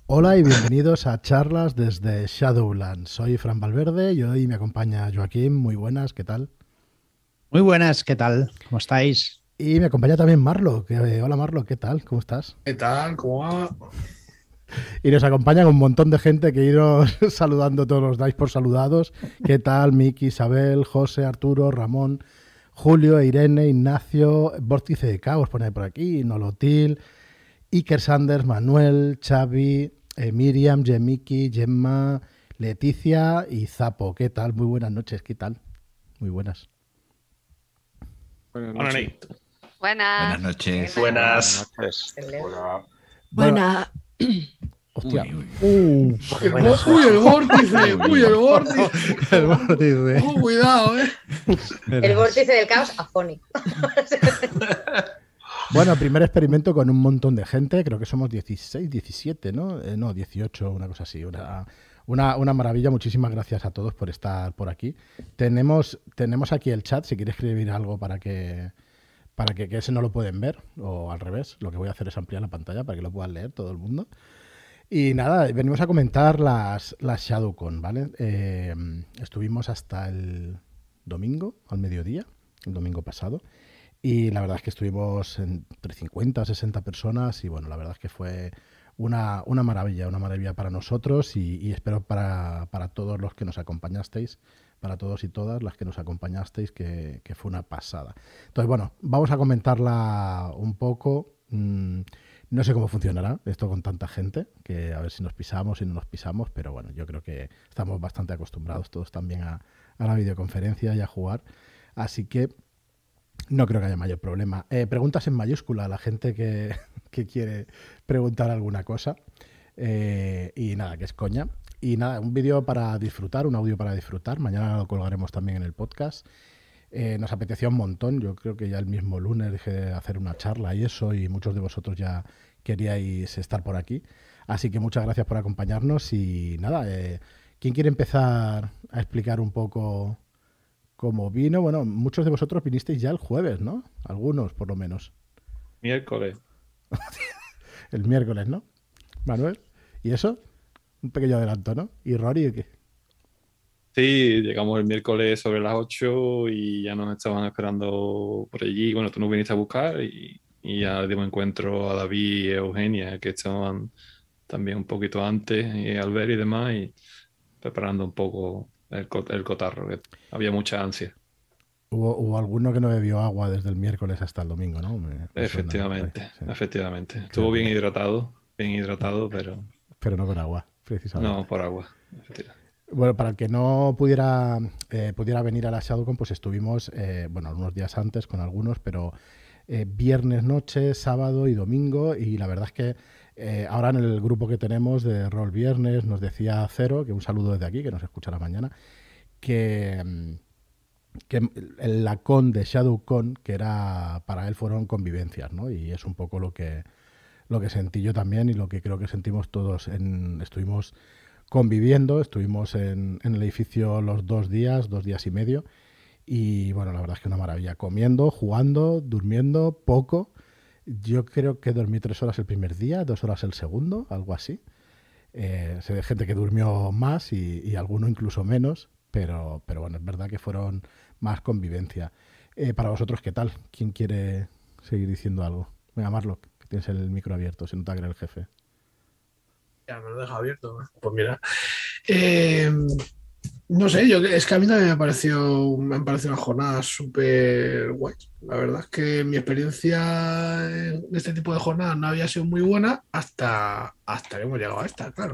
Hola y bienvenidos a charlas desde Shadowlands. Soy Fran Valverde y hoy me acompaña Joaquín. Muy buenas, ¿qué tal? Muy buenas, ¿qué tal? ¿Cómo estáis? Y me acompaña también Marlo. Hola Marlo, ¿qué tal? ¿Cómo estás? ¿Qué tal? ¿Cómo va? Y nos acompaña un montón de gente que iros saludando, todos los dais por saludados. ¿Qué tal? Miki, Isabel, José, Arturo, Ramón, Julio, Irene, Ignacio, Vórtice de Caos, pone por aquí, Nolotil, Iker Sanders, Manuel, Xavi, Miriam, Yemiki, Gemma, Leticia y Zapo. ¿Qué tal? Muy buenas noches, ¿qué tal? Muy buenas. Buenas Buenas noches. noches. Buenas. Buenas noches. Buenas. Hola. Bueno, Buena. hostia. Uy, uy. Uy, el vórtice. Uy, el vórtice. El vórtice. Ojo, cuidado, El vórtice del caos afónico. Bueno, primer experimento con un montón de gente, creo que somos 16, 17, ¿no? No, 18, una cosa así. Una maravilla, muchísimas gracias a todos por estar por aquí. Tenemos aquí el chat, si quieres escribir algo que ese no lo pueden ver, o al revés, lo que voy a hacer es ampliar la pantalla para que lo puedan leer todo el mundo. Y nada, venimos a comentar las ShadowCon, ¿vale? Estuvimos hasta el domingo, al mediodía, el domingo pasado. Y la verdad es que estuvimos entre 50 o 60 personas y bueno, la verdad es que fue una maravilla para nosotros y espero para todos los que nos acompañasteis, para todos y todas las que nos acompañasteis, que fue una pasada. Entonces, bueno, vamos a comentarla un poco. No sé cómo funcionará esto con tanta gente, que a ver si nos pisamos y no nos pisamos, pero bueno, yo creo que estamos bastante acostumbrados todos también a la videoconferencia y a jugar. Así que no creo que haya mayor problema. Preguntas en mayúscula a la gente que quiere preguntar alguna cosa. Y nada, que es coña. Y nada, un vídeo para disfrutar, un audio para disfrutar. Mañana lo colgaremos también en el podcast. Nos apetecía un montón. Yo creo que ya el mismo lunes dejé de hacer una charla y eso, y muchos de vosotros ya queríais estar por aquí. Así que muchas gracias por acompañarnos. Y nada, ¿quién quiere empezar a explicar un poco cómo vino? Bueno, muchos de vosotros vinisteis ya el jueves, ¿no? Algunos, por lo menos. Miércoles. El miércoles, ¿no? Manuel. ¿Y eso? Un pequeño adelanto, ¿no? ¿Y Rory qué? Sí, llegamos el miércoles sobre las 8 y ya nos estaban esperando por allí. Bueno, tú nos viniste a buscar y ya dimos encuentro a David y Eugenia, que estaban también un poquito antes, y Albert y demás, y preparando un poco el cotarro, que había mucha ansia. Hubo alguno que no bebió agua desde el miércoles hasta el domingo, ¿no? Me suena, Efectivamente, sí. efectivamente. Qué Estuvo bueno. bien hidratado, pero Pero no con agua, precisamente. no por agua. Efectivamente. Bueno, para el que no pudiera venir a la ShadowCon, pues estuvimos, bueno, unos días antes con algunos, pero viernes noche, sábado y domingo. Y la verdad es que ahora en el grupo que tenemos de Rol Viernes nos decía Cero, que un saludo desde aquí, que nos escuchará mañana, que la con de ShadowCon, que era para él fueron convivencias, ¿no? Y es un poco lo que sentí yo también y lo que creo que sentimos todos. Estuvimos conviviendo, estuvimos en el edificio los 2 días y medio, y bueno, la verdad es que una maravilla, comiendo, jugando, durmiendo poco. Yo creo que dormí 3 horas el primer día, 2 horas el segundo, algo así. Sé de gente que durmió más y alguno incluso menos, pero bueno, es verdad que fueron más convivencia. Para vosotros, ¿qué tal? ¿Quién quiere seguir diciendo algo? Venga, Marlo, que tienes el micro abierto, se nota que eres el jefe. Ya me lo deja abierto. Pues mira. Eh, no sé, es que a mí también me han parecido una jornada súper guay. La verdad es que mi experiencia en este tipo de jornadas no había sido muy buena hasta que hemos llegado a esta, claro.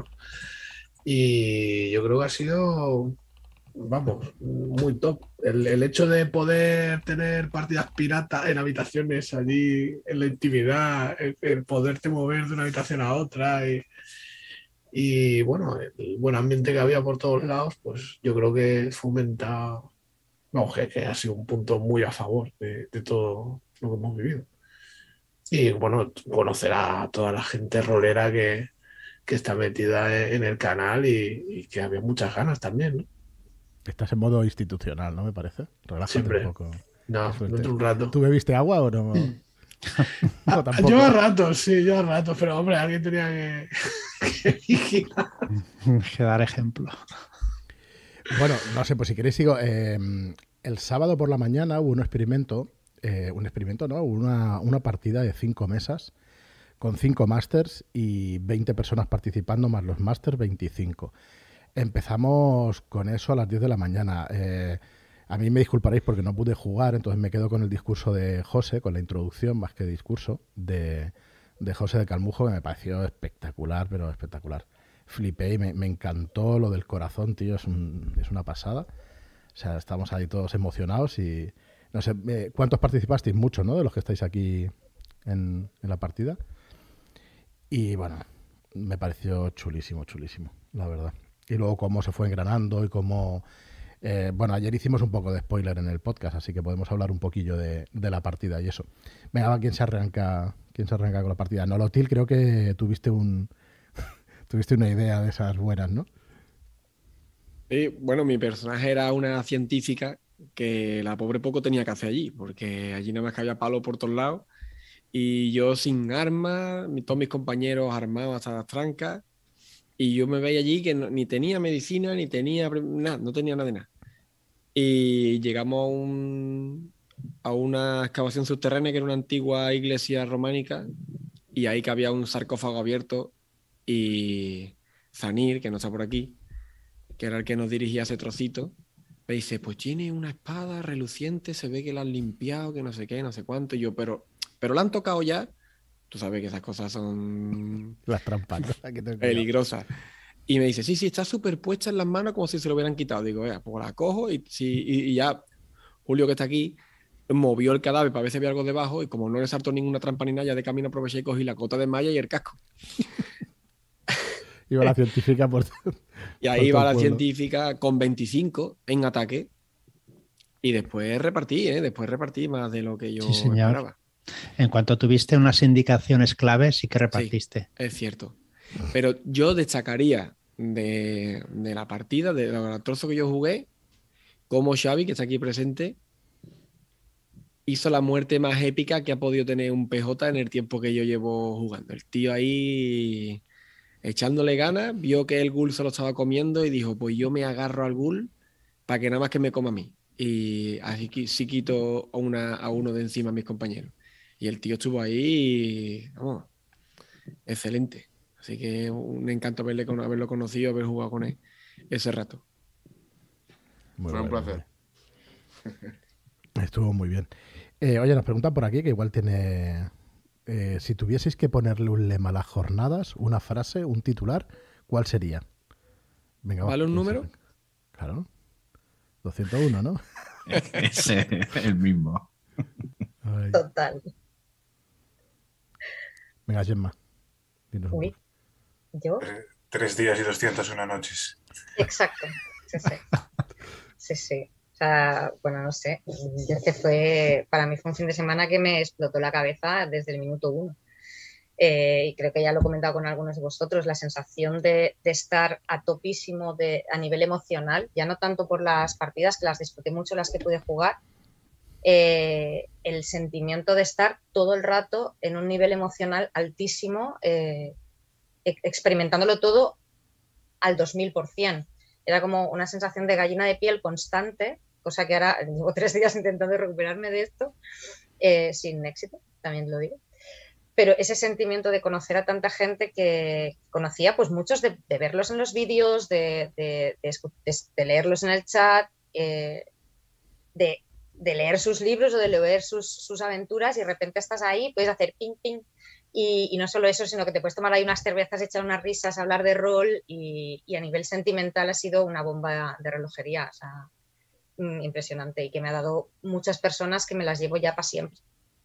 Y yo creo que ha sido, vamos, muy top. El hecho de poder tener partidas piratas en habitaciones allí, en la intimidad, el poderte mover de una habitación a otra y, bueno, el buen ambiente que había por todos lados, pues yo creo que fomenta, vamos, que ha sido un punto muy a favor de todo lo que hemos vivido. Y bueno, conocer a toda la gente rolera que está metida en el canal y que había muchas ganas también, ¿no? Estás en modo institucional, ¿no? Me parece. Relájate un Siempre. poco. Qué No, suerte. dentro de un rato. ¿Tú bebiste agua o no? No, tampoco. Yo a ratos, sí, yo a ratos, pero hombre, alguien tenía que vigilar. Que dar ejemplo. Bueno, no sé, pues si queréis sigo. El sábado por la mañana hubo un experimento, no, una partida de 5 mesas con 5 masters y 20 personas participando, más los masters 25. Empezamos con eso a las 10 de la mañana. A mí me disculparéis porque no pude jugar, entonces me quedo con el discurso de José, con la introducción más que discurso de José de Calmujo, que me pareció espectacular, pero espectacular. Flipé y me encantó lo del corazón, tío, es una pasada. O sea, estamos ahí todos emocionados y no sé, ¿cuántos participasteis? Muchos, ¿no? De los que estáis aquí en la partida. Y bueno, me pareció chulísimo, la verdad. Y luego cómo se fue engranando y cómo... bueno, ayer hicimos un poco de spoiler en el podcast, así que podemos hablar un poquillo de la partida y eso. Venga, ¿quién se arranca con la partida? Nolotil, creo que tuviste una idea de esas buenas, ¿no? Sí, bueno, mi personaje era una científica que la pobre poco tenía que hacer allí, porque allí nada más que había palo por todos lados y yo sin armas, todos mis compañeros armados hasta las trancas, y yo me veía allí que ni tenía medicina, ni tenía nada, no tenía nada de nada. Y llegamos a una excavación subterránea que era una antigua iglesia románica, y ahí que había un sarcófago abierto, y Zanir, que no está por aquí, que era el que nos dirigía a ese trocito, me dice, pues tiene una espada reluciente, se ve que la han limpiado, que no sé qué, no sé cuánto. Y yo, pero la han tocado ya. Tú sabes que esas cosas son Las trampas, ¿no? peligrosas. Y me dice, sí, está superpuesta en las manos como si se lo hubieran quitado. Digo, pues la cojo y ya Julio, que está aquí, movió el cadáver para ver si había algo debajo, y como no le saltó ninguna trampa ni nada, ya de camino aproveché y cogí la cota de malla y el casco. Iba la científica por... Y ahí va la científica con 25 en ataque. Y después repartí más de lo que yo esperaba. En cuanto tuviste unas indicaciones claves, sí que repartiste. Sí, es cierto. Pero yo destacaría de la partida, del trozo que yo jugué, como Xavi, que está aquí presente, hizo la muerte más épica que ha podido tener un PJ en el tiempo que yo llevo jugando. El tío ahí echándole ganas, vio que el ghoul se lo estaba comiendo y dijo, pues yo me agarro al ghoul para que nada más que me coma a mí. Y así que sí quito a uno de encima a mis compañeros. Y el tío estuvo ahí, vamos, excelente. Así que un encanto haberlo conocido, haber jugado con él ese rato. Fue un placer. Estuvo muy bien. Oye, nos preguntan por aquí que igual tiene... si tuvieseis que ponerle un lema a las jornadas, una frase, un titular, ¿cuál sería? Venga, ¿Vale un número? Claro. 201, ¿no? Ese es el mismo. Ay. Total. Venga, Gemma. Uy. ¿Yo? 3 días y 201 noches. Exacto. Sí. O sea, bueno, no sé. Para mí fue un fin de semana que me explotó la cabeza desde el minuto 1. Y creo que ya lo he comentado con algunos de vosotros, la sensación de estar a topísimo a nivel emocional, ya no tanto por las partidas, que las disfruté mucho, las que pude jugar, el sentimiento de estar todo el rato en un nivel emocional altísimo, experimentándolo todo al 2000%. Era como una sensación de gallina de piel constante, cosa que ahora llevo 3 días intentando recuperarme de esto, sin éxito, también lo digo. Pero ese sentimiento de conocer a tanta gente que conocía, pues muchos de verlos en los vídeos, de leerlos en el chat, de leer sus libros o de leer sus aventuras, y de repente estás ahí, puedes hacer ping, ping, y no solo eso, sino que te puedes tomar ahí unas cervezas, echar unas risas, hablar de rol, y a nivel sentimental ha sido una bomba de relojería, o sea, impresionante, y que me ha dado muchas personas que me las llevo ya para siempre.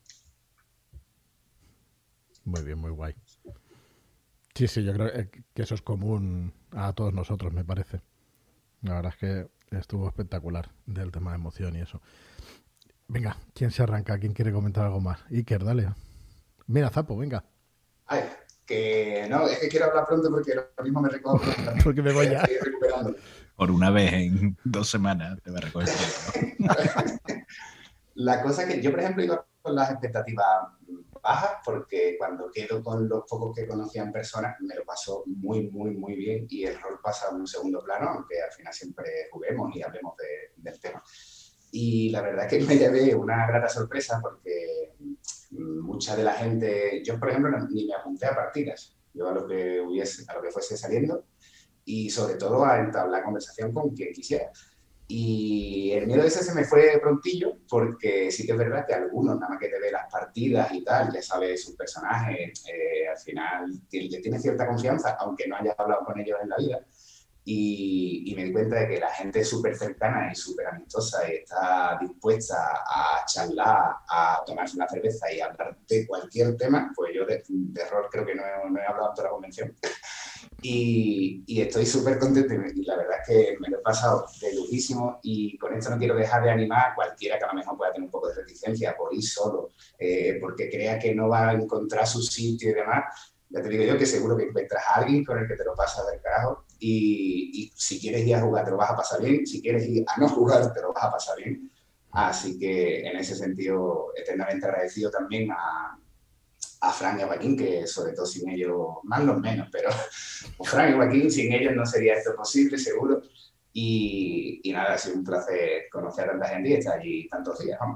Muy bien, muy guay. Sí, yo creo que eso es común a todos nosotros, me parece. La verdad es que estuvo espectacular del tema de emoción y eso. Venga, ¿quién se arranca? ¿Quién quiere comentar algo más? Iker, dale. Mira, Zapo, venga. Ay, que no, es que quiero hablar pronto porque lo mismo me recojo. Porque me voy ya. Estoy recuperando. Por una vez en 2 semanas te va a recoger tiempo. La cosa que yo, por ejemplo, iba con las expectativas bajas, porque cuando quedo con los pocos que conocía en persona, me lo paso muy, muy, muy bien y el rol pasa a un segundo plano, aunque al final siempre juguemos y hablemos del tema. Y la verdad es que me llevé una grata sorpresa porque mucha de la gente, yo por ejemplo ni me apunté a partidas, yo a lo que fuese saliendo y sobre todo a entablar conversación con quien quisiera. Y el miedo ese se me fue prontillo porque sí que es verdad que algunos, nada más que te ve las partidas y tal, ya sabes sus personajes, al final le tienes cierta confianza, aunque no hayas hablado con ellos en la vida. Y me di cuenta de que la gente es súper cercana y súper amistosa y está dispuesta a charlar, a tomarse una cerveza y a hablar de cualquier tema. Pues yo de rol creo que no he hablado en toda la convención. Y estoy súper contento y la verdad es que me lo he pasado de lujísimo y con esto no quiero dejar de animar a cualquiera que a lo mejor pueda tener un poco de reticencia por ir solo, porque crea que no va a encontrar su sitio y demás. Ya te digo yo que seguro que encuentras a alguien con el que te lo pasas del carajo y si quieres ir a jugar te lo vas a pasar bien, si quieres ir a no jugar te lo vas a pasar bien. Así que en ese sentido eternamente agradecido también a Fran y a Joaquín, que sobre todo sin ellos, más los menos, pero Fran y Joaquín, sin ellos no sería esto posible, seguro. Y nada, ha sido un placer conocer a tanta gente y estar allí tantos días, vamos.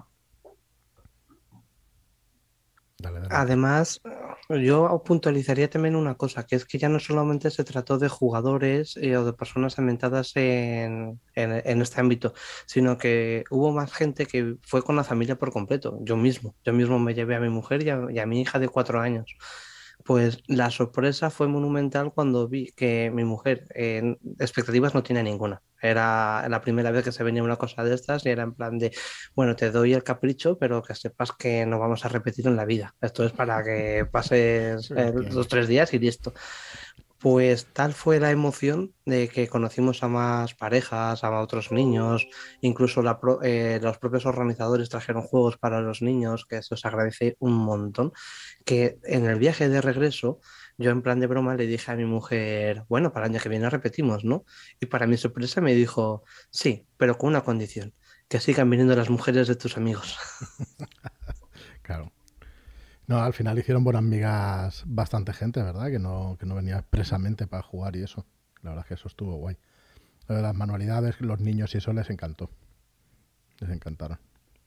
Dale. Además, yo puntualizaría también una cosa, que es que ya no solamente se trató de jugadores o de personas ambientadas en este ámbito, sino que hubo más gente que fue con la familia por completo. Yo mismo me llevé a mi mujer y a mi hija de 4 años. Pues la sorpresa fue monumental cuando vi que mi mujer expectativas no tiene ninguna. Era la primera vez que se venía una cosa de estas y era en plan de, bueno, te doy el capricho, pero que sepas que no vamos a repetir en la vida. Esto es para que pases los 3 días y listo. Pues tal fue la emoción de que conocimos a más parejas, a otros niños, incluso los propios organizadores trajeron juegos para los niños, que eso se agradece un montón, que en el viaje de regreso yo en plan de broma le dije a mi mujer, bueno, para el año que viene repetimos, ¿no? Y para mi sorpresa me dijo, sí, pero con una condición, que sigan viniendo las mujeres de tus amigos. Claro. No, al final hicieron buenas migas bastante gente, ¿verdad? Que no venía expresamente para jugar y eso. La verdad es que eso estuvo guay. Lo de las manualidades, los niños y eso les encantó. Les encantaron.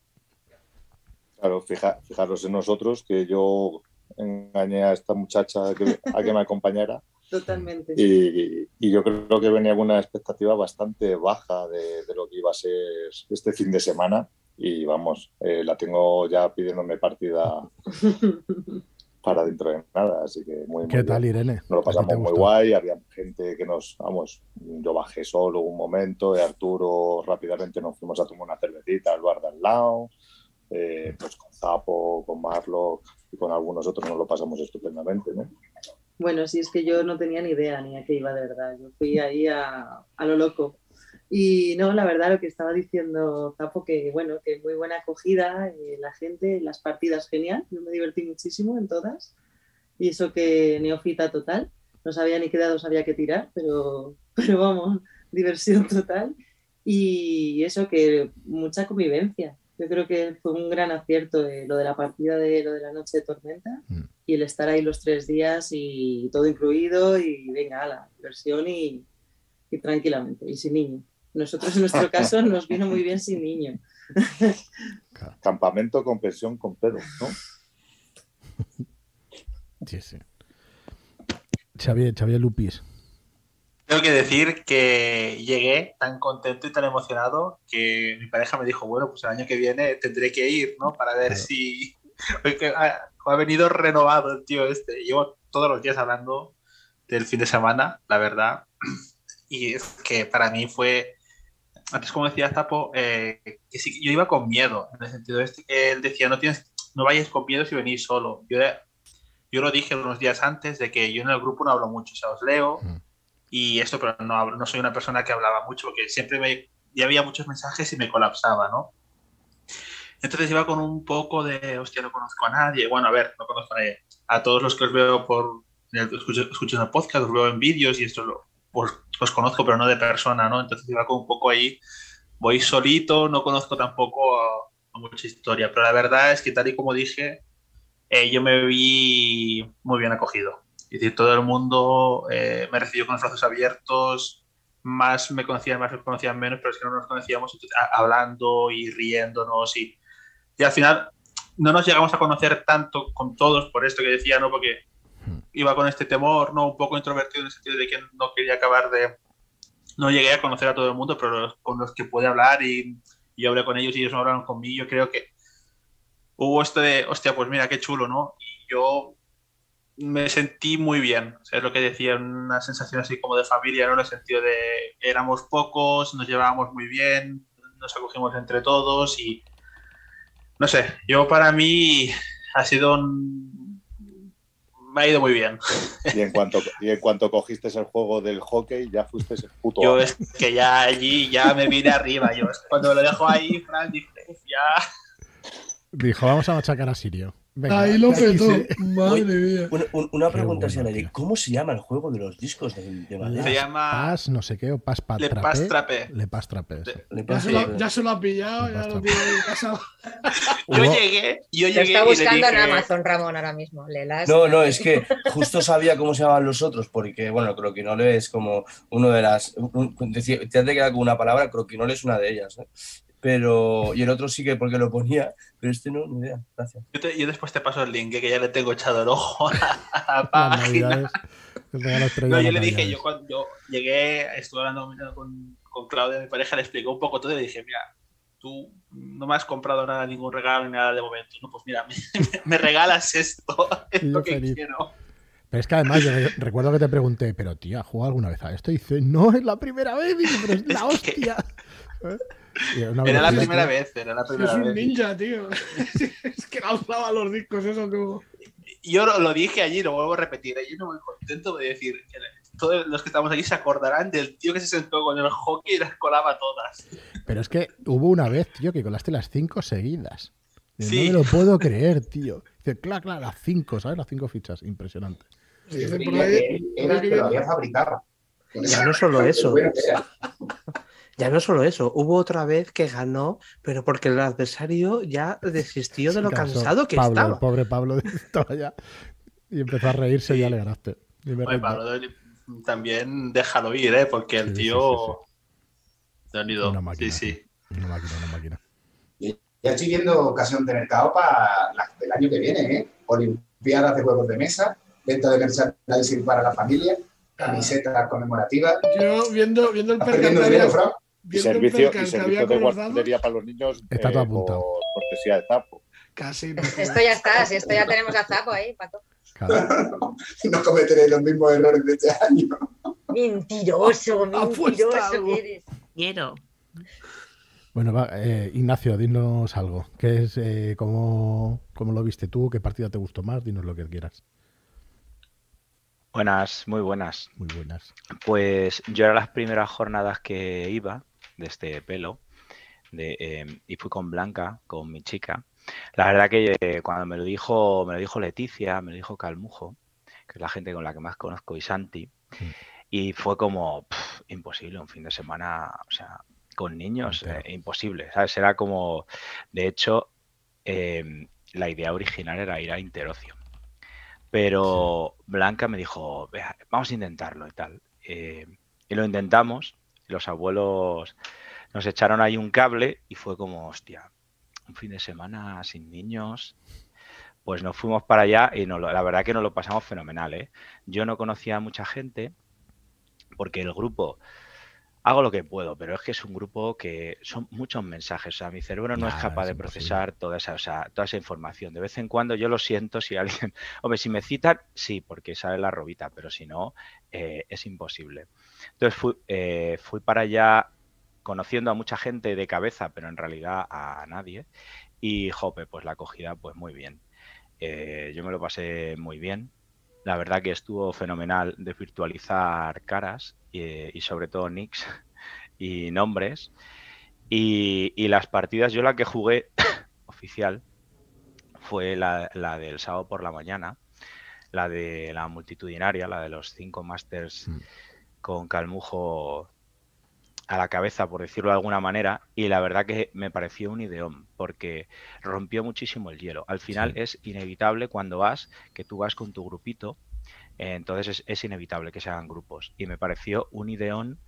Claro, fijaros en nosotros, que yo engañé a esta muchacha a que me acompañara. Totalmente. Y yo creo que venía con una expectativa bastante baja de lo que iba a ser este fin de semana. Y vamos, la tengo ya pidiéndome partida para dentro de nada, así que muy ¿Qué tal, bien. Irene? Nos lo pasamos muy guay, había gente que yo bajé solo un momento y Arturo rápidamente nos fuimos a tomar una cervecita al bar de al lado, pues con Zapo, con Marlock y con algunos otros nos lo pasamos estupendamente, ¿no? Bueno, sí, es que yo no tenía ni idea ni a qué iba de verdad, yo fui ahí a lo loco. Y no, la verdad, lo que estaba diciendo Zapo, que bueno, que muy buena acogida, la gente, las partidas genial, yo me divertí muchísimo en todas, y eso que neófita total, no sabía ni qué dados había que tirar, pero vamos, diversión total, y eso que mucha convivencia, yo creo que fue un gran acierto lo de la partida de lo de la noche de tormenta, y el estar ahí los 3 días y todo incluido, y venga, la diversión y tranquilamente, y sin niño. Nosotros en nuestro caso nos vino muy bien sin niño. Campamento con pensión con pedo, ¿no? Sí. Xavier Lupis. Tengo que decir que llegué tan contento y tan emocionado que mi pareja me dijo, bueno, pues el año que viene tendré que ir, ¿no? Para ver si... ha venido renovado el tío este. Llevo todos los días hablando del fin de semana, la verdad. Y es que para mí fue... Antes, como decía Zapo, que sí, yo iba con miedo, en el sentido este que él decía, no vayáis con miedo si venís solo. Yo lo dije unos días antes de que yo en el grupo no hablo mucho, o sea, os leo y esto, pero no soy una persona que hablaba mucho porque siempre ya había muchos mensajes y me colapsaba, ¿no? Entonces iba con un poco de, hostia, no conozco a nadie. Bueno, a ver, no conozco a nadie. A todos los que os veo escucho en el podcast, os veo en vídeos y esto pues los conozco, pero no de persona, ¿no? Entonces iba con un poco ahí, voy solito, no conozco tampoco mucha historia, pero la verdad es que tal y como dije, yo me vi muy bien acogido. Es decir, todo el mundo me recibió con los brazos abiertos, más me conocían menos, pero es que no nos conocíamos hablando y riéndonos y al final no nos llegamos a conocer tanto con todos por esto que decía, ¿no? Porque iba con este temor, ¿no? Un poco introvertido en el sentido de que no quería acabar de... No llegué a conocer a todo el mundo, pero con los que pude hablar y hablé con ellos y ellos no hablaron conmigo, yo creo que hubo esto de, hostia, pues mira, qué chulo, ¿no? Y yo me sentí muy bien, o sea, es lo que decía, una sensación así como de familia, ¿no? En el sentido de éramos pocos, nos llevábamos muy bien, nos acogimos entre todos y no sé, yo para mí ha sido me ha ido muy bien. Y en cuanto cogiste el juego del hockey, ya fuiste el puto. Yo es que ya allí ya me vine arriba. Yo cuando lo dejo ahí, Fran, dije, ya. Dijo, vamos a machacar a Sirio. Venga, ahí lo petó, madre mía. Una pregunta, bueno, ¿cómo se llama el juego de los discos de madera? Se llama Pas, no sé qué, o Pas Le Pas Trape. Le Pas Trape. Ya se lo ha pillado, ya lo tiene en casa. Yo llegué lo está buscando en Amazon, Ramón, ahora mismo. No, es que justo sabía cómo se llamaban los otros, porque, bueno, croquinole es como uno de las... Te has de quedar con una palabra, croquinole es una de ellas, ¿eh? Pero, y el otro sí que porque lo ponía, pero este no, ni idea, gracias. Yo después te paso el link, que ya le tengo echado el ojo a la página. No, yo le dije, yo cuando llegué, estuve hablando con Claudia, mi pareja, le explicó un poco todo y le dije, mira, tú no me has comprado nada, ningún regalo ni nada de momento, no, pues mira, me regalas esto, es lo que quiero. Pero es que además yo recuerdo que te pregunté, pero tío, ¿has jugado alguna vez a esto? Y dice, no, es la primera vez, y dice, pero es la hostia. Era la primera vez. Es un ninja, tío. Es que lanzaba los discos, eso como... Yo lo dije allí, lo vuelvo a repetir. Yo no muy contento de decir que todos los que estamos allí se acordarán del tío que se sentó con el hockey y las colaba todas. Pero es que hubo una vez, tío, que colaste las 5 seguidas. Sí. No me lo puedo creer, tío. Dice, claro, las 5, ¿sabes? Las 5 fichas. Impresionante. Sí, era que lo había fabricado. Ya no solo eso. Ya no solo eso, hubo otra vez que ganó, pero porque el adversario ya desistió de lo cansado que Pablo, estaba. El pobre Pablo estaba ya y empezó a reírse y ya le ganaste. Oye, Pablo, también déjalo ir, ¿eh? Porque el tío... Una máquina. Sí. Una máquina. Ya estoy viendo ocasión de mercado para el año que viene, ¿eh? Olimpiadas de juegos de mesa, venta de merchandising para la familia, camisetas conmemorativas. Yo viendo el percance. Y servicio de guardería para los niños está todo apuntado. por cortesía de Zapo. Casi. Esto ya está, si esto ya tenemos a Zapo ahí, Paco. Claro. No cometeré los mismos errores de este año. Mentiroso que eres. Quiero. Bueno, Ignacio, dinos algo. ¿Qué es, cómo lo viste tú? ¿Qué partida te gustó más? Dinos lo que quieras. Buenas, muy buenas. Muy buenas. Pues yo era las primeras jornadas que iba de este pelo y fui con Blanca, con mi chica. La verdad que cuando me lo dijo Leticia, me lo dijo Calmujo, que es la gente con la que más conozco, y Santi, y fue como imposible un fin de semana, o sea, con niños, imposible, ¿sabes? Era como, de hecho, la idea original era ir a Interocio. Pero Blanca me dijo, vamos a intentarlo y tal. Y lo intentamos, los abuelos nos echaron ahí un cable y fue como, hostia, un fin de semana sin niños. Pues nos fuimos para allá y la verdad que nos lo pasamos fenomenal, ¿eh? Yo no conocía a mucha gente porque el grupo... Hago lo que puedo, pero es que es un grupo que son muchos mensajes. O sea, mi cerebro no es capaz de procesar toda esa información. De vez en cuando yo lo siento si alguien... Hombre, si me citan, sí, porque sale la robita, pero si no, es imposible. Entonces fui para allá conociendo a mucha gente de cabeza, pero en realidad a nadie. Y, jope, pues la acogida, pues muy bien. Yo me lo pasé muy bien. La verdad que estuvo fenomenal de virtualizar caras y sobre todo nicks y nombres. Y las partidas, yo la que jugué oficial fue la del sábado por la mañana, la de la multitudinaria, la de los 5 Masters con Calmujo a la cabeza, por decirlo de alguna manera, y la verdad que me pareció un ideón, porque rompió muchísimo el hielo. Al final es inevitable cuando vas, que tú vas con tu grupito, entonces es inevitable que se hagan grupos. Y me pareció un ideón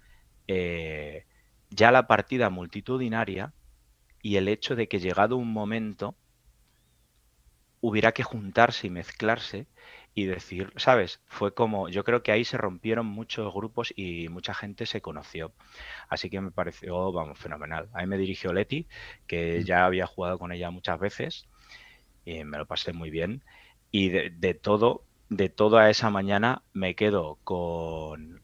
ya la partida multitudinaria y el hecho de que llegado un momento hubiera que juntarse y mezclarse y decir, ¿sabes? Fue como, yo creo que ahí se rompieron muchos grupos y mucha gente se conoció. Así que me pareció, vamos, fenomenal. Ahí me dirigió Leti, que ya había jugado con ella muchas veces y me lo pasé muy bien. Y de toda esa mañana me quedo con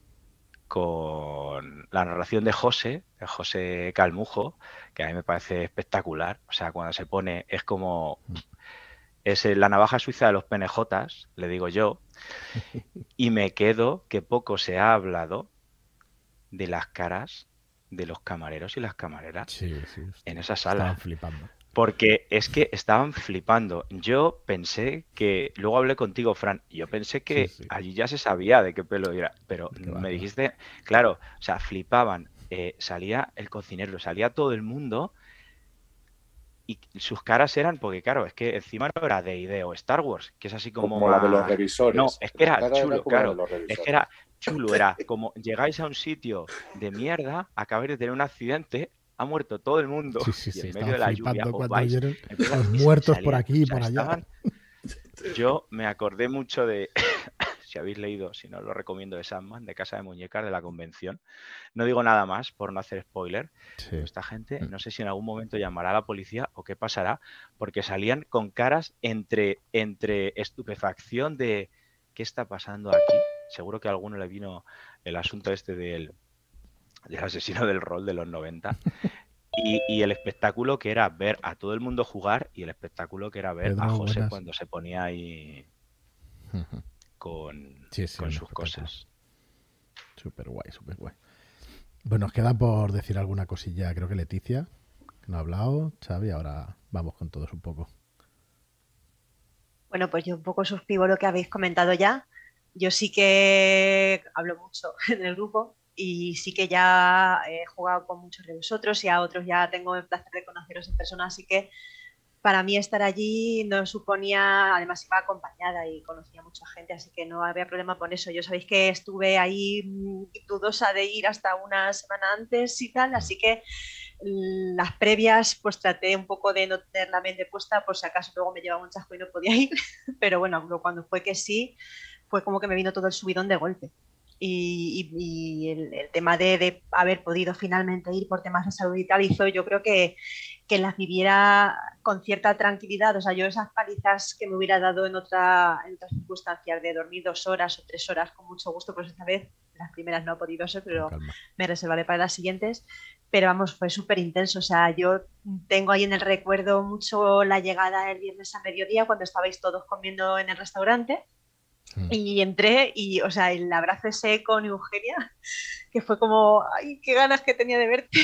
la narración de José Calmujo, que a mí me parece espectacular. O sea, cuando se pone, es como... Es la navaja suiza de los penejotas, le digo yo, y me quedo que poco se ha hablado de las caras de los camareros y las camareras en esa sala. Estaban flipando. Porque es que estaban flipando. Yo pensé que, luego hablé contigo, Fran, yo pensé que allí ya se sabía de qué pelo era, pero me dijiste, claro, o sea, flipaban, salía el cocinero, salía todo el mundo. Y sus caras eran, porque claro, es que encima no era D&D o Star Wars, que es así como la de los revisores. No, es que era chulo, era claro. Es que era chulo, era como llegáis a un sitio de mierda, acabáis de tener un accidente, ha muerto todo el mundo y en medio de la lluvia os vais. Los muertos por aquí y por allá. Yo me acordé mucho de... Si habéis leído, si no, lo recomiendo, de Sandman, de Casa de Muñecas, de la convención. No digo nada más por no hacer spoiler. Pero esta gente, no sé si en algún momento llamará a la policía o qué pasará, porque salían con caras entre estupefacción de ¿qué está pasando aquí? Seguro que a alguno le vino el asunto este del asesino del rol de los 90. Y el espectáculo que era ver a todo el mundo jugar y el espectáculo que era ver a José cuando se ponía ahí... con sus cosas. Súper guay, súper guay. Bueno, nos queda por decir alguna cosilla. Creo que Leticia, que no ha hablado, Xavi, ahora vamos con todos un poco. Bueno, pues yo un poco suscribo lo que habéis comentado ya. Yo sí que hablo mucho en el grupo y sí que ya he jugado con muchos de vosotros y a otros ya tengo el placer de conoceros en persona, así que para mí estar allí no suponía, además iba acompañada y conocía mucha gente, así que no había problema con eso. Yo sabéis que estuve ahí dudosa de ir hasta una semana antes y tal, así que las previas pues traté un poco de no tener la mente puesta por si acaso luego me llevaba un chasco y no podía ir, pero bueno, cuando fue que sí, fue como que me vino todo el subidón de golpe. Y el tema de haber podido finalmente ir por temas de salud y tal hizo, yo creo que las viviera con cierta tranquilidad. O sea, yo esas palizas que me hubiera dado en otras circunstancias de dormir 2 horas o 3 horas con mucho gusto, pues esta vez las primeras no ha podido ser, pero me reservaré para las siguientes. Pero vamos, fue súper intenso. O sea, yo tengo ahí en el recuerdo mucho la llegada el viernes a mediodía cuando estabais todos comiendo en el restaurante. Y entré y, o sea, el abrazo ese con Eugenia, que fue como, ay, qué ganas que tenía de verte.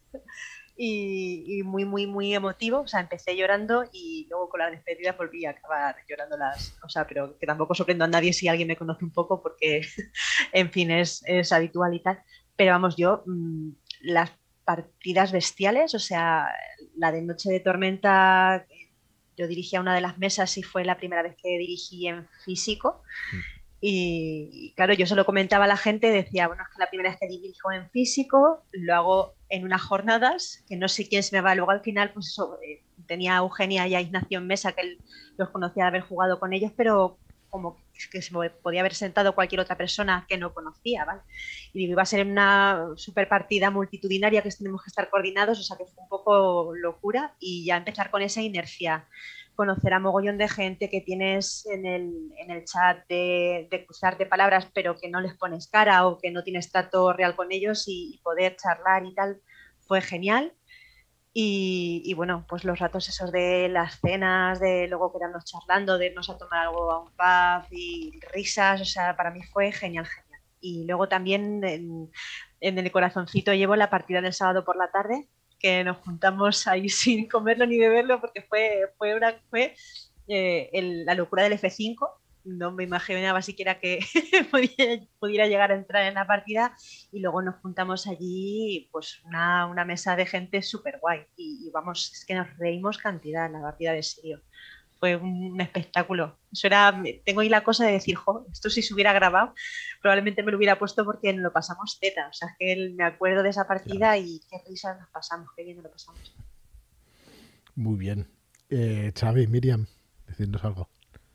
y muy, muy, muy emotivo. O sea, empecé llorando y luego con la despedida volví a acabar llorando o sea, pero que tampoco sorprendo a nadie si alguien me conoce un poco porque, en fin, es habitual y tal. Pero vamos, yo, las partidas bestiales, o sea, la de Noche de Tormenta... Yo dirigía una de las mesas y fue la primera vez que dirigí en físico. Y claro, yo se lo comentaba a la gente, decía, bueno, es que la primera vez que dirijo en físico, lo hago en unas jornadas, que no sé quién se me va. Luego al final, pues eso, tenía a Eugenia y a Ignacio en mesa, que los conocía de haber jugado con ellos, pero como que se podía haber sentado cualquier otra persona que no conocía, ¿vale? Y digo, iba a ser una super partida multitudinaria que tenemos que estar coordinados, o sea que fue un poco locura y ya empezar con esa inercia, conocer a mogollón de gente que tienes en el chat de cruzarte palabras pero que no les pones cara o que no tienes trato real con ellos y poder charlar y tal, fue genial. Y bueno, pues los ratos esos de las cenas, de luego quedarnos charlando, de irnos a tomar algo a un pub y risas, o sea, para mí fue genial. Y luego también en el corazoncito llevo la partida del sábado por la tarde, que nos juntamos ahí sin comerlo ni beberlo porque fue la locura del F5 no me imaginaba siquiera que pudiera llegar a entrar en la partida, y luego nos juntamos allí pues una mesa de gente súper guay y vamos, es que nos reímos cantidad en la partida de Sirio. Fue un espectáculo. Eso era, tengo ahí la cosa de decir, jo, esto si se hubiera grabado, probablemente me lo hubiera puesto porque nos lo pasamos teta. O sea, es que me acuerdo de esa partida y qué risas nos pasamos, qué bien nos lo pasamos. Muy bien. Xavi, Miriam, decidnos algo.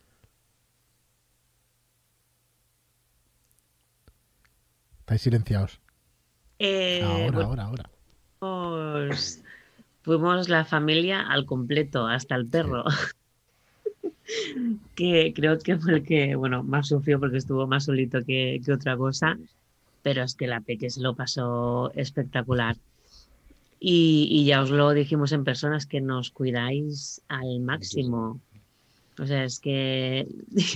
Estáis silenciados. Ahora. Fuimos la familia al completo, hasta el perro. Que creo que fue el que, bueno, más sufrió porque estuvo más solito que otra cosa, pero es que la Peque se lo pasó espectacular. Y ya os lo dijimos en persona, es que nos cuidáis al máximo. O sea, es que...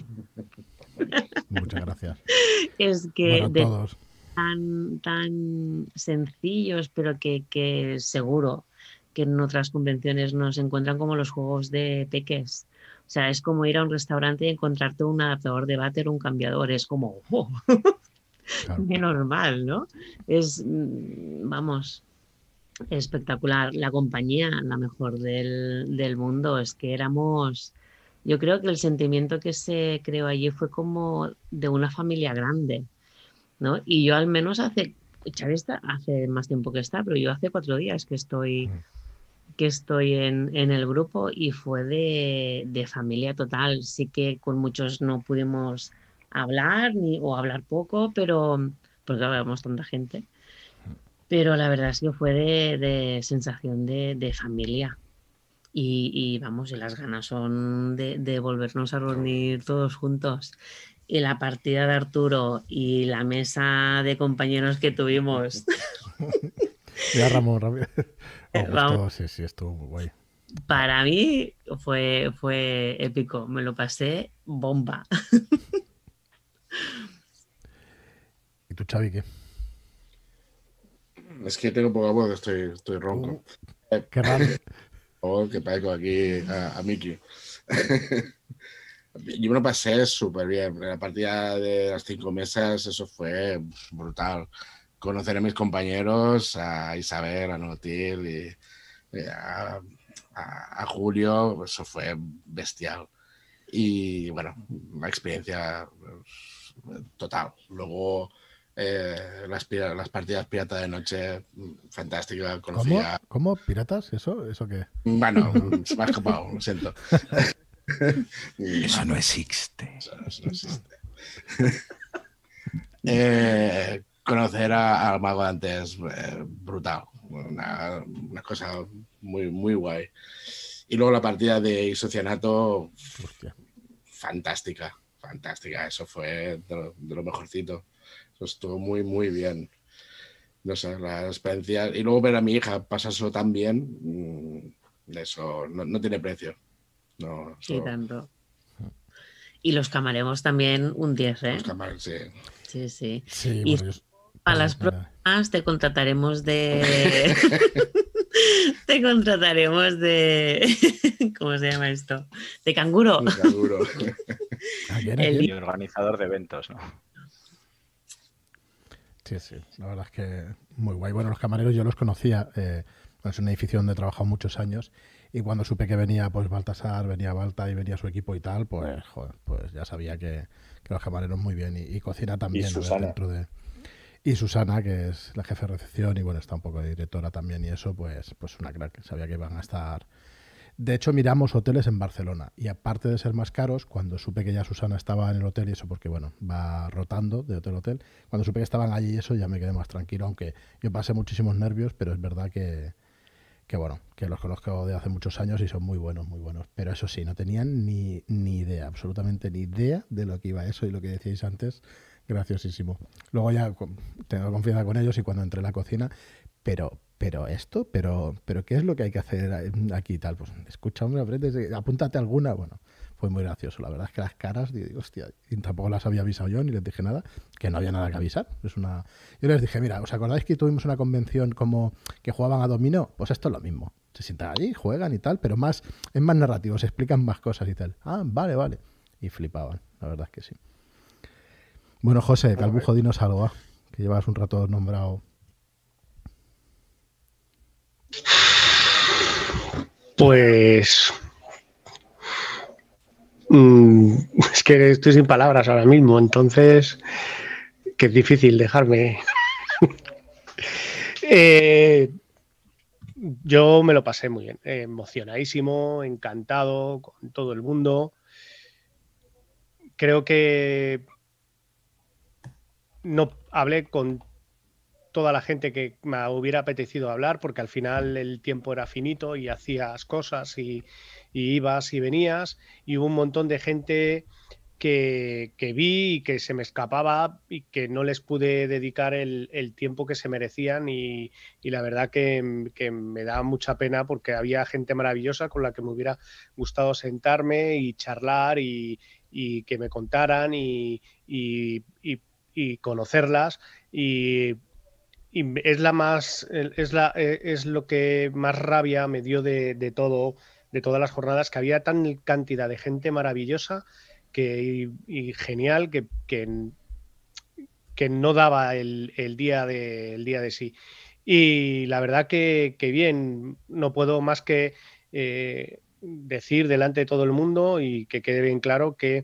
Muchas gracias. Es que bueno, todos. Tan sencillos, pero que seguro que en otras convenciones nos encuentran como los juegos de peques. O sea, es como ir a un restaurante y encontrarte un adaptador de váter o un cambiador. Es como, ¡oh! Claro. Qué normal, ¿no? Es, vamos, espectacular. La compañía, la mejor del mundo. Es que éramos... Yo creo que el sentimiento que se creó allí fue como de una familia grande, ¿no? Y yo al menos hace más tiempo que está, pero yo hace 4 días que estoy en el grupo y fue de familia total. Sí que con muchos no pudimos hablar o hablar poco, pero porque habíamos tanta gente. Pero la verdad es que fue de sensación de familia. Y vamos, y las ganas son de volvernos a reunir todos juntos. Y la partida de Arturo y la mesa de compañeros que tuvimos. Ya, Ramón, rápido. Sí, estuvo muy guay. Para mí fue épico, me lo pasé bomba. ¿Y tú, Xavi, qué? Es que tengo poca voz, estoy ronco. Qué raro. Que parezco aquí a Miki. Yo me lo pasé súper bien. La partida de las 5 mesas, eso fue brutal. Conocer a mis compañeros, a Isabel, a Notil y a Julio, eso fue bestial. Y bueno, una experiencia total. Luego las partidas pirata de noche, fantástica. Conocía... ¿Cómo? ¿Piratas? ¿Eso qué? Bueno, se me ha escapado, lo siento. Eso no existe. Eso no existe. Conocer al mago de antes, brutal. Una cosa muy, muy guay. Y luego la partida de Isocianato, fantástica. Eso fue de lo mejorcito. Eso estuvo muy, muy bien. No sé, la experiencia. Y luego ver a mi hija pasárselo tan bien, eso no tiene precio. No, eso... Sí, tanto. Y los camareros también un 10, ¿eh? Los camareros, sí. Sí. Y bueno, para las próximas te contrataremos de... Te contrataremos de... ¿Cómo se llama esto? De canguro. De canguro. El organizador de eventos, ¿no? Sí. La verdad es que muy guay. Bueno, los camareros yo los conocía. Es un edificio donde he trabajado muchos años. Y cuando supe que venía pues Baltasar, venía Balta y venía su equipo y tal, pues joder, pues ya sabía que los camareros muy bien. Y cocina también. Y Susana. Dentro de... Y Susana, que es la jefe de recepción y bueno, está un poco de directora también y eso, pues una crack. Sabía que iban a estar... De hecho, miramos hoteles en Barcelona y aparte de ser más caros, cuando supe que ya Susana estaba en el hotel y eso, porque bueno, va rotando de hotel a hotel, cuando supe que estaban allí y eso ya me quedé más tranquilo, aunque yo pasé muchísimos nervios, pero es verdad que bueno, que los conozco de hace muchos años y son muy buenos. Pero eso sí, no tenían ni idea, absolutamente ni idea de lo que iba eso y lo que decíais antes, graciosísimo. Luego ya tengo confianza con ellos y cuando entré en la cocina, pero ¿qué es lo que hay que hacer aquí y tal? Pues escucha, hombre, apúntate alguna. Bueno, fue muy gracioso. La verdad es que las caras, digo, hostia, y tampoco las había avisado yo ni les dije nada, que no había nada que avisar. Yo les dije, mira, ¿os acordáis que tuvimos una convención como que jugaban a dominó? Pues esto es lo mismo. Se sientan allí, juegan y tal, pero es más narrativo, se explican más cosas y tal. Ah, vale. y flipaban, la verdad es que sí. Bueno, José, Calbujo, dinos algo, ¿va? Que llevas un rato nombrado. Pues es que estoy sin palabras ahora mismo, entonces que es difícil dejarme. Yo me lo pasé muy bien, emocionadísimo, encantado con todo el mundo. Creo que no hablé con toda la gente que me hubiera apetecido hablar, porque al final el tiempo era finito y hacías cosas y ibas y venías, y hubo un montón de gente que vi y que se me escapaba y que no les pude dedicar el tiempo que se merecían, y la verdad que me da mucha pena, porque había gente maravillosa con la que me hubiera gustado sentarme y charlar y que me contaran y conocerlas, y es es lo que más rabia me dio de todas las jornadas, que había tan cantidad de gente maravillosa y genial que no daba el día de sí. Y la verdad que bien, no puedo más que decir delante de todo el mundo, y que quede bien claro, que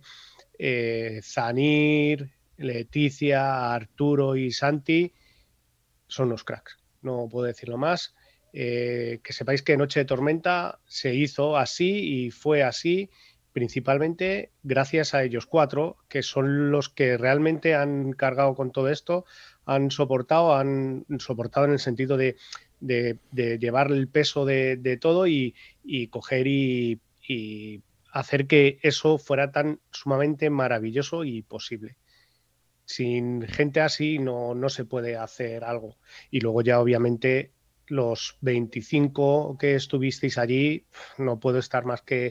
Zanir, Leticia, Arturo y Santi son los cracks, no puedo decirlo más. Que sepáis que Noche de Tormenta se hizo así y fue así principalmente gracias a ellos cuatro, que son los que realmente han cargado con todo esto, han soportado en el sentido de llevar el peso de todo y coger y hacer que eso fuera tan sumamente maravilloso y posible. Sin gente así no se puede hacer algo. Y luego ya obviamente los 25 que estuvisteis allí, no puedo estar más que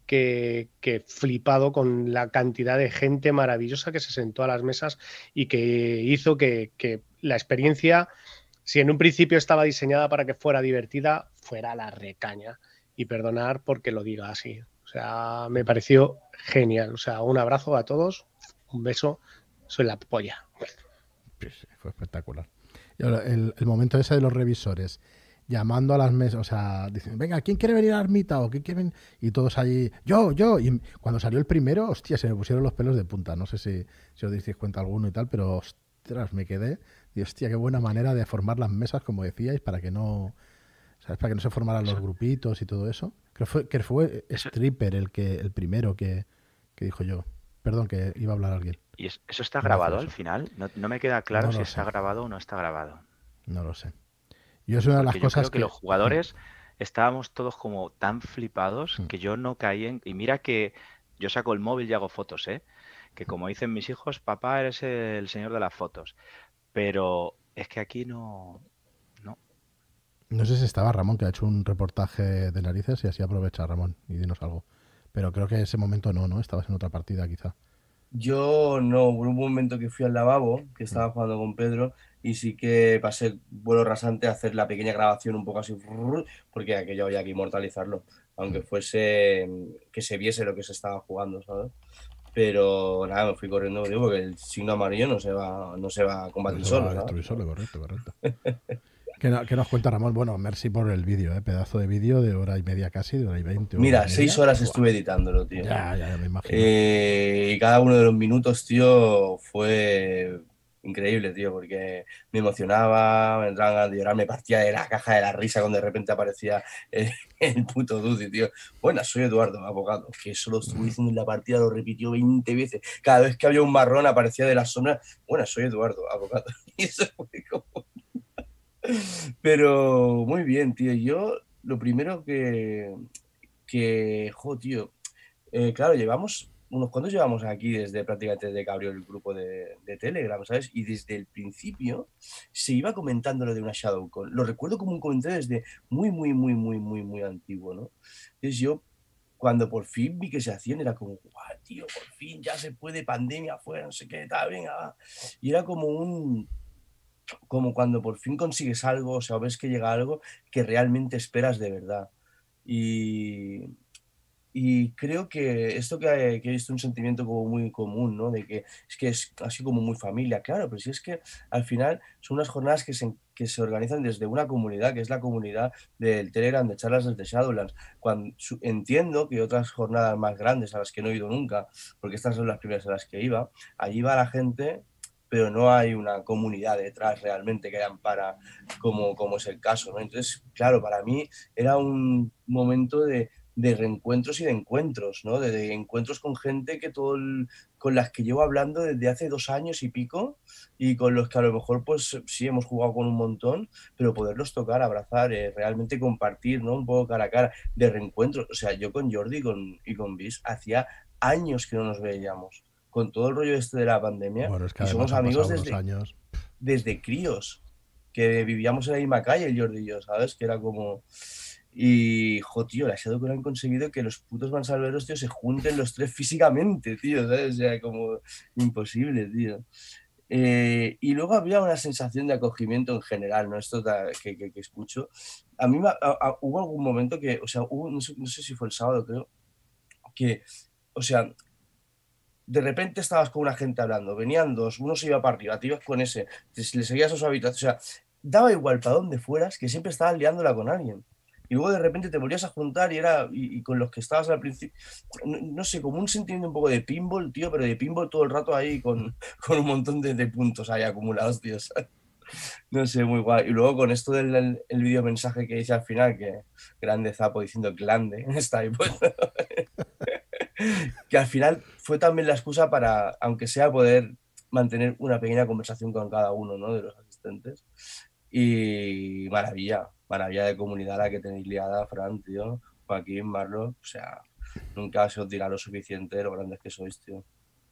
flipado con la cantidad de gente maravillosa que se sentó a las mesas y que hizo que la experiencia, si en un principio estaba diseñada para que fuera divertida, fuera la recaña. Y perdonar porque lo diga así. O sea, me pareció genial. O sea, un abrazo a todos, un beso. Soy la polla. Sí, fue espectacular. Y ahora, el momento ese de los revisores llamando a las mesas, o sea, dicen, venga, ¿quién quiere venir a la ermita? ¿O quién quiere venir? Y todos allí, yo. Y cuando salió el primero, hostia, se me pusieron los pelos de punta. No sé si os disteis cuenta alguno y tal, pero ostras, me quedé. Y hostia, qué buena manera de formar las mesas, como decíais, para que no, ¿sabes? Para que no se formaran los grupitos y todo eso. Creo que fue Stripper el primero que dijo yo. Perdón, que iba a hablar alguien. ¿Y eso está grabado al final? No me queda claro si está grabado o no está grabado. No lo sé. Yo es una de las cosas creo que los jugadores estábamos todos como tan flipados que yo no caí en... Y mira que yo saco el móvil y hago fotos, ¿eh? Que como dicen mis hijos, papá, eres el señor de las fotos. Pero es que aquí no... No sé si estaba Ramón, que ha hecho un reportaje de narices, y así aprovecha, Ramón, y dinos algo. Pero creo que ese momento no, estabas en otra partida quizá. Yo no, hubo un momento que fui al lavabo, que estaba jugando con Pedro, y sí que pasé vuelo rasante a hacer la pequeña grabación un poco así, porque aquello había que inmortalizarlo, aunque fuese que se viese lo que se estaba jugando, ¿sabes? Pero nada, me fui corriendo, digo, porque el signo amarillo no se va a combatir solo. A destruir solo, correcto. ¿Qué nos cuenta Ramón? Bueno, merci por el vídeo, pedazo de vídeo de hora y media casi, de hora y 20. Mira, 6 horas estuve editándolo, tío. Ya me imagino. Y cada uno de los minutos, tío, fue increíble, tío, porque me emocionaba, me entraban ganas de llorar, me partía de la caja de la risa cuando de repente aparecía el puto Dudy, tío. Buenas, soy Eduardo, abogado. Que eso lo estuve diciendo en la partida, lo repitió 20 veces. Cada vez que había un marrón aparecía de las sombras. Buenas, soy Eduardo, abogado. Y eso fue como... Pero muy bien, tío. Yo lo primero tío, claro, llevamos unos cuantos llevamos aquí desde prácticamente desde que abrió el grupo de Telegram, ¿sabes? Y desde el principio se iba comentando lo de una ShadowCon. Lo recuerdo como un comentario desde muy antiguo, ¿no? Entonces yo, cuando por fin vi que se hacían, era como, guau, tío, por fin ya se puede, pandemia afuera, no sé qué, tal, venga, va. Y era como cuando por fin consigues algo, o sea, ves que llega algo que realmente esperas de verdad. Y Y creo que esto que he visto un sentimiento como muy común, ¿no? De que es así como muy familia. Claro, pero si es que al final son unas jornadas que se organizan desde una comunidad, que es la comunidad del Telegram de charlas desde Shadowlands. Entiendo que otras jornadas más grandes a las que no he ido nunca, porque estas son las primeras a las que iba, allí va la gente, pero no hay una comunidad detrás realmente que la ampara como es el caso, ¿no? Entonces, claro, para mí era un momento de reencuentros y de encuentros, ¿no? De encuentros con gente con las que llevo hablando desde hace 2 años y pico y con los que a lo mejor pues sí hemos jugado con un montón, pero poderlos tocar, abrazar, realmente compartir, ¿no? Un poco cara a cara, de reencuentros. O sea, yo con Jordi y con Bis hacía años que no nos veíamos, con todo el rollo este de la pandemia, Bueno, es que y somos han amigos pasado unos años. desde críos, que vivíamos en la misma calle, el Jordi y yo, ¿sabes? Que era como... Y, jo, tío, la Shadowcon han conseguido que los putos mansalveros, tío, se junten los 3 físicamente, tío, ¿sabes? O sea, como imposible, tío. Y luego había una sensación de acogimiento en general, ¿no? Esto que escucho. A mí hubo algún momento que, o sea, no sé si fue el sábado, creo, que, o sea, de repente estabas con una gente hablando, venían 2, uno se iba para arriba, te ibas con ese, le seguías a su habitación, o sea, daba igual para dónde fueras, que siempre estabas liándola con alguien. Y luego de repente te volvías a juntar y con los que estabas al principio, no sé, como un sentimiento un poco de pinball, tío, pero de pinball todo el rato ahí con un montón de puntos ahí acumulados, tío. ¿Sabes? No sé, muy guay. Y luego con esto del el video mensaje que hice al final, que grande Zapo diciendo grande, está ahí puesto. Que al final fue también la excusa para, aunque sea, poder mantener una pequeña conversación con cada uno, ¿no? De los asistentes. Y maravilla de comunidad la que tenéis liada, Fran, tío, Joaquín, Marlon, o sea, nunca se os dirá lo suficiente de lo grandes que sois, tío.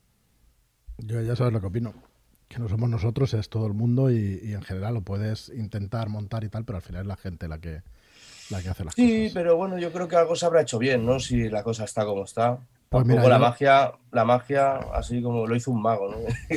Yo ya sabes lo que opino, que no somos nosotros, es todo el mundo y en general lo puedes intentar montar y tal, pero al final es la gente la que hace las cosas. Sí, pero bueno, yo creo que algo se habrá hecho bien, ¿no? Si la cosa está como está. Pues Tampoco mira, la magia, así como lo hizo un mago, ¿no?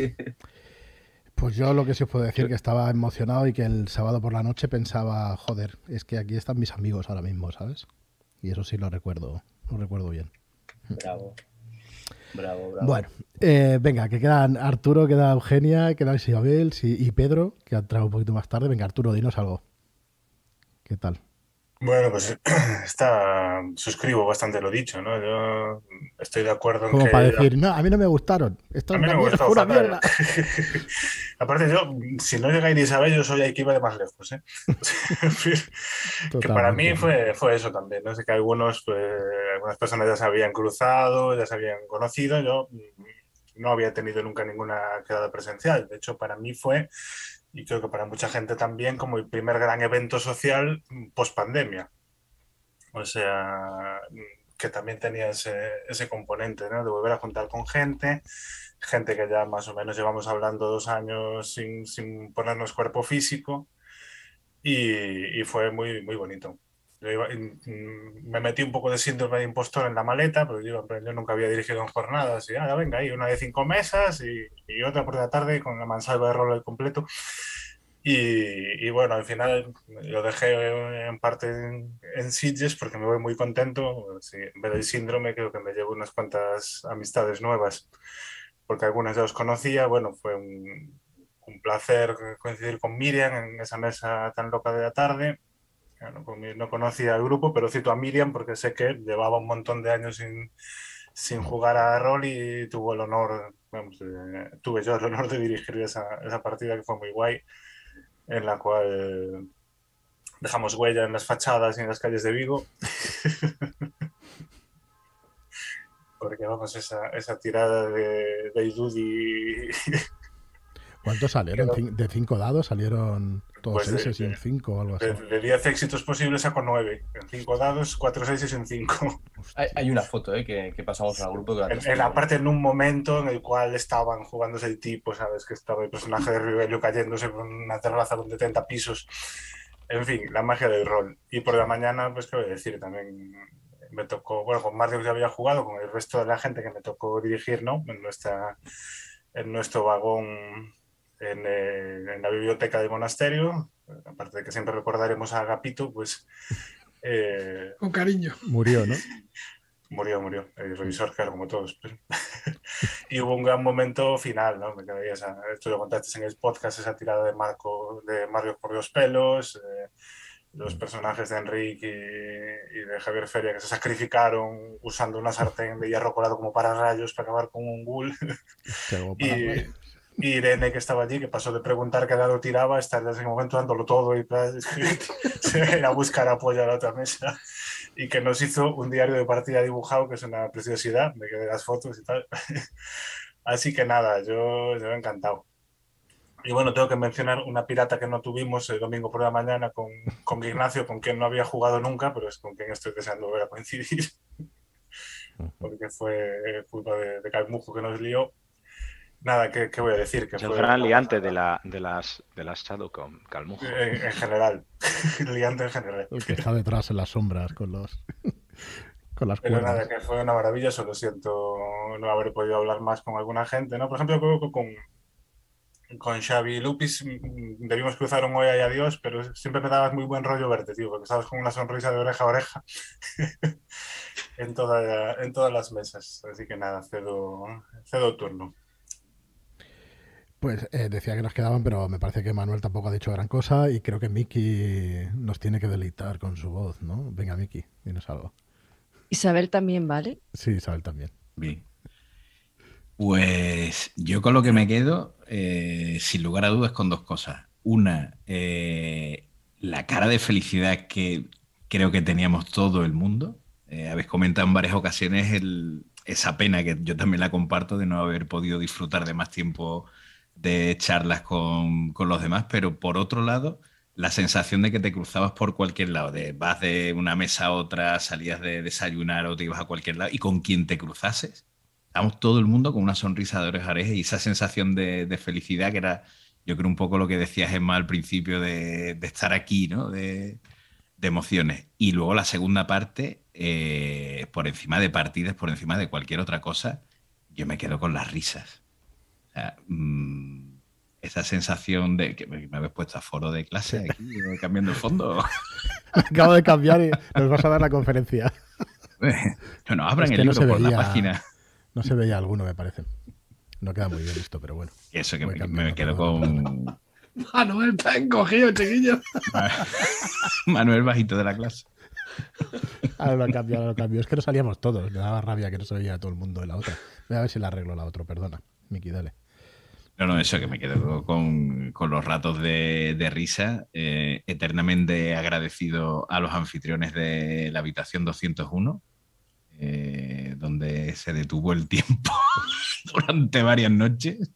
Pues yo lo que sí os puedo decir que estaba emocionado y que el sábado por la noche pensaba, joder, es que aquí están mis amigos ahora mismo, ¿sabes? Y eso sí lo recuerdo bien. Bravo. Bueno, venga, que quedan Arturo, queda Eugenia, queda Isabel y Pedro, que ha entrado un poquito más tarde. Venga, Arturo, dinos algo. ¿Qué tal? Bueno, pues suscribo bastante lo dicho, ¿no? Yo estoy de acuerdo en Como que... para decir, no, a mí no me gustaron. Esto A es mí una no me mierda, gustó pura fatal. mierda. Aparte yo, si no llega a ir Isabel, yo soy el que iba de más lejos, ¿eh? Que para mí fue eso también, ¿no? Sé que algunas personas ya se habían cruzado, ya se habían conocido, yo no había tenido nunca ninguna quedada presencial. De hecho, para mí fue, y creo que para mucha gente también, como el primer gran evento social post pandemia. O sea, que también tenía ese componente, ¿no? De volver a juntar con gente que ya más o menos llevamos hablando 2 años sin ponernos cuerpo físico y fue muy, muy bonito. Me metí un poco de síndrome de impostor en la maleta, pero yo nunca había dirigido en jornadas y venga, ahí una de 5 mesas y otra por la tarde con la mansalva de rol al completo. Y bueno, al final lo dejé en parte en Sitges porque me voy muy contento. Sí, en vez del síndrome, creo que me llevo unas cuantas amistades nuevas, porque algunas ya os conocía. Bueno, fue un placer coincidir con Miriam en esa mesa tan loca de la tarde. No conocía al grupo, pero cito a Miriam porque sé que llevaba un montón de años sin jugar a rol y tuve yo el honor de dirigir esa partida que fue muy guay, en la cual dejamos huella en las fachadas y en las calles de Vigo. Porque vamos, esa tirada de Idudi. ¿Cuántos salieron? ¿De 5 dados salieron todos 6 y un 5 o algo así? De 10 éxitos posibles saco 9. En 5 dados, 4 6 y un 5. Hay una foto que pasamos al grupo. En la parte, en un momento en el cual estaban jugándose el tipo, ¿sabes? Que estaba el personaje de Rivelio cayéndose por una terraza con 70 pisos. En fin, la magia del rol. Y por la mañana, pues qué voy a decir, también me tocó, bueno, con Marcos ya había jugado, con el resto de la gente que me tocó dirigir, ¿no? En nuestro vagón en la biblioteca del monasterio, aparte de que siempre recordaremos a Agapito, pues... con cariño. Murió, ¿no? Murió. El revisor, claro, como todos. Y hubo un gran momento final, ¿no? Me quedé esto lo contaste en el podcast, esa tirada de Mario por los pelos, los personajes de Enrique y de Javier Feria que se sacrificaron usando una sartén de hierro colado como para rayos para acabar con un ghoul. Y Irene, que estaba allí, que pasó de preguntar qué dado tiraba a estar en ese momento dándolo todo y se ir a buscar apoyo a la otra mesa. Y que nos hizo un diario de partida dibujado, que es una preciosidad, me quedé las fotos y tal. Así que nada, yo encantado. Y bueno, tengo que mencionar una pirata que no tuvimos el domingo por la mañana con Ignacio, con quien no había jugado nunca, pero es con quien estoy deseando volver a coincidir. Porque fue culpa de Calmujo que nos lió. Nada, ¿qué voy a decir? Que Es el fue gran liante de las Shadowcon, Calmujo. En general, liante en general. El que está detrás en las sombras con las Pero cuerdas. nada, que fue una maravilla, solo siento no haber podido hablar más con alguna gente, ¿no? Por ejemplo, creo que con Xavi y Lupis debimos cruzar un hoy y adiós, pero siempre me dabas muy buen rollo verte, tío, porque estabas con una sonrisa de oreja a oreja en todas las mesas. Así que nada, cedo turno. Pues decía que nos quedaban, pero me parece que Manuel tampoco ha dicho gran cosa y creo que Miki nos tiene que deleitar con su voz, ¿no? Venga, Miki, dinos algo. Isabel también, ¿vale? Sí, Isabel también. Bien. Pues yo con lo que me quedo, sin lugar a dudas, con dos cosas. Una, la cara de felicidad que creo que teníamos todo el mundo. Habéis comentado en varias ocasiones esa pena que yo también la comparto de no haber podido disfrutar de más tiempo de charlas con los demás, pero por otro lado, la sensación de que te cruzabas por cualquier lado, vas de una mesa a otra, salías de desayunar o te ibas a cualquier lado y con quien te cruzases, estábamos todo el mundo con una sonrisa de oreja a oreja y esa sensación de felicidad que era, yo creo, un poco lo que decía Gemma al principio de estar aquí, ¿no? De emociones. Y luego la segunda parte, por encima de partidas, por encima de cualquier otra cosa, yo me quedo con las risas. O sea, esa sensación de que me habéis puesto a foro de clase aquí, cambiando el fondo. Acabo de cambiar y nos vas a dar la conferencia. No, abran el libro por la página. No se veía alguno, me parece. No queda muy bien esto, pero bueno. Eso que me quedo con... Manuel está encogido, chiquillo. Manuel bajito de la clase. Ahora lo cambio. Es que no salíamos todos. Me daba rabia que no se veía todo el mundo en la otra. Voy a ver si la arreglo la otra, perdona. Miki, dale. No, eso que me quedo con los ratos de risa. Eternamente agradecido a los anfitriones de la habitación 201, donde se detuvo el tiempo durante varias noches.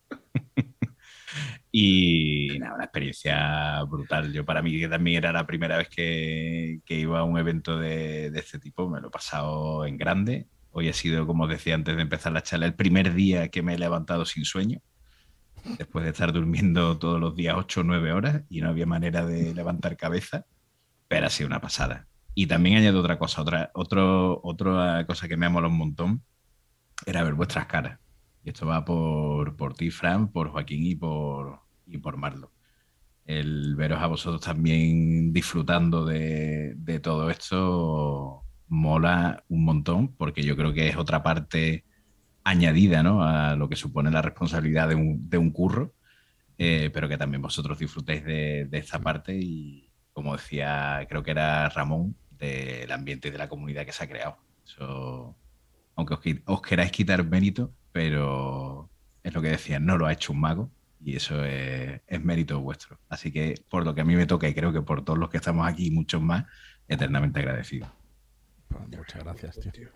Y nada, una experiencia brutal. Yo para mí que también era la primera vez que iba a un evento de este tipo, me lo he pasado en grande. Hoy ha sido, como os decía antes de empezar la charla, el primer día que me he levantado sin sueño, después de estar durmiendo todos los días 8 o 9 horas y no había manera de levantar cabeza, pero ha sido una pasada. Y también añado otra cosa, otra cosa que me ha molado un montón, era ver vuestras caras. Y esto va por ti, Fran, por Joaquín y por Marlo. El veros a vosotros también disfrutando de todo esto mola un montón, porque yo creo que es otra parte añadida, ¿no?, a lo que supone la responsabilidad de un curro, pero que también vosotros disfrutéis de esta parte y, como decía, creo que era Ramón, del ambiente y de la comunidad que se ha creado. Eso, aunque os queráis quitar mérito, pero es lo que decía, no lo ha hecho un mago y eso es mérito vuestro. Así que por lo que a mí me toca y creo que por todos los que estamos aquí y muchos más, eternamente agradecido. Pues muchas gracias, tío.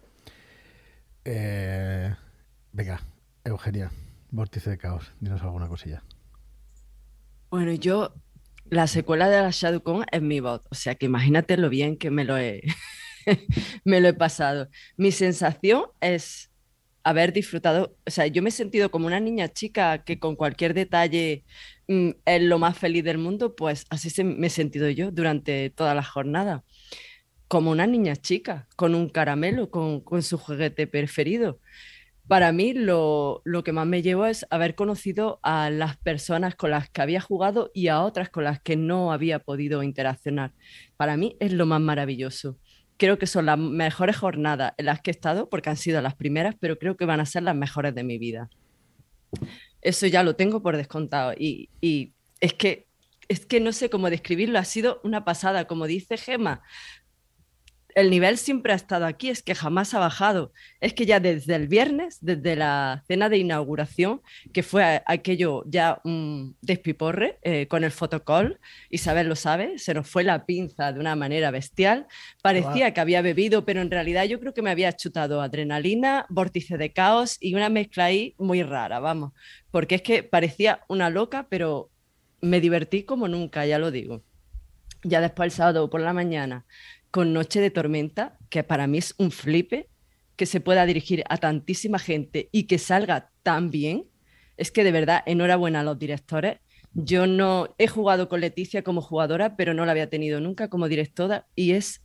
Venga, Eugenia, Vórtice de Caos, dinos alguna cosilla. Bueno, yo, la secuela de la Shadowcon es mi voz, o sea que imagínate lo bien que me lo he pasado. Mi sensación es haber disfrutado, o sea, yo me he sentido como una niña chica que con cualquier detalle es lo más feliz del mundo, pues así me he sentido yo durante toda la jornada. Como una niña chica, con un caramelo, con su juguete preferido. Para mí lo que más me llevo es haber conocido a las personas con las que había jugado y a otras con las que no había podido interaccionar. Para mí es lo más maravilloso. creo que son las mejores jornadas en las que he estado, porque han sido las primeras, pero creo que van a ser las mejores de mi vida. Eso ya lo tengo por descontado. Y es que no sé cómo describirlo, ha sido una pasada, como dice Gemma. El nivel siempre ha estado aquí, es que jamás ha bajado. Es que ya desde el viernes, desde la cena de inauguración, que fue aquello ya un despiporre con el fotocall, Isabel lo sabe, se nos fue la pinza de una manera bestial. Parecía que había bebido, pero en realidad yo creo que me había chutado adrenalina, vórtice de caos y una mezcla ahí muy rara, vamos. Porque es que parecía una loca, pero me divertí como nunca, ya lo digo. Ya después el sábado por la mañana, con Noche de Tormenta, que para mí es un flipe, que se pueda dirigir a tantísima gente y que salga tan bien. Es que de verdad, enhorabuena a los directores. Yo no he jugado con Leticia como jugadora, pero no la había tenido nunca como directora y es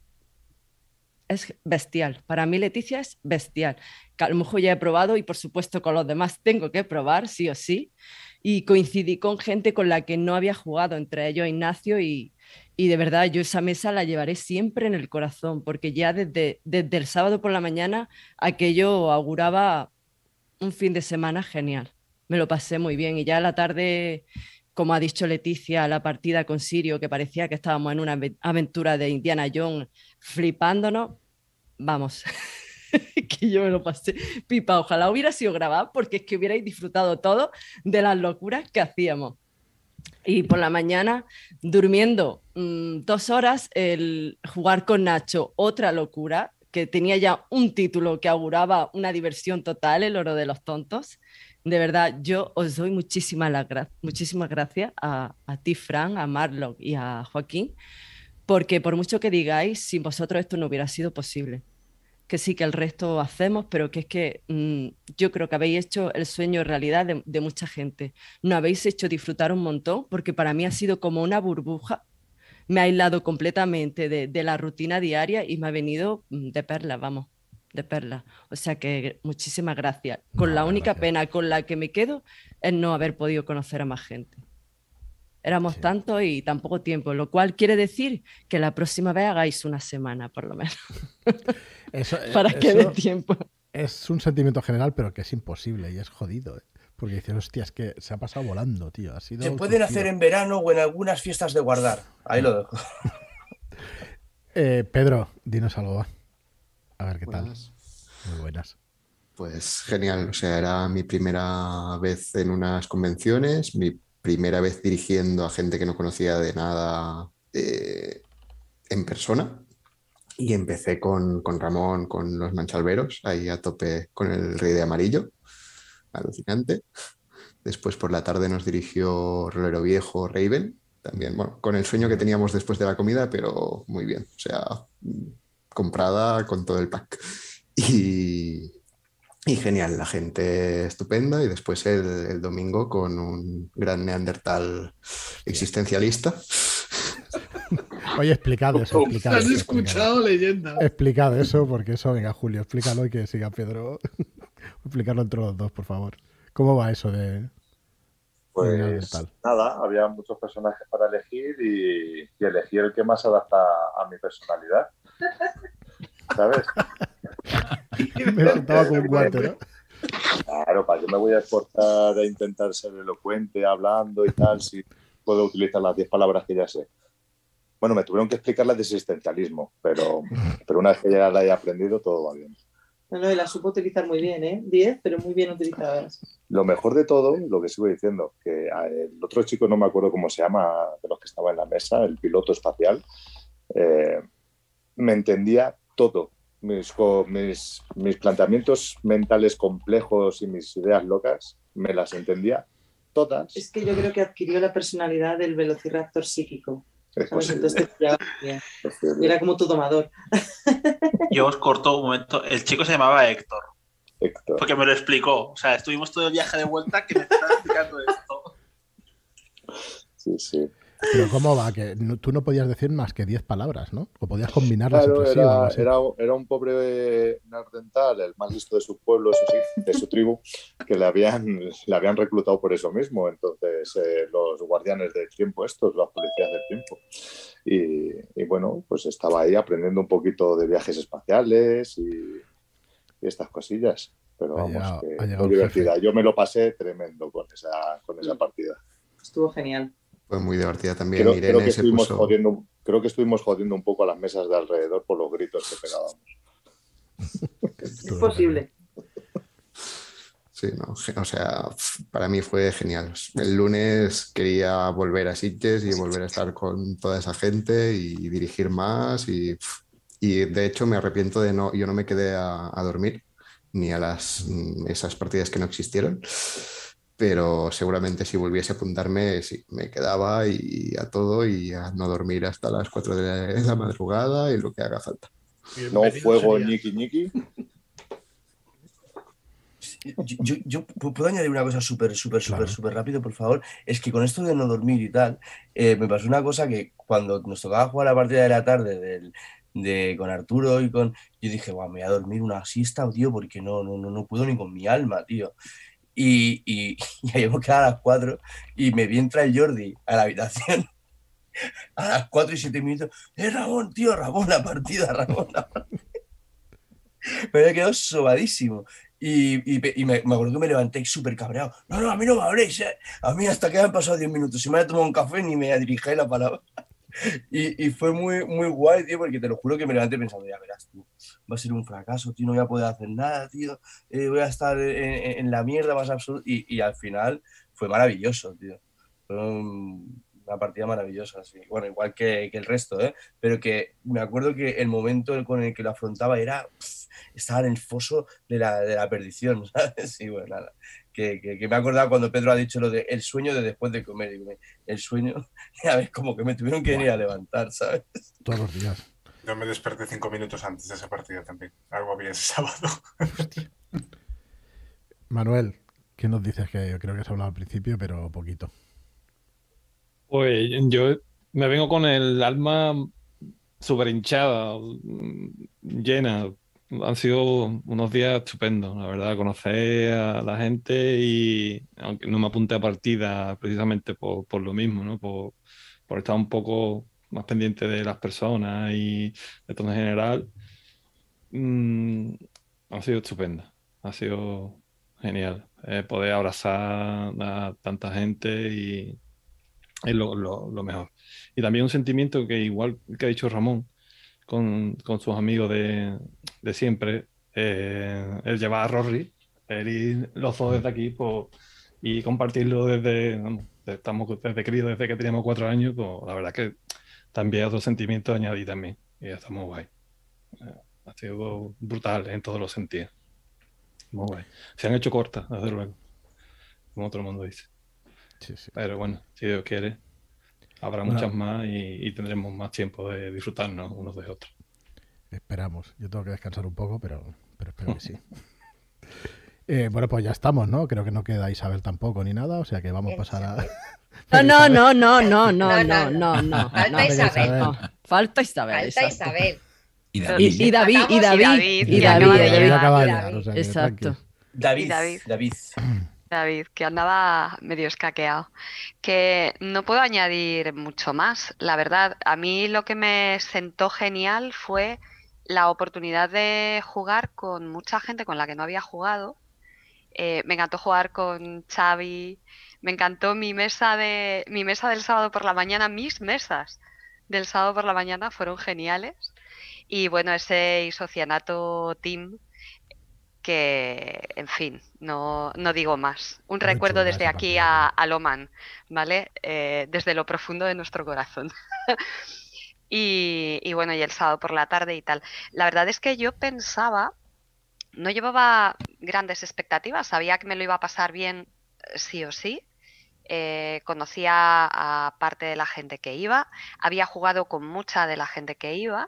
bestial. Para mí Leticia es bestial. A lo mejor ya he probado y por supuesto con los demás tengo que probar, sí o sí. Y coincidí con gente con la que no había jugado, entre ellos Ignacio y de verdad yo esa mesa la llevaré siempre en el corazón, porque ya desde el sábado por la mañana aquello auguraba un fin de semana genial. Me lo pasé muy bien y ya a la tarde, como ha dicho Leticia, la partida con Sirio, que parecía que estábamos en una aventura de Indiana Jones, flipándonos, vamos, que yo me lo pasé pipa. Ojalá hubiera sido grabado porque es que hubierais disfrutado todo de las locuras que hacíamos. Y por la mañana, durmiendo 2 horas, el jugar con Nacho, otra locura, que tenía ya un título que auguraba una diversión total, el oro de los tontos. De verdad, yo os doy muchísimas gracias a ti, Fran, a Marlock y a Joaquín, porque por mucho que digáis, sin vosotros esto no hubiera sido posible. Que sí, que el resto hacemos, pero que es que yo creo que habéis hecho el sueño realidad de mucha gente. Nos habéis hecho disfrutar un montón, porque para mí ha sido como una burbuja. Me ha aislado completamente de la rutina diaria y me ha venido de perlas, vamos, de perlas. O sea que muchísimas gracias. Con la única pena con la que me quedo es no haber podido conocer a más gente. Éramos tantos y tan poco tiempo, lo cual quiere decir que la próxima vez hagáis una semana, por lo menos. Para que dé tiempo. Es un sentimiento general, pero que es imposible y es jodido, ¿eh? Porque dices, hostia, es que se ha pasado volando, tío. Se pueden hacer en verano o en algunas fiestas de guardar. Ahí lo dejo. Pedro, dinos algo, va. A ver qué Buenas. Tal. Muy buenas. Pues genial, o sea, era mi primera vez en unas convenciones, mi primera vez dirigiendo a gente que no conocía de nada en persona. Y empecé con Ramón, con los Manchalveros, ahí a tope con el Rey de Amarillo, alucinante. Después por la tarde nos dirigió Rolero Viejo, Raven, también, bueno, con el sueño que teníamos después de la comida, pero muy bien, o sea, comprada con todo el pack. Y genial, la gente estupenda. Y después el domingo con un gran neandertal existencialista. Oye, explicad eso. ¿Has escuchado leyenda? Explicad eso, porque eso, venga, Julio, explícalo y que siga Pedro. Explicarlo entre los dos, por favor. ¿Cómo va eso de neandertal? Nada, había muchos personajes para elegir y elegí el que más se adapta a mi personalidad. ¿Sabes? Me sentaba con un guante, ¿no? Claro, ¿para qué me voy a esforzar a intentar ser elocuente hablando y tal si puedo utilizar las 10 palabras que ya sé? Bueno, me tuvieron que explicar las de existencialismo, pero una vez que ya la he aprendido, todo va bien. No, y la supo utilizar muy bien, ¿eh? 10, pero muy bien utilizadas. Lo mejor de todo, lo que sigo diciendo, que el otro chico, no me acuerdo cómo se llama, de los que estaba en la mesa, el piloto espacial, me entendía todo. Mis planteamientos mentales complejos y mis ideas locas, me las entendía todas. Es que yo creo que adquirió la personalidad del velociraptor psíquico. Entonces, era como tu domador. Yo os corto un momento. El chico se llamaba Héctor. Porque me lo explicó. O sea, estuvimos todo el viaje de vuelta que me estaba explicando esto. Sí, sí. Pero ¿cómo va? Que tú no podías decir más que 10 palabras, ¿no? O podías combinarlas Claro, entre sí o algo así. era un pobre neandertal, el más listo de su pueblo, eso sí, de su tribu, que le habían reclutado por eso mismo. Entonces, los guardianes del tiempo estos, los policías del tiempo. Y bueno, pues estaba ahí aprendiendo un poquito de viajes espaciales y estas cosillas. Pero vamos, ha que llegado muy el divertida. jefe. Yo me lo pasé tremendo con esa partida. Estuvo genial. Fue muy divertida también. Creo Irene que se puso... creo que estuvimos jodiendo un poco a las mesas de alrededor por los gritos que pegábamos. Es posible. Sí, no, o sea, para mí fue genial. El lunes quería volver a Sitges y volver a estar con toda esa gente y dirigir más y de hecho me arrepiento de no, yo no me quedé a dormir ni a esas partidas que no existieron, pero seguramente si volviese a apuntarme, sí, me quedaba y a todo y a no dormir hasta las 4 de la madrugada y lo que haga falta. No fuego ñiqui ñiqui. Yo puedo añadir una cosa súper rápido, por favor. Es que con esto de no dormir y tal, me pasó una cosa que cuando nos tocaba jugar la partida de la tarde con Arturo yo dije, guau, me voy a dormir una siesta, tío, porque no puedo ni con mi alma, tío. Y ahí hemos quedado a las 4 y me vi entrar el Jordi a la habitación a las 4 y 7 minutos. Ramón, tío, Ramón, la partida, Ramón, la partida. Me había quedado sobadísimo. Y me acuerdo que me levanté súper cabreado. No, a mí no me habréis, ¿eh? A mí hasta que han pasado 10 minutos. Si me había tomado un café ni me dirigí la palabra. Y fue muy, muy guay, tío, porque te lo juro que me levanté pensando, ya verás, tú, va a ser un fracaso, tío, no voy a poder hacer nada, tío. Voy a estar en la mierda más absoluta. Y al final fue maravilloso, tío. Fue una partida maravillosa, sí. Bueno, igual que el resto, ¿eh? Pero que me acuerdo que el momento con el que lo afrontaba estaba en el foso de la perdición, ¿sabes? Y bueno, nada. Que me he acordado cuando Pedro ha dicho lo de el sueño de después de comer. Digo, el sueño, ya ves, como que me tuvieron que venir a levantar, ¿sabes? Todos los días. Yo me desperté 5 minutos antes de esa partida también. Algo había ese sábado. Manuel, ¿qué nos dices? Que yo creo que has hablado al principio, pero poquito. Pues yo me vengo con el alma súper hinchada, llena. Han sido unos días estupendos, la verdad, conocer a la gente y aunque no me apunté a partida precisamente por lo mismo, ¿no? Por estar un poco más pendiente de las personas y de todo en general, ha sido estupendo, ha sido genial poder abrazar a tanta gente y es lo mejor. Y también un sentimiento que igual que ha dicho Ramón, con sus amigos de siempre, el llevar a Rory, el ir los dos desde aquí y compartirlo estamos desde críos, desde que teníamos 4 años, pues la verdad que también otro sentimiento añadí también, y está muy guay. Ha sido brutal en todos los sentidos. Muy guay. Se han hecho cortas, desde luego, como todo el mundo dice. Sí. Pero bueno, si Dios quiere, habrá muchas más y tendremos más tiempo de disfrutarnos unos de otros. Esperamos. Yo tengo que descansar un poco, pero espero que sí. Bueno, pues ya estamos, ¿no? Creo que no queda Isabel tampoco ni nada, o sea que vamos a pasar a... No. Falta Isabel. No, falta Isabel. Falta exacto. Isabel. Y David. Exacto. David, que andaba medio escaqueado. Que no puedo añadir mucho más. La verdad, a mí lo que me sentó genial fue la oportunidad de jugar con mucha gente con la que no había jugado. Me encantó jugar con Xavi. Me encantó mi mesa del sábado por la mañana. Mis mesas del sábado por la mañana fueron geniales. Y bueno, ese Isocianato Team que, en fin, no digo más. Un recuerdo desde aquí a Loman, ¿vale? Desde lo profundo de nuestro corazón. Y bueno, y el sábado por la tarde y tal. La verdad es que yo pensaba, no llevaba grandes expectativas, sabía que me lo iba a pasar bien sí o sí. Conocía a parte de la gente que iba, había jugado con mucha de la gente que iba,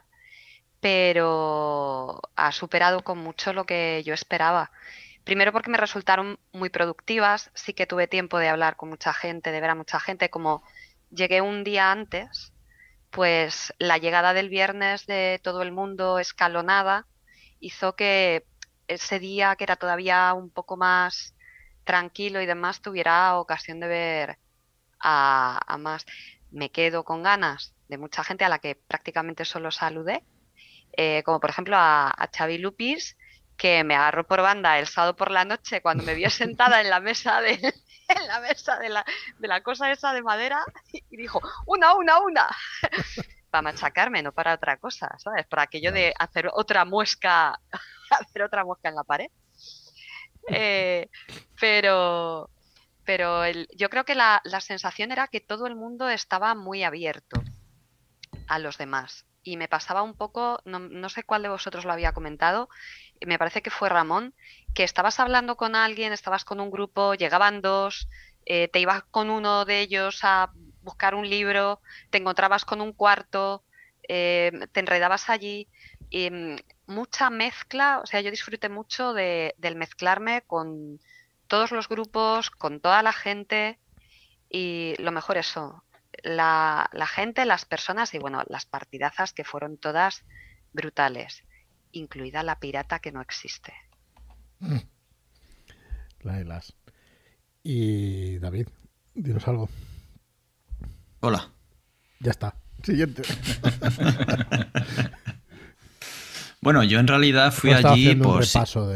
pero ha superado con mucho lo que yo esperaba. Primero porque me resultaron muy productivas, sí que tuve tiempo de hablar con mucha gente, de ver a mucha gente, como llegué un día antes, pues la llegada del viernes de todo el mundo escalonada hizo que ese día, que era todavía un poco más tranquilo y demás, tuviera ocasión de ver a más. Me quedo con ganas de mucha gente a la que prácticamente solo saludé, como por ejemplo a Xavi Lupis, que me agarró por banda el sábado por la noche cuando me vio sentada en la mesa de la cosa esa de madera y dijo, una, para machacarme, no para otra cosa, ¿sabes? Para aquello de hacer otra muesca en la pared. Pero yo creo que la sensación era que todo el mundo estaba muy abierto a los demás. Y me pasaba un poco, no sé cuál de vosotros lo había comentado, me parece que fue Ramón, que estabas hablando con alguien, estabas con un grupo, llegaban dos, te ibas con uno de ellos a buscar un libro, te encontrabas con un cuarto, te enredabas allí. Mucha mezcla, o sea, yo disfruté mucho del mezclarme con todos los grupos, con toda la gente, y lo mejor eso, la gente, las personas y bueno, las partidazas que fueron todas brutales, incluida la pirata que no existe. La de las. Y David, dinos algo. Hola. Ya está. Siguiente. Bueno, yo en realidad fui Estaba allí haciendo un por repaso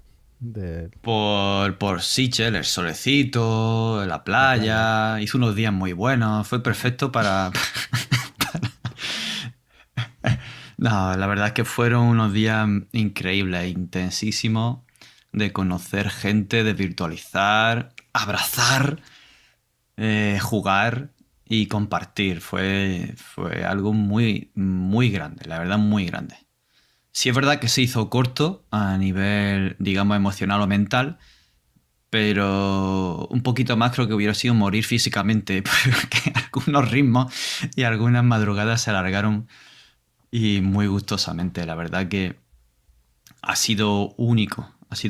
por Sichel, el solecito, la playa. Hizo unos días muy buenos. Fue perfecto para... No, la verdad es que fueron unos días increíbles, intensísimos, de conocer gente, de virtualizar, abrazar, jugar y compartir. Fue algo muy, muy grande, la verdad, muy grande. Sí es verdad que se hizo corto a nivel, digamos, emocional o mental, pero un poquito más creo que hubiera sido morir físicamente, porque algunos ritmos y algunas madrugadas se alargaron y muy gustosamente. La verdad que ha sido único,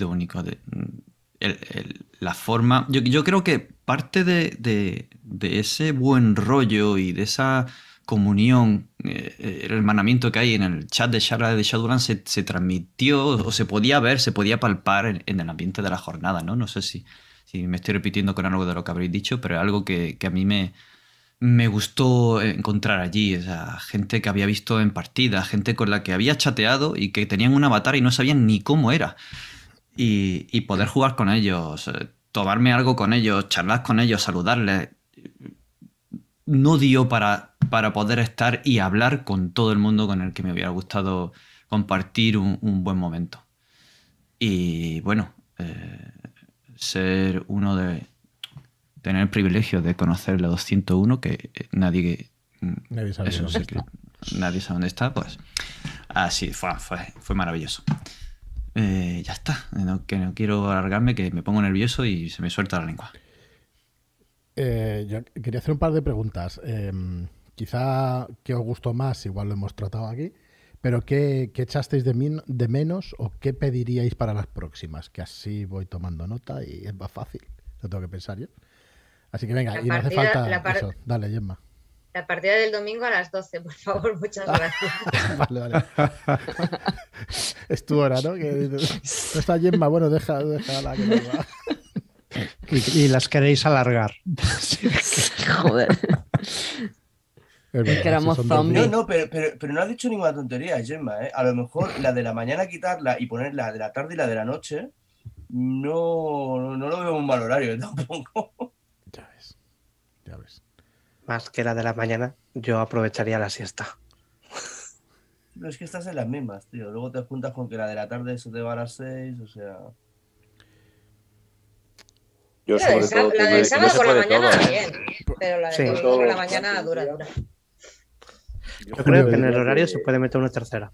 la forma... Yo creo que parte de ese buen rollo y de esa comunión, el hermanamiento que hay en el chat de charla de Shadowrun se transmitió o se podía ver, se podía palpar en el ambiente de la jornada, ¿no? No sé si me estoy repitiendo con algo de lo que habréis dicho, pero es algo que a mí me gustó encontrar allí. O sea, gente que había visto en partida, gente con la que había chateado y que tenían un avatar y no sabían ni cómo era. Y poder jugar con ellos, tomarme algo con ellos, charlar con ellos, saludarles, no dio para poder estar y hablar con todo el mundo con el que me hubiera gustado compartir un buen momento. Y bueno, ser uno de... tener el privilegio de conocer la 201, que nadie sabe dónde está. Nadie sabe dónde está, pues así fue maravilloso. Ya está, que no quiero alargarme, que me pongo nervioso y se me suelta la lengua. Yo quería hacer un par de preguntas. Quizá que os gustó más, igual lo hemos tratado aquí, pero ¿qué echasteis de menos o qué pediríais para las próximas? Que así voy tomando nota y es más fácil, lo tengo que pensar yo. Así que venga, y no hace falta eso. Dale, Gemma. La partida del domingo a las 12, por favor, muchas gracias. Vale. Es tu hora, ¿no? No está Gemma, bueno, déjala que nos va. Y las queréis alargar. Joder. Es que éramos zombies. No, pero no has dicho ninguna tontería, Gemma, ¿eh? A lo mejor la de la mañana quitarla y poner la de la tarde y la de la noche, no lo veo un mal horario tampoco. Ya ves. Más que la de la mañana, yo aprovecharía la siesta. Pero es que estás en las mismas, tío. Luego te juntas con que la de la tarde se te va a las 6, o sea... Yo sobre todo la del sábado por la mañana todo, bien, pero la de domingo por la mañana dura. Yo creo que en el horario se puede meter una tercera.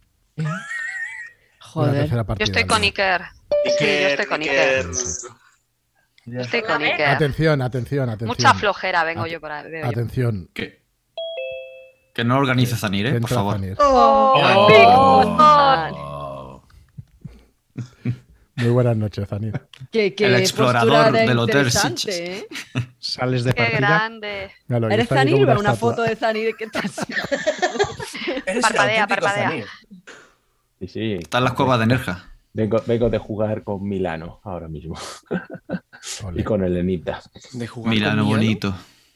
Joder. Yo estoy con Iker. Sí, yo estoy con Iker. Estoy con Iker. Atención. Mucha flojera vengo yo para ver. Atención. Que no organice Zanir, por favor. Muy buenas noches, Zanir. Que El explorador del Hotel interesante, ¿eh? Sales de Qué partida. grande. Claro, ¿Eres está ahí como Zanir? una Veo una estatua. foto de Zanir que estás. Parpadea, parpadea. Sí, sí. Está en las cuevas de Nerja. Vengo de jugar con Milano ahora mismo. Y con Elenita. De jugar Milano con bonito.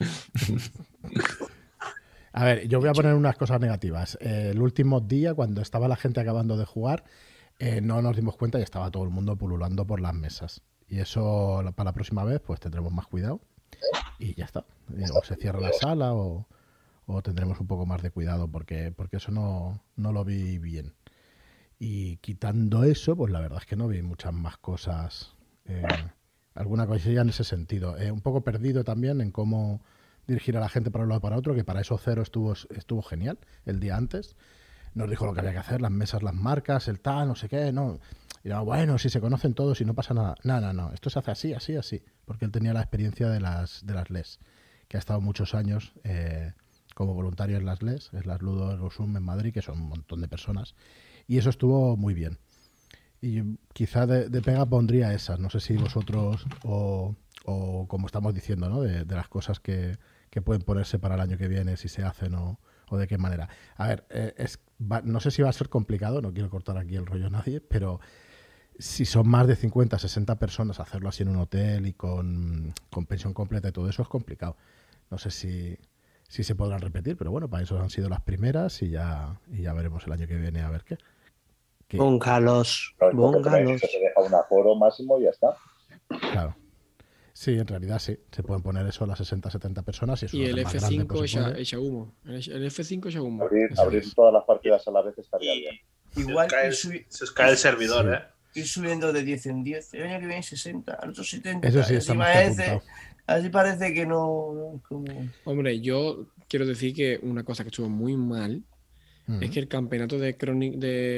A ver, yo voy a poner unas cosas negativas. El último día, cuando estaba la gente acabando de jugar, no nos dimos cuenta y estaba todo el mundo pululando por las mesas. Y eso para la próxima vez pues tendremos más cuidado y ya está. O se cierra la sala o tendremos un poco más de cuidado porque eso no lo vi bien. Y quitando eso, pues la verdad es que no vi muchas más cosas. Alguna cosilla en ese sentido. Un poco perdido también en cómo dirigir a la gente para un lado y para otro, que para eso Cero estuvo genial el día antes. Nos dijo lo que había que hacer, las mesas, las marcas, el tal, no sé qué, no. Y no, bueno, si se conocen todos y no pasa nada. No, esto se hace así, así, así. Porque él tenía la experiencia de las LES, que ha estado muchos años como voluntario en las LES, es las Ludo Ergosum en Madrid, que son un montón de personas. Y eso estuvo muy bien. Y quizá de pega pondría esas, no sé si vosotros o como estamos diciendo, ¿no? De las cosas que pueden ponerse para el año que viene, si se hacen o de qué manera. A ver, no sé si va a ser complicado, no quiero cortar aquí el rollo a nadie, pero si son más de 50, 60 personas, hacerlo así en un hotel y con pensión completa y todo eso es complicado. No sé si se podrán repetir, pero bueno, para eso han sido las primeras y ya veremos el año que viene a ver qué. Búngalos. Se deja un aforo máximo y ya está. Claro. Sí, en realidad sí. Se pueden poner eso a las 60-70 personas. Y el más grande, F5 pues, echa humo. El F5 echa humo. Abrir todas las partidas a la vez estaría bien. Igual se os cae el servidor, Sí. ¿eh? Ir subiendo de 10 en 10. El año que viene 60, al otro 70. Eso sí, está más que apuntado. Así parece que no. Hombre, yo quiero decir que una cosa que estuvo muy mal es que el campeonato de Chronic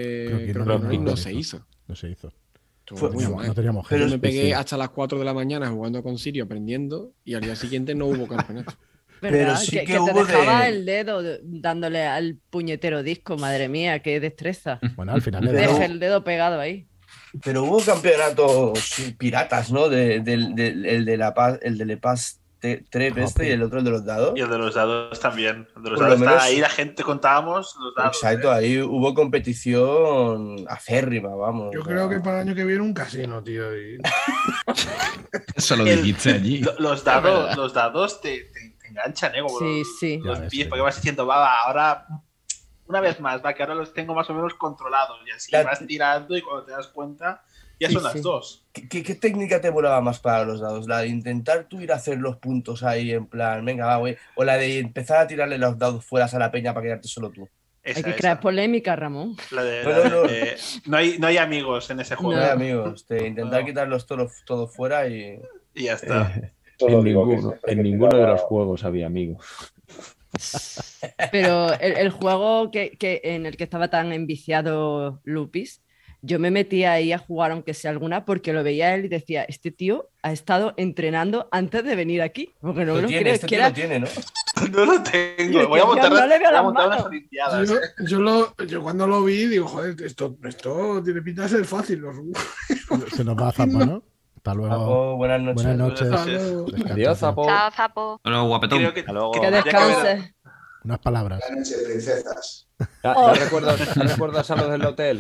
no se hizo. No se hizo. Estuvo muy mal. No teníamos Yo gente. me pegué Sí. hasta las 4 de la mañana jugando con Sirio, aprendiendo, y al día siguiente no hubo campeonato. ¿Verdad? sí que que te hubo dejaba de- el dedo dándole al puñetero disco, madre mía, qué destreza. Bueno, al final Deja el dedo pegado ahí. Pero hubo campeonatos piratas, ¿no? El de La Paz, el de Le Paz Trep y el otro el de los dados. Y el de los dados también. El de los Por lo dados menos- está ahí, la gente contábamos los dados. Exacto, ahí hubo competición aférrima, vamos. Yo creo que para el año que viene un casino, tío. Eso lo dijiste allí. Los dados te enganchan, ¿eh? Como sí. los pies, porque vas diciendo, va, ahora una vez más, va, que ahora los tengo más o menos controlados. Y así vas tirando y cuando te das cuenta, ya son las dos. ¿Qué técnica te volaba más para los dados? ¿La de intentar tú ir a hacer los puntos ahí en plan, venga, va, güey? ¿O la de empezar a tirarle los dados fuera a la peña para quedarte solo tú? Hay que crear polémica, Ramón. No hay amigos en ese juego. No hay amigos. Intentar quitarlos todos fuera y ya está. En ninguno de los juegos había amigos. Pero el juego en el que estaba tan enviciado Lupis, yo me metía ahí a jugar aunque sea alguna porque lo veía él y decía, este tío ha estado entrenando antes de venir aquí. Porque no me lo creo, este que tío era... lo tiene, ¿no? No lo tengo. Voy a montar no le veo las unas manos. olimpiadas. Yo cuando lo vi digo, joder, esto tiene pinta de ser fácil. Se nos va a Zapo, ¿no? Hasta luego. Zapo, buenas noches. Buenas noches. Hasta luego. Descansa, Adiós, Zapo. Chao, Zapo. Hasta luego, guapetón. Creo que- Hasta luego. Que descanse. Unas palabras. Buenas noches, princesas. ¿Ya recuerdas a los del hotel?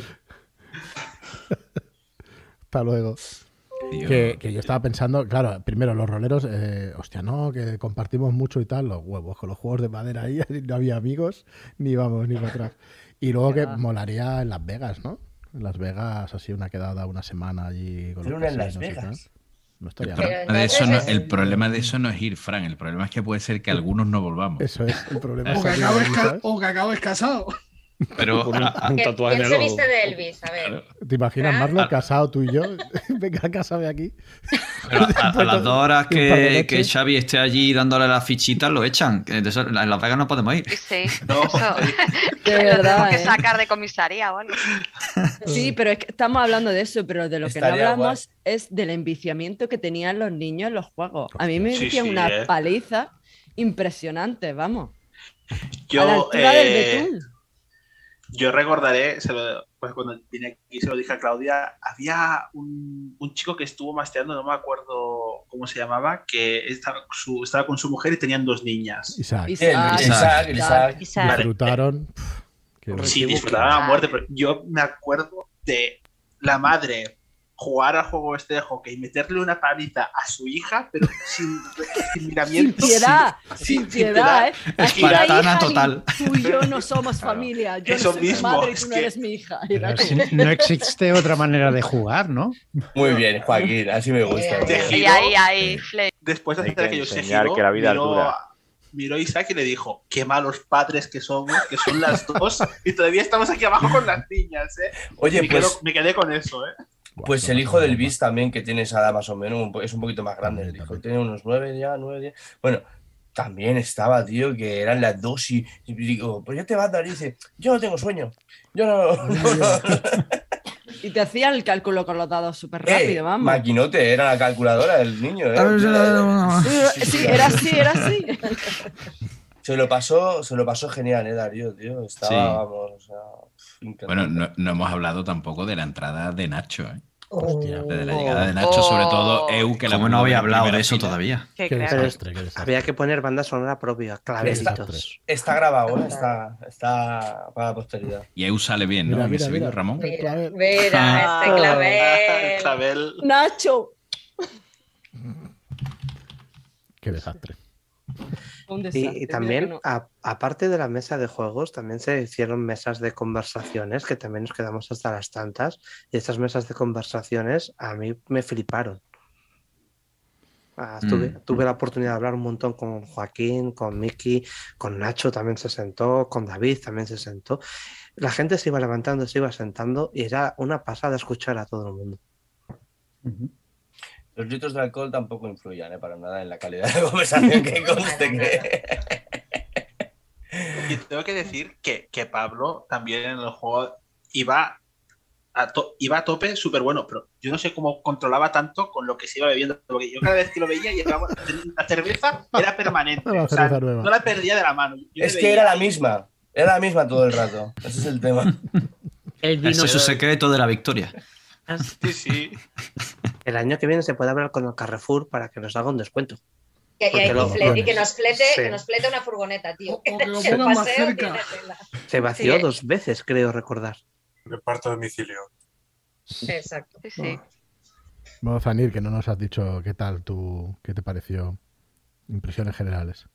Hasta luego. Que yo estaba pensando, claro, primero los roleros, hostia, no, que compartimos mucho y tal, los huevos, con los juegos de madera ahí, no había amigos, ni vamos, ni para atrás. Y luego que molaría en Las Vegas, ¿no? En Las Vegas, así una quedada una semana allí. Con Pero los en Las casinos y tal. Vegas. No estaría El mal. problema de eso no es ir, Fran. El problema es que puede ser que algunos no volvamos. Eso es el problema. O que acabes casado. Pero ¿Quién se viste de Elvis? A ver. ¿Te imaginas, Marlon, casado tú y yo? Venga a casa de aquí. Pero a las 2 horas Y un par de que noches. Xavi esté allí dándole las fichitas, lo echan. Que de eso, en Las Vegas no podemos ir. Sí, eso. De Lo verdad, tengo que ¿eh? sacar de comisaría, bueno. Sí, pero es que estamos hablando de eso, pero de lo que no Estaría hablamos es del enviciamiento que tenían los niños en los juegos. A mí me Sí, metían sí, una ¿eh? paliza impresionante, vamos. Yo, a la altura del Betún. Yo recordaré, pues cuando vine aquí se lo dije a Claudia, había un chico que estuvo masteando, no me acuerdo cómo se llamaba, que estaba con su mujer y tenían 2 niñas. Isaac. Disfrutaron. Sí, disfrutaron a muerte, pero yo me acuerdo de la madre jugar al juego este de hockey y meterle una paliza a su hija, pero sin miramiento. Sin piedad, ¿eh? Espartana total. Tú y yo no somos familia. Yo Eso no soy tu mismo, madre y tú no eres mi hija. No existe otra manera de jugar, ¿no? Muy bien, Joaquín, así me gusta. Ahí, Flake. Después de hacer aquello, se enseñar giró, que la vida es dura. miró a Isaac y le dijo, qué malos padres que somos, que son las 2, y todavía estamos aquí abajo con las niñas, ¿eh? Oye, Me quedé con eso, ¿eh? Pues el hijo del Beast también, que tiene esa edad más o menos, es un poquito más grande. El hijo tiene unos 9 ya, 9, 10. Bueno, también estaba, tío, que eran las 2 y digo, pues ya te vas a dar. Y dice, yo no tengo sueño. Yo no. Y te hacía el cálculo con los dados súper rápido, vamos. Maquinote, era la calculadora del niño, ¿eh? Sí, era así. Se lo pasó genial, Darío, tío. Estaba, Sí. vamos, o sea, increíble. Bueno, no hemos hablado tampoco de la entrada de Nacho, ¿eh? Hostia, de la llegada de Nacho, sobre todo Eu, que ¿Cómo no había hablado de eso todavía? Qué desastre. Había que poner banda sonora propia, clavelitos. Está grabado, ¿eh? Está para la posteridad. Y Eu sale bien, ¿no? En ese vídeo, Ramón. Mira, este clavel. Clavel. Nacho. Qué desastre. Y también, aparte de la mesa de juegos, también se hicieron mesas de conversaciones que también nos quedamos hasta las tantas. Y estas mesas de conversaciones a mí me fliparon. Tuve la oportunidad de hablar un montón con Joaquín, con Miki, con Nacho también se sentó, con David también se sentó. La gente se iba levantando, se iba sentando y era una pasada escuchar a todo el mundo. Los litros de alcohol tampoco influían, para nada en la calidad de conversación que conste que... Y tengo que decir que Pablo también en el juego iba a tope súper bueno, pero yo no sé cómo controlaba tanto con lo que se iba bebiendo, porque yo cada vez que lo veía llevaba la cerveza era permanente, o sea, no la perdía de la mano. Es que era la misma todo el rato, ese es el tema. Ese es su secreto de la victoria. Sí. El año que viene se puede hablar con el Carrefour para que nos haga un descuento. Y que nos flete una furgoneta, tío. O que lo pongan más cerca. Se vació 2 veces, creo recordar. Reparto a domicilio. Exacto. Sí. Bueno, Fanir, que no nos has dicho qué tal qué te pareció, impresiones generales.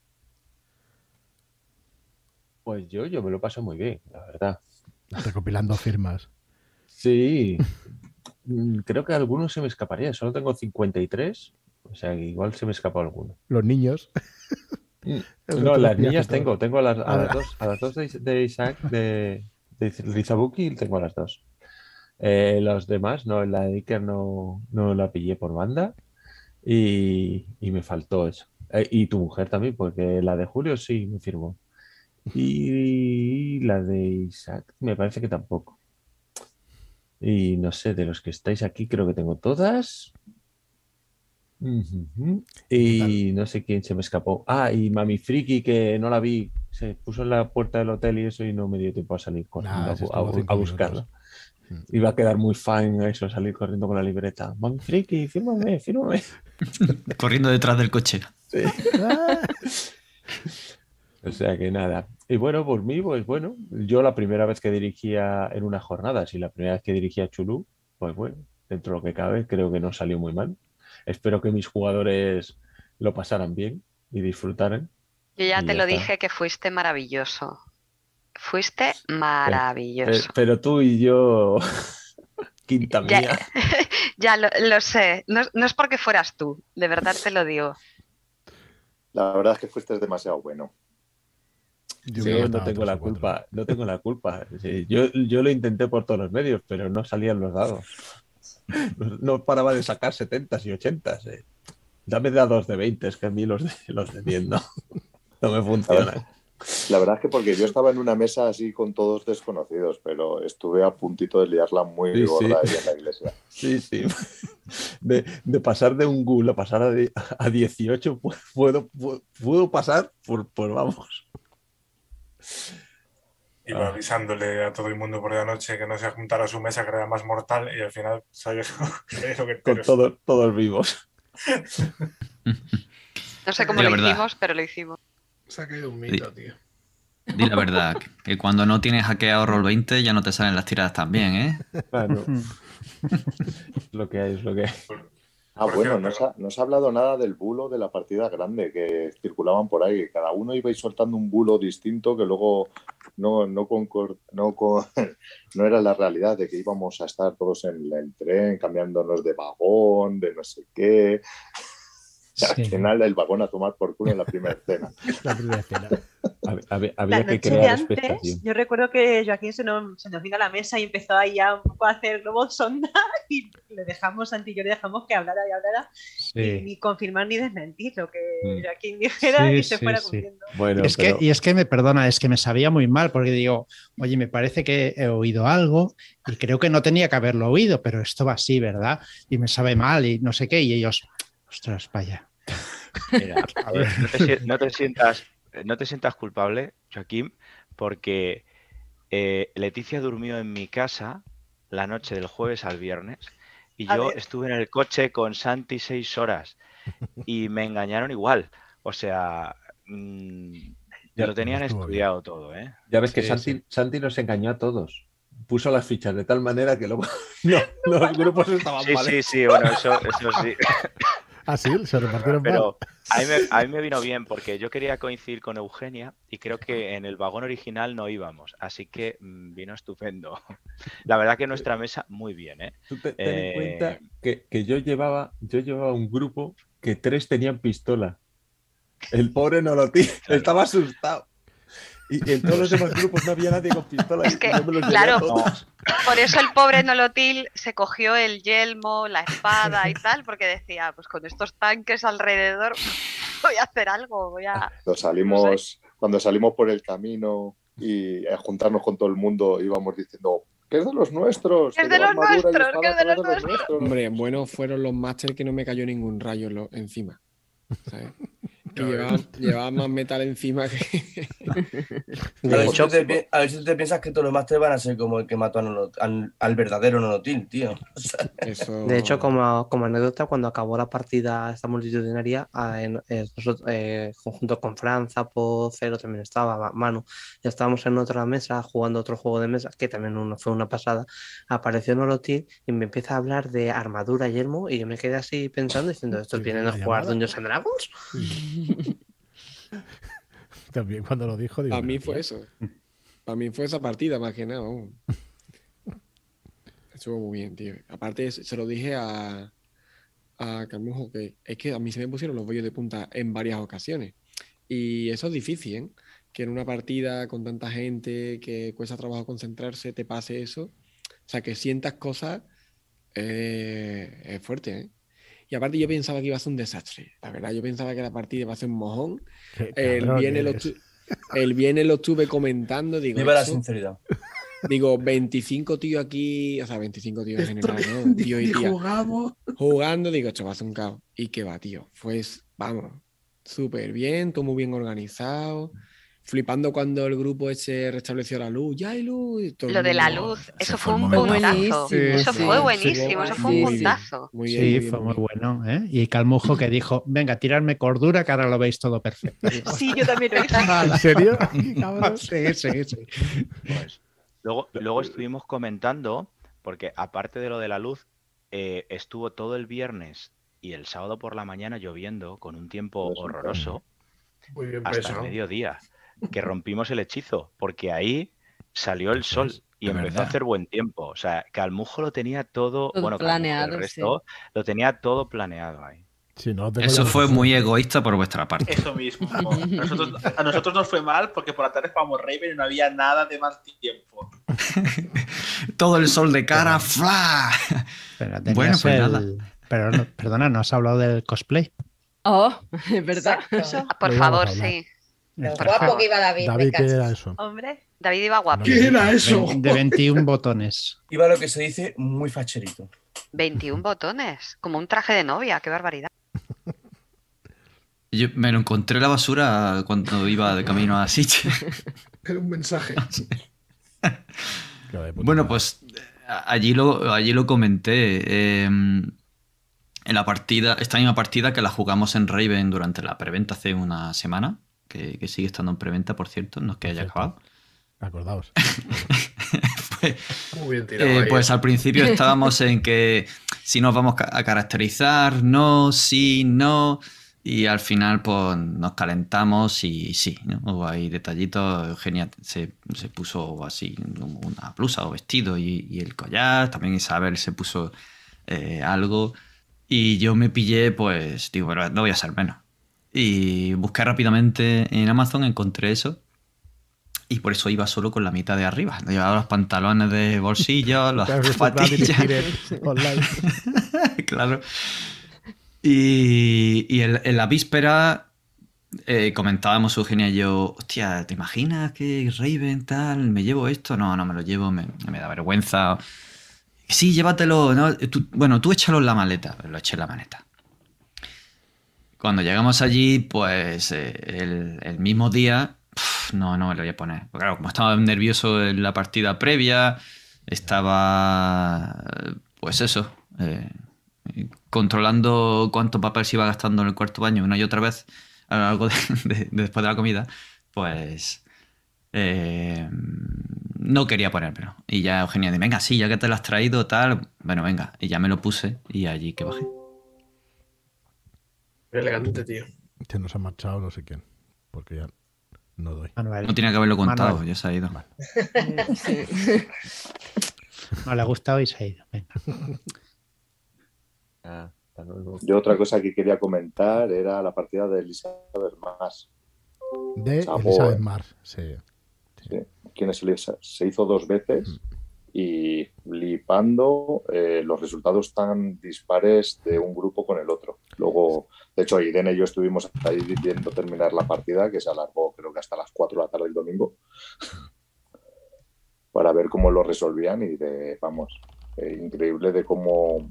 Pues yo me lo paso muy bien, la verdad. Recopilando firmas. Sí, creo que algunos se me escaparía. Solo tengo 53, o sea que igual se me escapa alguno. Los niños. No, las niñas tengo a las dos de Isaac, de Rizabuki, tengo a las 2. Los demás, no, la de Iker no la pillé por banda y me faltó eso. Y tu mujer también, porque la de Julio sí me firmó. Y la de Isaac me parece que tampoco. Y no sé, de los que estáis aquí creo que tengo todas. Y no sé quién se me escapó. Y Mami Friki, que no la vi, se puso en la puerta del hotel y eso y no me dio tiempo a salir corriendo a buscarla. Iba a quedar muy fan eso, salir corriendo con la libreta. Mami Friki, fírmame. Corriendo detrás del coche. Sí. O sea que nada. Y bueno, por mí, pues bueno, yo la primera vez que dirigía en una jornada, si la primera vez que dirigía Chulú, pues bueno, dentro de lo que cabe, creo que no salió muy mal. Espero que mis jugadores lo pasaran bien y disfrutaran. Yo ya te lo dije que fuiste maravilloso. Fuiste maravilloso. Pero tú y yo, quinta mía. Ya lo sé. No es porque fueras tú, de verdad te lo digo. La verdad es que fuiste demasiado bueno. Yo no tengo la culpa. No tengo la culpa. Sí, yo lo intenté por todos los medios, pero no salían los dados. No paraba de sacar 70s y 80s. Dame dados de 20, es que a mí los de 10 no me funcionan. La verdad es que porque yo estaba en una mesa así con todos desconocidos, pero estuve a puntito de liarla muy gorda ahí en la iglesia. Sí. De pasar de un ghoul a pasar a 18, puedo pasar por vamos. iba avisándole a todo el mundo por la noche que no se juntara a su mesa, que era más mortal, y al final salió eso que Con todos vivos. No sé cómo Di la lo verdad. hicimos, pero lo hicimos. Se ha caído un mito, tío. Di la verdad, que cuando no tienes hackeado Roll20 ya no te salen las tiradas tan bien, ¿eh? Claro. Es lo que hay, es lo que hay. Ah, bueno, no se ha hablado nada del bulo de la partida grande que circulaban por ahí. Cada uno ibais soltando un bulo distinto que luego no era la realidad de que íbamos a estar todos en el tren cambiándonos de vagón, de no sé qué. Al final el vagón a tomar por culo en la primera escena. La primera escena. Había La que noche de crear antes, expectación. yo recuerdo que Joaquín se nos vino a la mesa y empezó ahí ya un poco a hacer globos sonda y le dejamos, Santi y yo le dejamos que hablara y hablara y ni confirmar ni desmentir lo que Joaquín dijera y se fuera cumpliendo. Bueno, es que me perdona, es que me sabía muy mal porque digo, oye, me parece que he oído algo y creo que no tenía que haberlo oído, pero esto va así, ¿verdad? Y me sabe mal y no sé qué, y ellos, ostras, vaya. Mira, no te sientas culpable, Joaquín, porque Leticia durmió en mi casa la noche del jueves al viernes y yo estuve en el coche con Santi 6 horas y me engañaron igual. O sea, lo tenían estudiado todo, ¿eh? Ya ves que Santi nos engañó a todos. Puso las fichas de tal manera que luego los grupos estaban mal. Sí, bueno, eso sí. Ah, sí, se repartieron Pero a mí me vino bien porque yo quería coincidir con Eugenia y creo que en el vagón original no íbamos, así que vino estupendo. La verdad que nuestra mesa muy bien, ¿eh? Tú ten en cuenta que yo llevaba un grupo que 3 tenían pistola. El pobre Nolotín estaba asustado. Y en todos los demás grupos no había nadie con pistola. Es que, yo me los llevé claro, a todos. por eso el pobre Nolotil se cogió el yelmo, la espada y tal, porque decía, pues con estos tanques alrededor voy a hacer algo, Cuando salimos por el camino y a juntarnos con todo el mundo íbamos diciendo que es de los nuestros. Que es de los nuestros, que es de los nuestros. Hombre, bueno, fueron los Masters que no me cayó ningún rayo encima. ¿Sabes? Que llevaban más metal encima que... A ver si te piensas que todos los Masters van a ser como el que mató al verdadero Nolotil, tío. O sea, De hecho, como anécdota, cuando acabó la partida esta multitudinaria, nosotros, junto con Fran, Zapo, Cero también estaba, Manu, ya estábamos en otra mesa jugando otro juego de mesa, que también fue una pasada. Apareció Nolotil y me empieza a hablar de armadura y yelmo, y yo me quedé así pensando, diciendo, ¿estos vienen a jugar Dungeons and Dragons? También cuando lo dijo, digo, A mí fue eso. Para mí fue esa partida, más que nada. Estuvo muy bien, tío. Aparte, se lo dije a Carmujo, que es que a mí se me pusieron los vellos de punta en varias ocasiones. Y eso es difícil, ¿eh? Que en una partida con tanta gente que cuesta trabajo concentrarse, te pase eso. O sea, que sientas cosas es fuerte, ¿eh? Y aparte yo pensaba que iba a ser un desastre. La verdad, yo pensaba que la partida iba a ser un mojón. El viernes lo estuve comentando. Digo, viva la sinceridad. Digo, 25 tíos aquí, o sea, 25 tíos en general, ¿no? Tío y tía. Jugando, digo, esto va a ser un caos. Y qué va, tío. Pues, vamos, súper bien, todo muy bien organizado. Flipando cuando el grupo ese restableció la luz. Ya hay luz. Y todo Lo de la luz, eso fue un puntazo. Eso fue buenísimo, eso fue un puntazo. Sí, fue muy bueno, ¿eh? Y Calmujo que dijo, venga, tirarme cordura que ahora lo veis todo perfecto. Sí, yo también lo hice. ¿En serio? Sí. Pues, luego estuvimos comentando, porque aparte de lo de la luz, estuvo todo el viernes y el sábado por la mañana lloviendo con un tiempo horroroso Muy bien hasta pensado. el mediodía, que rompimos el hechizo, porque ahí salió el sol y de empezó verdad. a hacer buen tiempo. O sea, Calmujo lo tenía todo, Todo bueno, planeado, Calmujo, el resto lo tenía todo planeado ahí. Sí, no, Eso fue muy egoísta por vuestra parte. Eso mismo. A nosotros nos fue mal porque por la tarde jugamos Raven y no había nada de más tiempo. Todo el sol de cara, ¡fla! Pero Bueno, pues nada. Pero no, perdona, no has hablado del cosplay. Oh, es verdad. Por Lo favor, íbamos a hablar. sí. Lo guapo que iba David. David, me ¿qué cacho. era eso? Hombre, David iba guapo. ¿Qué era eso? De 21 botones. Iba lo que se dice muy facherito. 21 botones, como un traje de novia, qué barbaridad. Yo me lo encontré en la basura cuando iba de camino a Sitges. Era un mensaje. Bueno, pues allí lo comenté. En la partida, esta misma partida que la jugamos en Raven durante la preventa hace una semana, que sigue estando en preventa, por cierto, no es que haya acabado. Acordaos. Muy bien tirado ahí, Pues al principio estábamos en que si nos vamos a caracterizar, no, sí, no. Y al final pues nos calentamos y sí, ¿no? Hubo ahí detallitos. Eugenia se puso así una blusa o vestido y el collar. También Isabel se puso algo. Y yo me pillé, pues digo, bueno, no voy a ser menos. Y busqué rápidamente en Amazon, encontré eso. Y por eso iba solo con la mitad de arriba. Llevaba los pantalones de bolsillo, las zapatillas. Claro. Y en la víspera comentábamos Eugenia y yo, hostia, ¿te imaginas que Raven tal, me llevo esto? No me lo llevo, me da vergüenza. Sí, llévatelo, ¿no? Tú échalo en la maleta. Lo eché en la maleta. Cuando llegamos allí, pues el mismo día, no me lo voy a poner. Porque, claro, como estaba nervioso en la partida previa, estaba, pues eso, controlando cuánto papel se iba gastando en el cuarto baño una y otra vez a lo largo después de la comida, pues no quería ponérmelo. Y ya Eugenia dice, venga, sí, ya que te lo has traído, tal, bueno, venga. Y ya me lo puse y allí que bajé. Qué elegante, tío. Que nos ha marchado no sé quién, porque ya no doy. Manuel. No tenía que haberlo contado, Manuel. Ya se ha ido. Vale. No le ha gustado y se ha ido. Venga. Yo otra cosa que quería comentar era la partida de Elizabeth Mars. De Elizabeth Mars, sí. Quien se hizo 2 veces y flipando los resultados tan dispares de un grupo con el otro. Luego, de hecho, Irene y yo estuvimos ahí viendo terminar la partida, que se alargó creo que hasta las 4 de la tarde el domingo, para ver cómo lo resolvían y increíble de cómo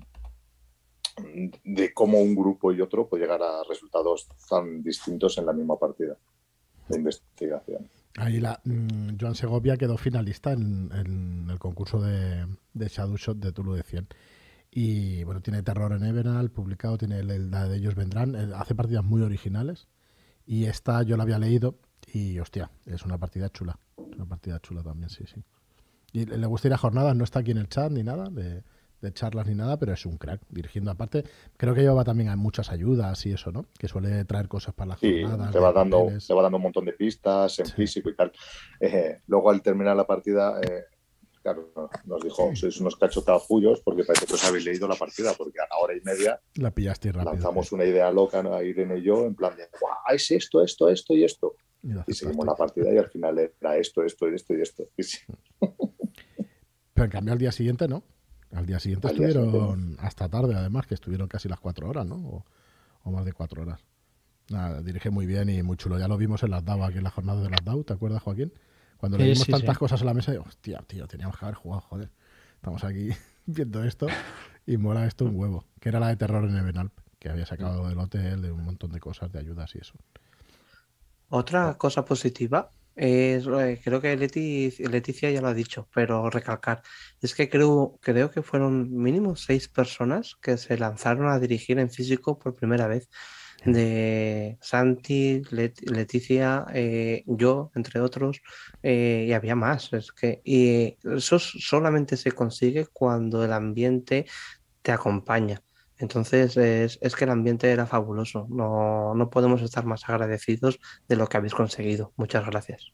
un grupo y otro puede llegar a resultados tan distintos en la misma partida de investigación. Ahí Joan Segovia quedó finalista en el concurso de Shadowshot de Tulu de 100. Y bueno, tiene Terror en Ebenal publicado, tiene la de Ellos Vendrán, hace partidas muy originales. Y esta yo la había leído y hostia, es una partida chula. Una partida chula también, sí. Y le gusta ir a jornadas, no está aquí en el chat ni nada, de charlas ni nada, pero es un crack dirigiendo. Aparte, creo que lleva también a muchas ayudas y eso, ¿no? Que suele traer cosas para las jornadas. Se va dando un montón de pistas en físico y tal. Luego, al terminar la partida, claro, nos dijo, sois unos cachotapullos porque parece que os habéis leído la partida, porque a la hora y media la pillaste rápido. Lanzamos una idea loca, ¿no? A Irene y yo, en plan de, ¡guau! Es esto y esto. Y seguimos la partida y al final era esto. Sí. Pero en cambio al día siguiente, ¿no? Al día siguiente estuvieron hasta tarde, además, que estuvieron casi las 4 horas, ¿no? O más de 4 horas. Nada, dirige muy bien y muy chulo. Ya lo vimos en las DAO, aquí en las jornadas de las DAO, ¿te acuerdas, Joaquín? Cuando le dimos tantas cosas a la mesa, digo, hostia, tío, teníamos que haber jugado, joder. Estamos aquí viendo esto y mola esto un huevo. Que era la de Terror en Ebenalp, que había sacado del hotel, de un montón de cosas, de ayudas y eso. Otra cosa positiva es, creo que Leticia ya lo ha dicho, pero recalcar, es que creo que fueron mínimo 6 personas que se lanzaron a dirigir en físico por primera vez. De Santi, Leticia, yo, entre otros, y había más. Y eso solamente se consigue cuando el ambiente te acompaña. Entonces es que el ambiente era fabuloso. No podemos estar más agradecidos de lo que habéis conseguido. Muchas gracias.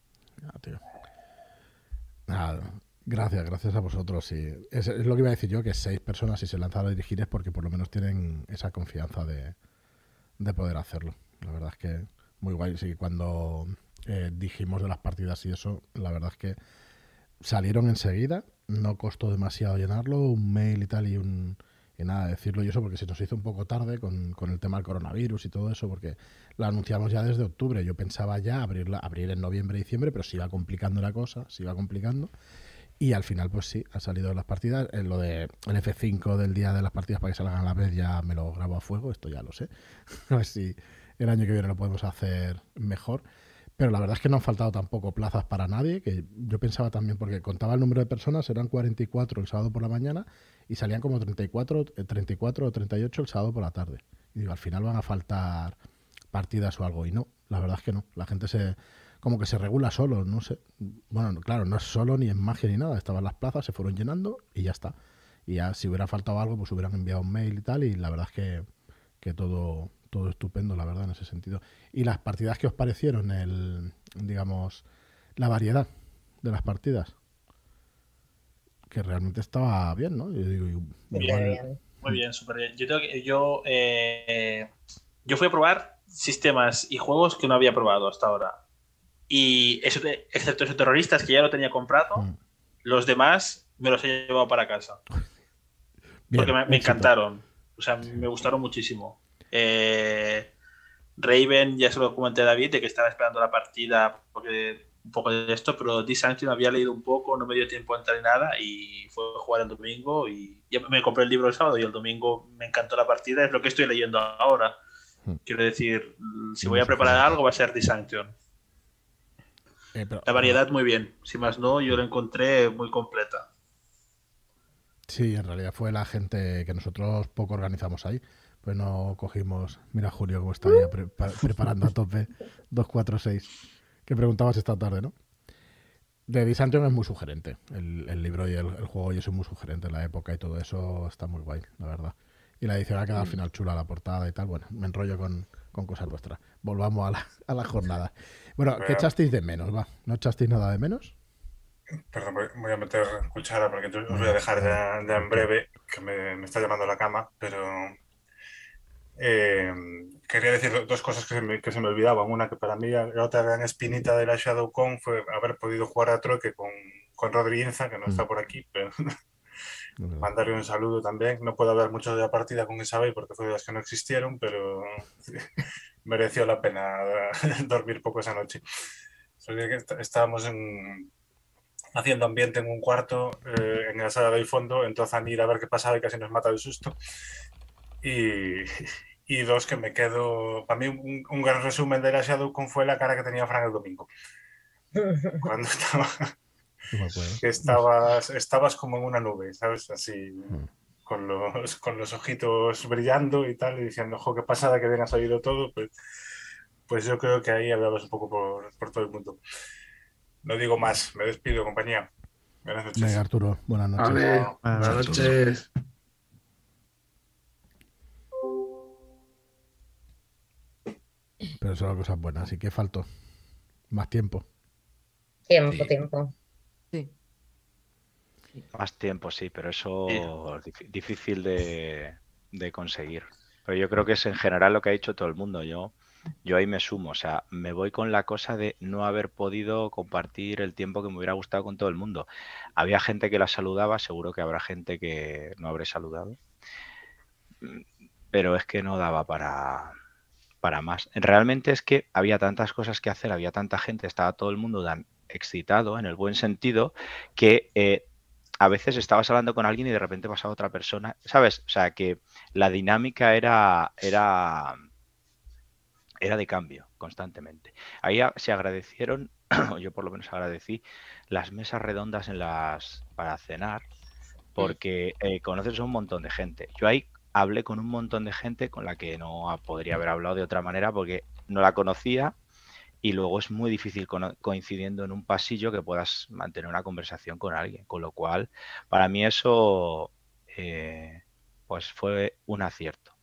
Gracias a vosotros. Sí. Es lo que iba a decir yo, que 6 personas si se lanzan a dirigir es porque por lo menos tienen esa confianza de poder hacerlo. La verdad es que muy guay. Sí, cuando dijimos de las partidas y eso, la verdad es que salieron enseguida. No costó demasiado llenarlo, un mail y tal y nada, decirlo y eso, porque se nos hizo un poco tarde con el tema del coronavirus y todo eso, porque lo anunciamos ya desde octubre. Yo pensaba ya abrir en noviembre, diciembre, pero se iba complicando la cosa, y al final pues sí, ha salido las partidas. Lo de el F5 del día de las partidas para que salgan a la vez ya me lo grabo a fuego, esto ya lo sé. A ver si el año que viene lo podemos hacer mejor. Pero la verdad es que no han faltado tampoco plazas para nadie, que yo pensaba también, porque contaba el número de personas, eran 44 el sábado por la mañana y salían como 34 o 38 el sábado por la tarde. Y digo, al final van a faltar partidas o algo. Y no, la verdad es que no. La gente como que se regula solo, no sé. Bueno, claro, no es solo ni en magia ni nada. Estaban las plazas, se fueron llenando y ya está. Y ya si hubiera faltado algo, pues hubieran enviado un mail y tal. Y la verdad es que todo estupendo, la verdad, en ese sentido. Y las partidas que os parecieron, digamos, la variedad de las partidas, que realmente estaba bien, ¿no? Yo digo, Muy bien, súper bien. Yo fui a probar sistemas y juegos que no había probado hasta ahora. Y excepto esos terroristas que ya lo tenía comprado, los demás me los he llevado para casa. Bien, porque me encantaron. O sea, me gustaron muchísimo. Raven, ya se lo comenté a David, de que estaba esperando la partida porque un poco de esto, pero D-Sanction había leído un poco, no me dio tiempo a entrar en nada y fue a jugar el domingo y ya me compré el libro el sábado y el domingo me encantó la partida, es lo que estoy leyendo ahora. Quiero decir, si voy a preparar algo va a ser D-Sanction. La variedad muy bien, si más no, yo la encontré muy completa. Sí, en realidad fue la gente que nosotros poco organizamos ahí. Pues no cogimos... Mira Julio cómo está ya preparando a tope 246. Que preguntabas esta tarde, ¿no? De D-Sanction es muy sugerente. El libro y el juego y eso es muy sugerente. La época y todo eso está muy guay, la verdad. Y la edición ha quedado al final chula, la portada y tal. Bueno, me enrollo con cosas vuestras. Volvamos a la jornada. Bueno, ¿qué echasteis de menos? Va, ¿no echasteis nada de menos? Perdón, voy a meter cuchara porque os voy a dejar ya en breve, que me está llamando la cama, pero quería decir dos cosas que se me olvidaban. Una, que para mí la otra gran espinita de la ShadowCon fue haber podido jugar a trueque con Rodri Inza, que no está por aquí, pero mandarle un saludo también. No puedo hablar mucho de la partida con Isabel porque fue de las que no existieron, pero mereció la pena dormir poco esa noche. Estábamos haciendo ambiente en un cuarto, en la sala del fondo, entró Zanir a ver qué pasaba y casi nos mata de susto. Y dos, que me quedo... Para mí un gran resumen de la ShadowCon fue la cara que tenía Fran el domingo. Cuando estaba... que estabas como en una nube, ¿sabes? Así, con los ojitos brillando y tal, y diciendo, ojo, qué pasada que bien ha salido todo. Pues yo creo que ahí hablabas un poco por todo el mundo. No digo más, me despido, compañía. Buenas noches. Venga, Arturo, buenas noches. Vale, buenas noches. Pero son las cosas buenas, así que faltó más tiempo. Tiempo. Sí. Más tiempo, sí, pero eso es difícil de conseguir. Pero yo creo que es en general lo que ha dicho todo el mundo. Yo ahí me sumo, o sea, me voy con la cosa de no haber podido compartir el tiempo que me hubiera gustado con todo el mundo. Había gente que la saludaba, seguro que habrá gente que no habré saludado, pero es que no daba para más. Realmente es que había tantas cosas que hacer, había tanta gente, estaba todo el mundo tan excitado, en el buen sentido, que a veces estabas hablando con alguien y de repente pasaba otra persona, ¿sabes? O sea, que la dinámica era de cambio constantemente. Ahí se agradecieron, yo por lo menos agradecí, las mesas redondas para cenar, porque conoces a un montón de gente. Yo ahí hablé con un montón de gente con la que no podría haber hablado de otra manera porque no la conocía y luego es muy difícil coincidiendo en un pasillo que puedas mantener una conversación con alguien. Con lo cual, para mí eso pues fue un acierto.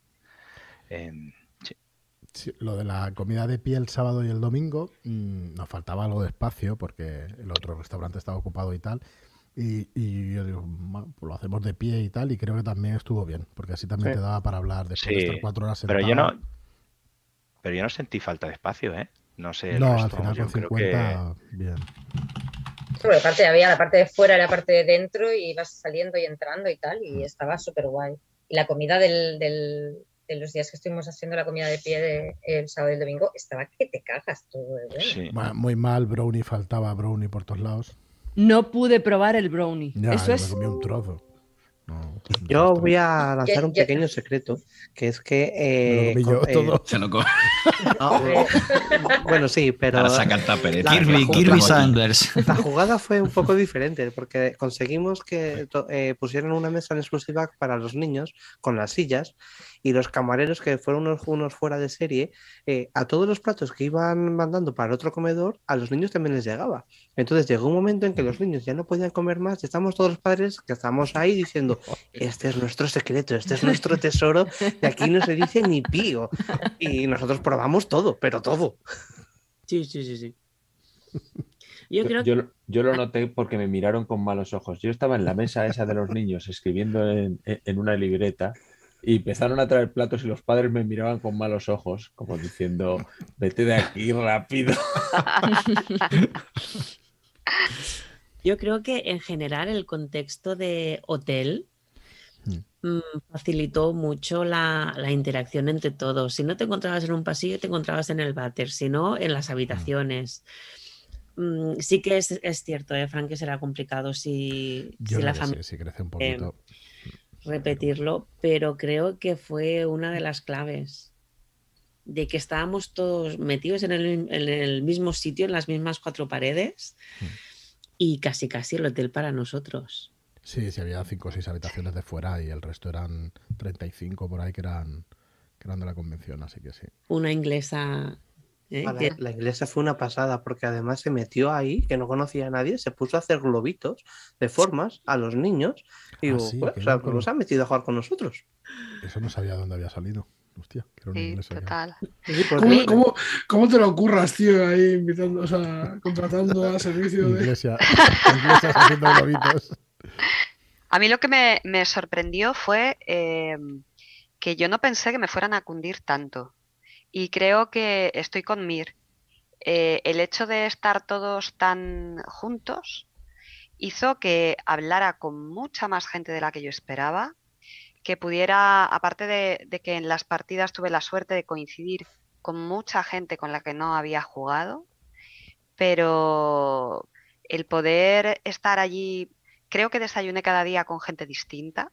Sí, lo de la comida de pie el sábado y el domingo, nos faltaba algo de espacio porque el otro restaurante estaba ocupado y tal. Y yo digo, bueno, pues lo hacemos de pie y tal, y creo que también estuvo bien, porque así también te daba para hablar después de estar 4 horas sentado. Pero yo no sentí falta de espacio, ¿eh? No sé. No, al final con 50, bien. Pero aparte había la parte de fuera y la parte de dentro, y ibas saliendo y entrando y tal, y estaba súper guay. Y la comida de los días que estuvimos haciendo la comida de pie el sábado y el domingo, estaba que te cagas todo de bueno. Sí. Muy mal, brownie, faltaba brownie por todos lados. No pude probar el brownie. Ya, Eso me es. comí un trozo. Yo voy a lanzar un pequeño secreto, que es que... Se lo come. Bueno, sí, pero... Para sacar tupper. Kirby Sanders. La jugada fue un poco diferente, porque conseguimos que pusieran una mesa en exclusiva para los niños, con las sillas, y los camareros, que fueron unos fuera de serie, a todos los platos que iban mandando para el otro comedor, a los niños también les llegaba. Entonces llegó un momento en que los niños ya no podían comer más, y estamos todos los padres que estamos ahí diciendo, este es nuestro secreto, este es nuestro tesoro, y aquí no se dice ni pío. Y nosotros probamos todo, pero todo. Sí. Yo lo noté porque me miraron con malos ojos. Yo estaba en la mesa esa de los niños escribiendo en una libreta y empezaron a traer platos y los padres me miraban con malos ojos, como diciendo, vete de aquí rápido. Yo creo que en general el contexto de hotel facilitó mucho la interacción entre todos. Si no te encontrabas en un pasillo, te encontrabas en el váter, si no, en las habitaciones. Sí que es cierto, Frank, que será complicado si la familia sí, crece un poquito. Repetirlo, pero creo que fue una de las claves de que estábamos todos metidos en el mismo sitio, en las mismas 4 paredes y casi el hotel para nosotros. Sí, había 5 o 6 habitaciones de fuera y el resto eran 35 por ahí que eran de la convención, así que sí. Una inglesa... La inglesa fue una pasada porque además se metió ahí, que no conocía a nadie, se puso a hacer globitos de formas a los niños y digo, pues se han metido a jugar con nosotros. Eso no sabía dónde había salido. Hostia, que era una inglesa. Total. ¿Cómo te lo ocurras, tío, ahí invitando, contratando a servicio de... Inglesas haciendo globitos. A mí lo que me sorprendió fue que yo no pensé que me fueran a cundir tanto. Y creo que estoy con Mir. El hecho de estar todos tan juntos hizo que hablara con mucha más gente de la que yo esperaba, que pudiera, aparte de que en las partidas tuve la suerte de coincidir con mucha gente con la que no había jugado, pero el poder estar allí, creo que desayuné cada día con gente distinta.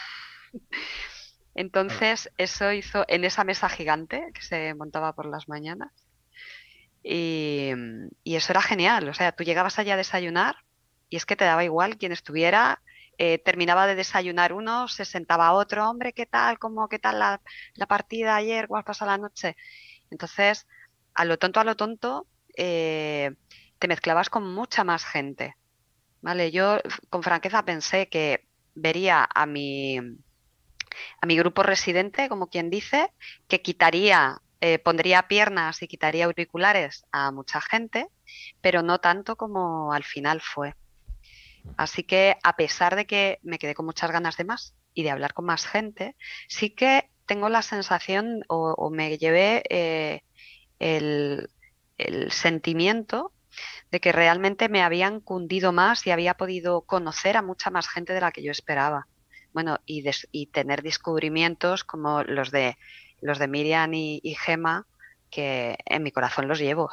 Entonces, eso hizo en esa mesa gigante que se montaba por las mañanas. Y eso era genial. O sea, tú llegabas allá a desayunar y es que te daba igual quién estuviera. Terminaba de desayunar uno, se sentaba otro, hombre, ¿qué tal? ¿Qué tal la partida ayer? ¿Cómo has pasado la noche? Entonces, a lo tonto, te mezclabas con mucha más gente. ¿Vale? Yo con franqueza pensé que vería a mi grupo residente, como quien dice, que pondría piernas y quitaría auriculares a mucha gente, pero no tanto como al final fue. Así que, a pesar de que me quedé con muchas ganas de más y de hablar con más gente, sí que tengo la sensación o me llevé el sentimiento de que realmente me habían cundido más y había podido conocer a mucha más gente de la que yo esperaba. Bueno, y tener descubrimientos como los de Miriam y Gemma, que en mi corazón los llevo.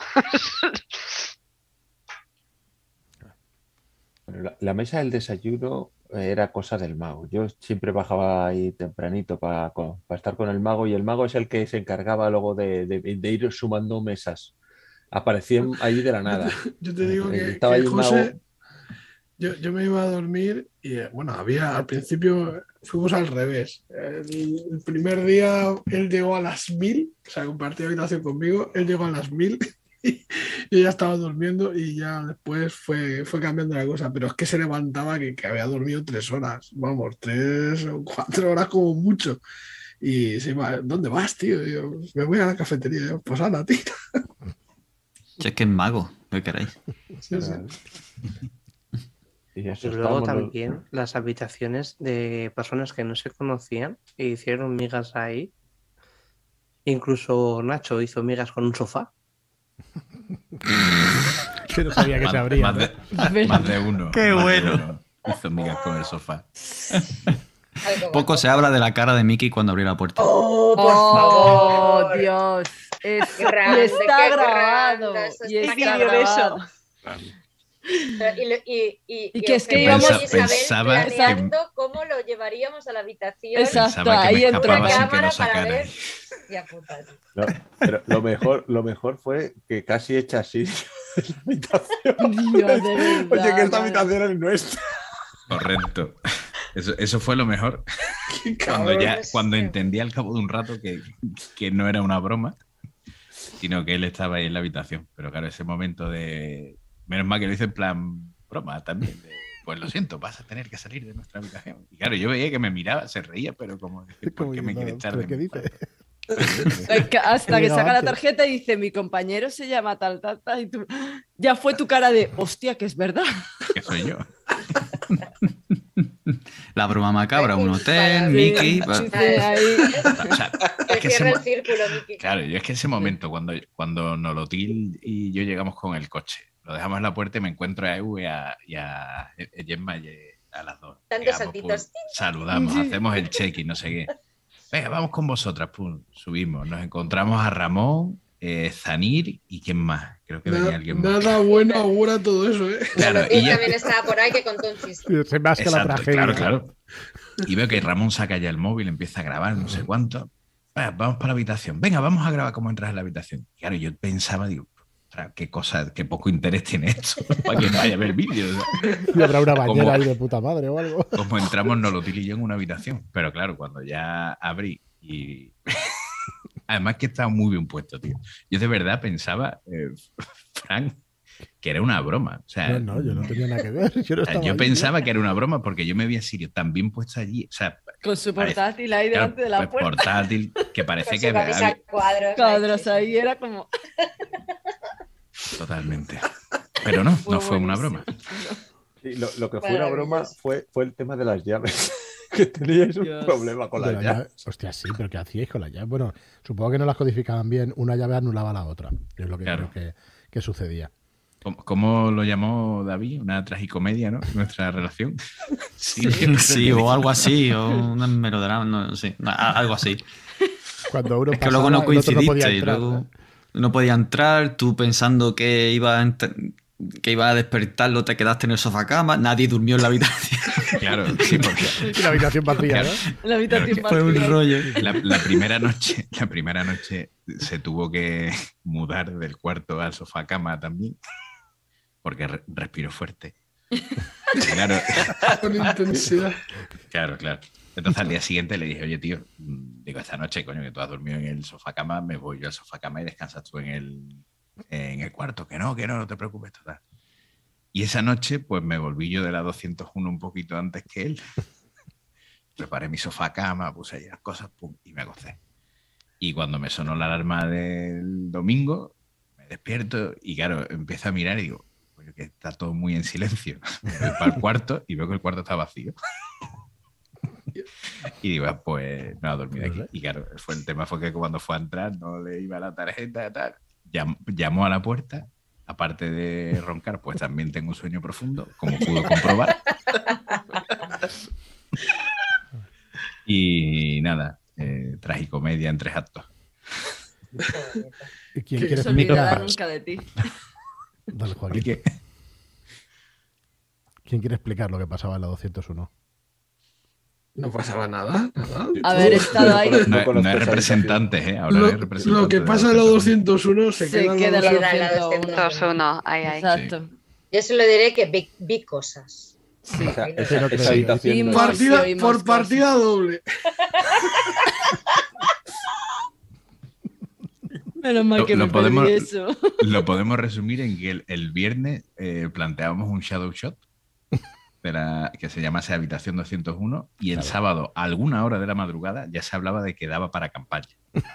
La mesa del desayuno era cosa del mago. Yo siempre bajaba ahí tempranito para estar con el mago y el mago es el que se encargaba luego de ir sumando mesas. Aparecían ahí de la nada. Yo te digo que estaba ahí José... Yo me iba a dormir y al principio fuimos al revés. El primer día él llegó a las 1000, o sea, compartía habitación conmigo, él llegó a las 1000 y yo ya estaba durmiendo y ya después fue cambiando la cosa, pero es que se levantaba que había dormido 3 horas, vamos, 3 o 4 horas como mucho. Y se iba, ¿dónde vas, tío? Y yo, me voy a la cafetería. Y yo, pues anda, tío. Es que es mago, ¿qué queréis? Sí. Y luego también las habitaciones de personas que no se conocían e hicieron migas ahí. Incluso Nacho hizo migas con un sofá. Que no sabía que se abría. Más de uno. ¡Qué bueno! Hizo migas con el sofá. Poco se habla de la cara de Mickey cuando abrió la puerta. ¡Oh, por favor! Dios! Grande, está grabado. Y está grabado. Y que es que íbamos pensaba planeando cómo lo llevaríamos a la habitación. Exacto, ahí entró una cámara para ver. Ya puta. No, pero lo mejor fue que casi echa así en la habitación. Dios, de verdad, Oye, que esta habitación es nuestra. Correcto. Eso fue lo mejor. Cuando entendí al cabo de un rato que no era una broma, sino que él estaba ahí en la habitación. Pero claro, ese momento de... Menos mal que lo hice en plan broma también. Pues lo siento, vas a tener que salir de nuestra habitación. Y claro, yo veía que me miraba, se reía, pero como... ¿Por qué me quiere echar de mi cuarto? Hasta que saca la tarjeta y dice, mi compañero se llama tal, y tú... Ya fue tu cara de, hostia, que es verdad. Que soy yo. La broma macabra, un hotel, Mickey... Cierra el círculo, Mickey. Claro, yo es que ese momento, cuando Nolotil y yo llegamos con el coche, lo dejamos en la puerta y me encuentro a Ewe y a Gemma a las dos. Tantos saltitos. Saludamos, hacemos el check-in, no sé qué. Venga, vamos con vosotras. Pum, subimos. Nos encontramos a Ramón, Zanir y ¿quién más? Creo que venía alguien más. Nada bueno augura todo eso, ¿eh? Claro, y también estaba por ahí que contó un chiste. Se más que la tragedia. Claro. Y veo que Ramón saca ya el móvil, empieza a grabar, no sé cuánto. Vamos para la habitación. Venga, vamos a grabar cómo entras en la habitación. Claro, yo pensaba, digo, qué cosa, qué poco interés tiene esto para quien vaya a ver vídeos. Y habrá una bañera ahí de puta madre o algo. Como entramos Nolotil y yo en una habitación. Pero claro, cuando ya abrí y... Además que estaba muy bien puesto, tío. Yo de verdad pensaba, Frank, que era una broma. O sea, no, yo no tenía nada que ver. Yo pensaba que era una broma porque yo me vi a Sirio tan bien puesto allí. O sea, con su portátil ahí delante de la puerta. Portátil, que parece que... Cuadros ahí, era como... Totalmente. Pero no fue una broma. Sí, lo que fue una broma fue el tema de las llaves. Que teníais un problema con las llaves. Hostia, sí, pero ¿qué hacíais con las llaves? Bueno, supongo que no las codificaban bien. Una llave anulaba a la otra. Es lo que creo que sucedía. ¿Cómo lo llamó David? Una tragicomedia, ¿no? Nuestra relación. Sí, o algo así, o un melodrama, no sé, algo así. Cuando uno es que luego no coincidiste podía y luego no podía entrar, tú pensando que iba a despertarlo, te quedaste en el sofá cama, nadie durmió en la habitación. Claro, sí, porque... Y la habitación vacía, ¿no? La habitación vacía. Fue un rollo. La primera noche se tuvo que mudar del cuarto al sofá cama también, porque respiró fuerte. Claro. Con intensidad. Claro. Entonces al día siguiente le dije, oye, tío, digo, esta noche, coño, que tú has dormido en el sofá cama, me voy yo al sofá cama y descansas tú en el cuarto. Que no te preocupes, total. Y esa noche, pues me volví yo de la 201 un poquito antes que él. Preparé mi sofá cama, puse ahí las cosas, pum, y me acosté. Y cuando me sonó la alarma del domingo, me despierto y claro, empiezo a mirar y digo, oye, que está todo muy en silencio. Me voy para el cuarto y veo que el cuarto está vacío. Y digo, pues no, a dormir aquí. Y claro, el tema fue que cuando fue a entrar no le iba la tarjeta y tal. Llamó a la puerta. Aparte de roncar, pues también tengo un sueño profundo, como pudo comprobar. Y nada, tragicomedia en 3 actos. ¿Quién quiere explicar? Nunca de ti. Dale, Joaquín. ¿Quién quiere explicar lo que pasaba en la 201? No pasaba nada. Haber estado ahí. No es representante, Ahora es representante. Lo que pasa en la 201 se queda en la 201. Exacto. Yo se lo diré que vi cosas. Sí. Esa habitación por partida doble. Menos mal que perdí eso. Lo podemos resumir en que el viernes planteábamos un shadow shot que se llamase Habitación 201 y el sábado, a alguna hora de la madrugada, ya se hablaba de que daba para campaña.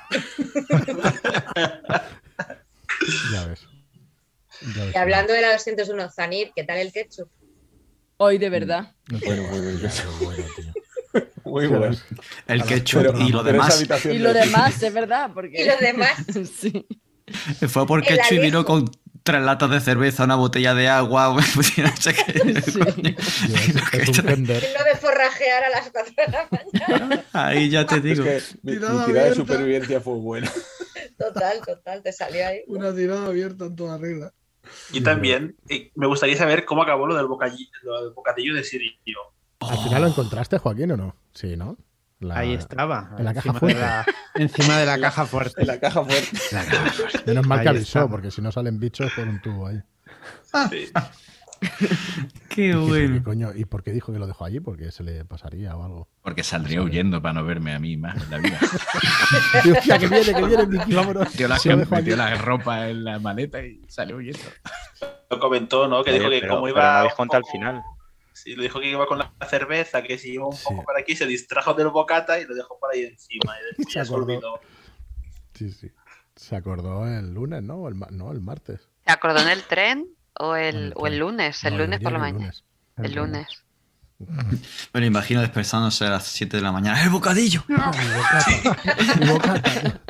Ya ves. Y hablando de la 201, Zanir, ¿qué tal el ketchup? Hoy de verdad. Bueno, tío. Muy bueno. El ketchup y lo demás. Y lo demás, es verdad. Porque... Y lo demás. Sí. Fue por ketchup y vino con 3 latas de cerveza, una botella de agua. No sé qué. Sí. No de forrajear a las 4 de la mañana. Ahí ya te digo. Es que mi tirada de supervivencia fue buena. Total, te salió ahí. Una tirada abierta en toda regla. Yo también. Me gustaría saber cómo acabó lo del bocadillo de Sirio. ¿Al final lo encontraste, Joaquín, o no? Sí, ¿no? Ahí estaba. En la caja encima fuerte. Encima de la caja fuerte. En la caja fuerte. Menos mal que Ahí avisó, estaba. porque si no salen bichos por un tubo ahí. Sí. Qué bueno. ¿Y, coño, ¿y por qué dijo que lo dejó allí? ¿Porque se le pasaría o algo? Porque saldría huyendo para no verme a mí más en la vida. Hostia, que viene, Miki, vámonos. Metió la ropa en la maleta y salió huyendo. Lo comentó, ¿no? Que dijo que como Pero iba. no habéis contado al final. Sí, le dijo que iba con la cerveza, que si iba un poco por aquí, se distrajo del bocata y lo dejó por ahí encima. Y Se ya se acordó. olvidó. Sí. Se acordó el lunes, ¿no? O el martes. ¿Se acordó en el tren o el lunes? El No, lunes por la el mañana. El lunes. Me lo imagino despertándose a las 7 de la mañana. ¡El bocadillo! El bocata.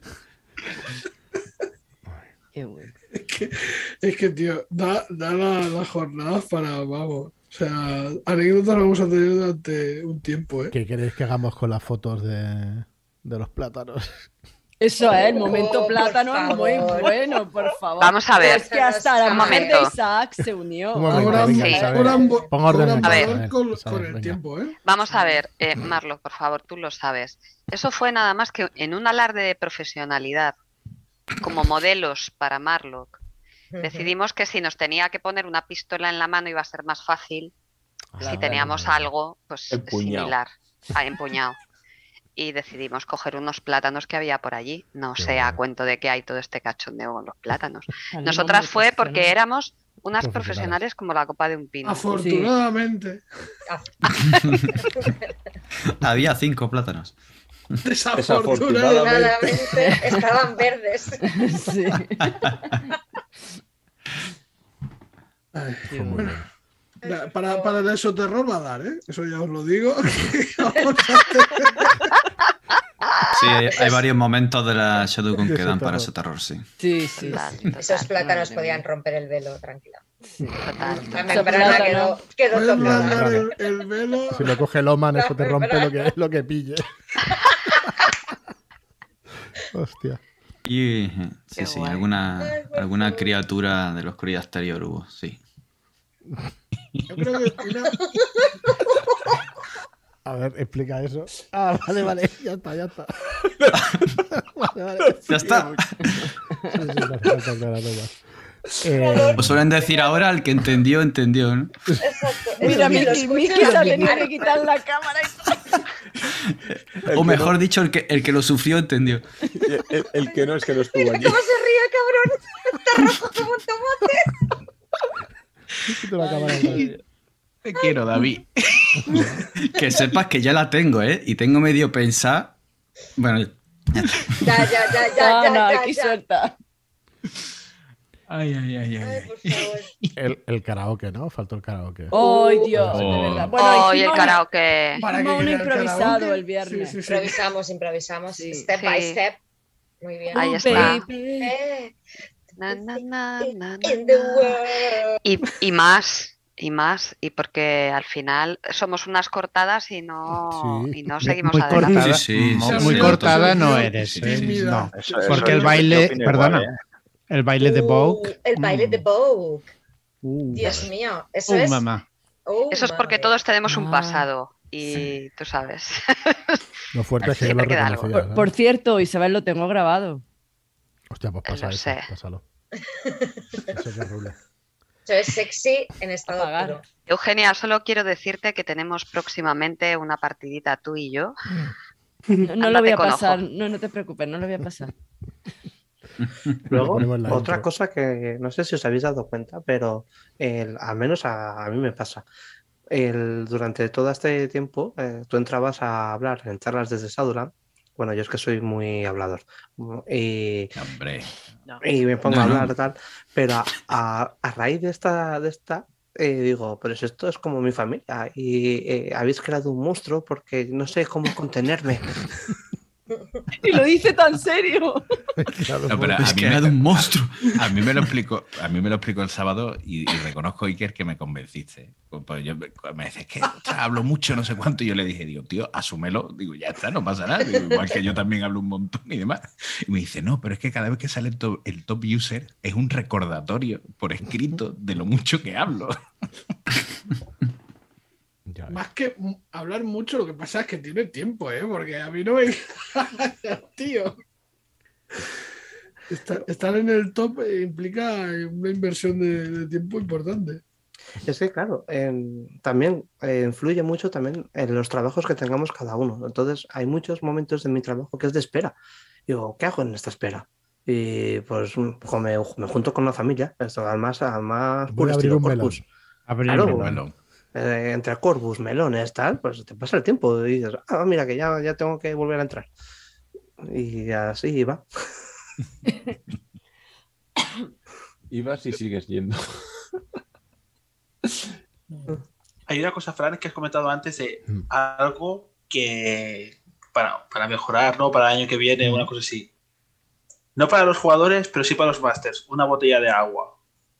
Qué bueno. Es que, tío, da las jornadas para, vamos. O sea, anécdotas vamos a tener durante un tiempo, ¿eh? ¿Qué queréis que hagamos con las fotos de los plátanos? Eso es, el momento por plátano es muy favor. bueno, por favor. Vamos a ver. Es que hasta la Un mujer de momento. Isaac se unió. Un momento, Ahora venga, sí. Isabel. Pon orden en A ver. Isabel, con Isabel, el venga. tiempo, ¿eh? Vamos a ver, Marlo, por favor, tú lo sabes. Eso fue nada más que en un alarde de profesionalidad, como modelos para Marlock. Decidimos que si nos tenía que poner una pistola en la mano iba a ser más fácil si teníamos algo pues Empuñado. similar, empuñado. Y decidimos coger unos plátanos que había por allí. No sé a cuento de que hay todo este cachondeo con los plátanos. Nosotras fue porque éramos unas profesionales como la copa de un pino. Afortunadamente. Había 5 plátanos. Desafortunadamente estaban verdes. Sí. Ay, Fue muy bueno, bien. para el exoterror va a dar, ¿eh? Eso ya os lo digo. Sí, hay varios momentos de la Shadowgun que dan para ese terror, sí. Sí, sí. Esos plátanos podían romper el velo, tranquila. Total. La membrana quedó Puedes tocada. mandar el velo. Si lo coge el Oman, eso te rompe lo que pille. Hostia. Y sí, alguna criatura de la oscuridad exterior hubo, sí. Yo creo que A ver, explica eso. Ah, vale, ya está. Vale. Ya está. Sí, Pues suelen decir ahora, el que entendió, ¿no? Exacto. Mira, Eso, Miki se ha tenido que quitar la cámara. O mejor dicho, el que lo sufrió, entendió. El que no es que no estuvo allí. ¿Cómo se ríe, cabrón? Está rojo como un tomate. Te quiero, David. Que sepas que ya la tengo, ¿eh? Y tengo medio pensada. Bueno, Ya. No, aquí suelta. Ay. Por favor. el karaoke, ¿no? Faltó el karaoke. ¡Ay, Dios! De verdad. Bueno, Y el karaoke. Hicimos uno improvisado el viernes. Improvisamos. Sí. Step by Sí. step. Muy bien. Ahí está. Na, na, na, na, In na, the na. world. Y y porque al final somos unas cortadas y no seguimos muy adelante. cortada, Sí, muy cortada no eres. Tímida. No, yo porque el baile, opino perdona, igual, el baile de Vogue. El baile de Vogue. Dios mío, eso es. Mamá. Eso es porque todos tenemos un pasado y tú sabes. Lo fuerte es que yo lo Siempre queda algo. reconocía. Por cierto, Isabel, lo tengo grabado. Hostia, pues pasa Lo eso, sé. pásalo. Eso que rule. Eso es sexy en estado puro. Eugenia, solo quiero decirte que tenemos próximamente una partidita tú y yo. No lo voy Ándate a con pasar. ojo. No te preocupes, no lo voy a pasar. Luego, ponemos en la otra intro. cosa que no sé si os habéis dado cuenta, pero al menos a mí me pasa. Durante todo este tiempo, tú entrabas a hablar en charlas desde Shadowland. Bueno, yo es que soy muy hablador. Hombre. Y me pongo a No, hablar no. tal. Pero a raíz de esta digo, pero si esto es como mi familia y habéis creado un monstruo porque no sé cómo contenerme. Y lo dice tan serio. No, pero a mí me da un monstruo. A mí me lo explicó el sábado y reconozco, Iker, que me convenciste. Pues yo me dices que hablo mucho, no sé cuánto, y yo le dije, digo, tío, asúmelo. Digo, ya está, no pasa nada. Digo, igual que yo también hablo un montón y demás. Y me dice, no, pero es que cada vez que sale el top user es un recordatorio por escrito de lo mucho que hablo. Más que hablar mucho, lo que pasa es que tiene tiempo, porque a mí no me tío. Estar en el top implica una inversión de tiempo importante. Es que, claro, también influye mucho también en los trabajos que tengamos cada uno. Entonces, hay muchos momentos de mi trabajo que es de espera. Digo, ¿qué hago en esta espera? Y pues me junto con la familia. Esto, además voy a abrir un melón. Abrir un melón. Entre Corvus, melones, tal, pues te pasa el tiempo y dices, mira que ya tengo que volver a entrar. Y así va. Ibas y sigues yendo. Hay una cosa, Fran, que has comentado antes de algo que para mejorar, ¿no? Para el año que viene, una cosa así. No para los jugadores, pero sí para los masters. Una botella de agua.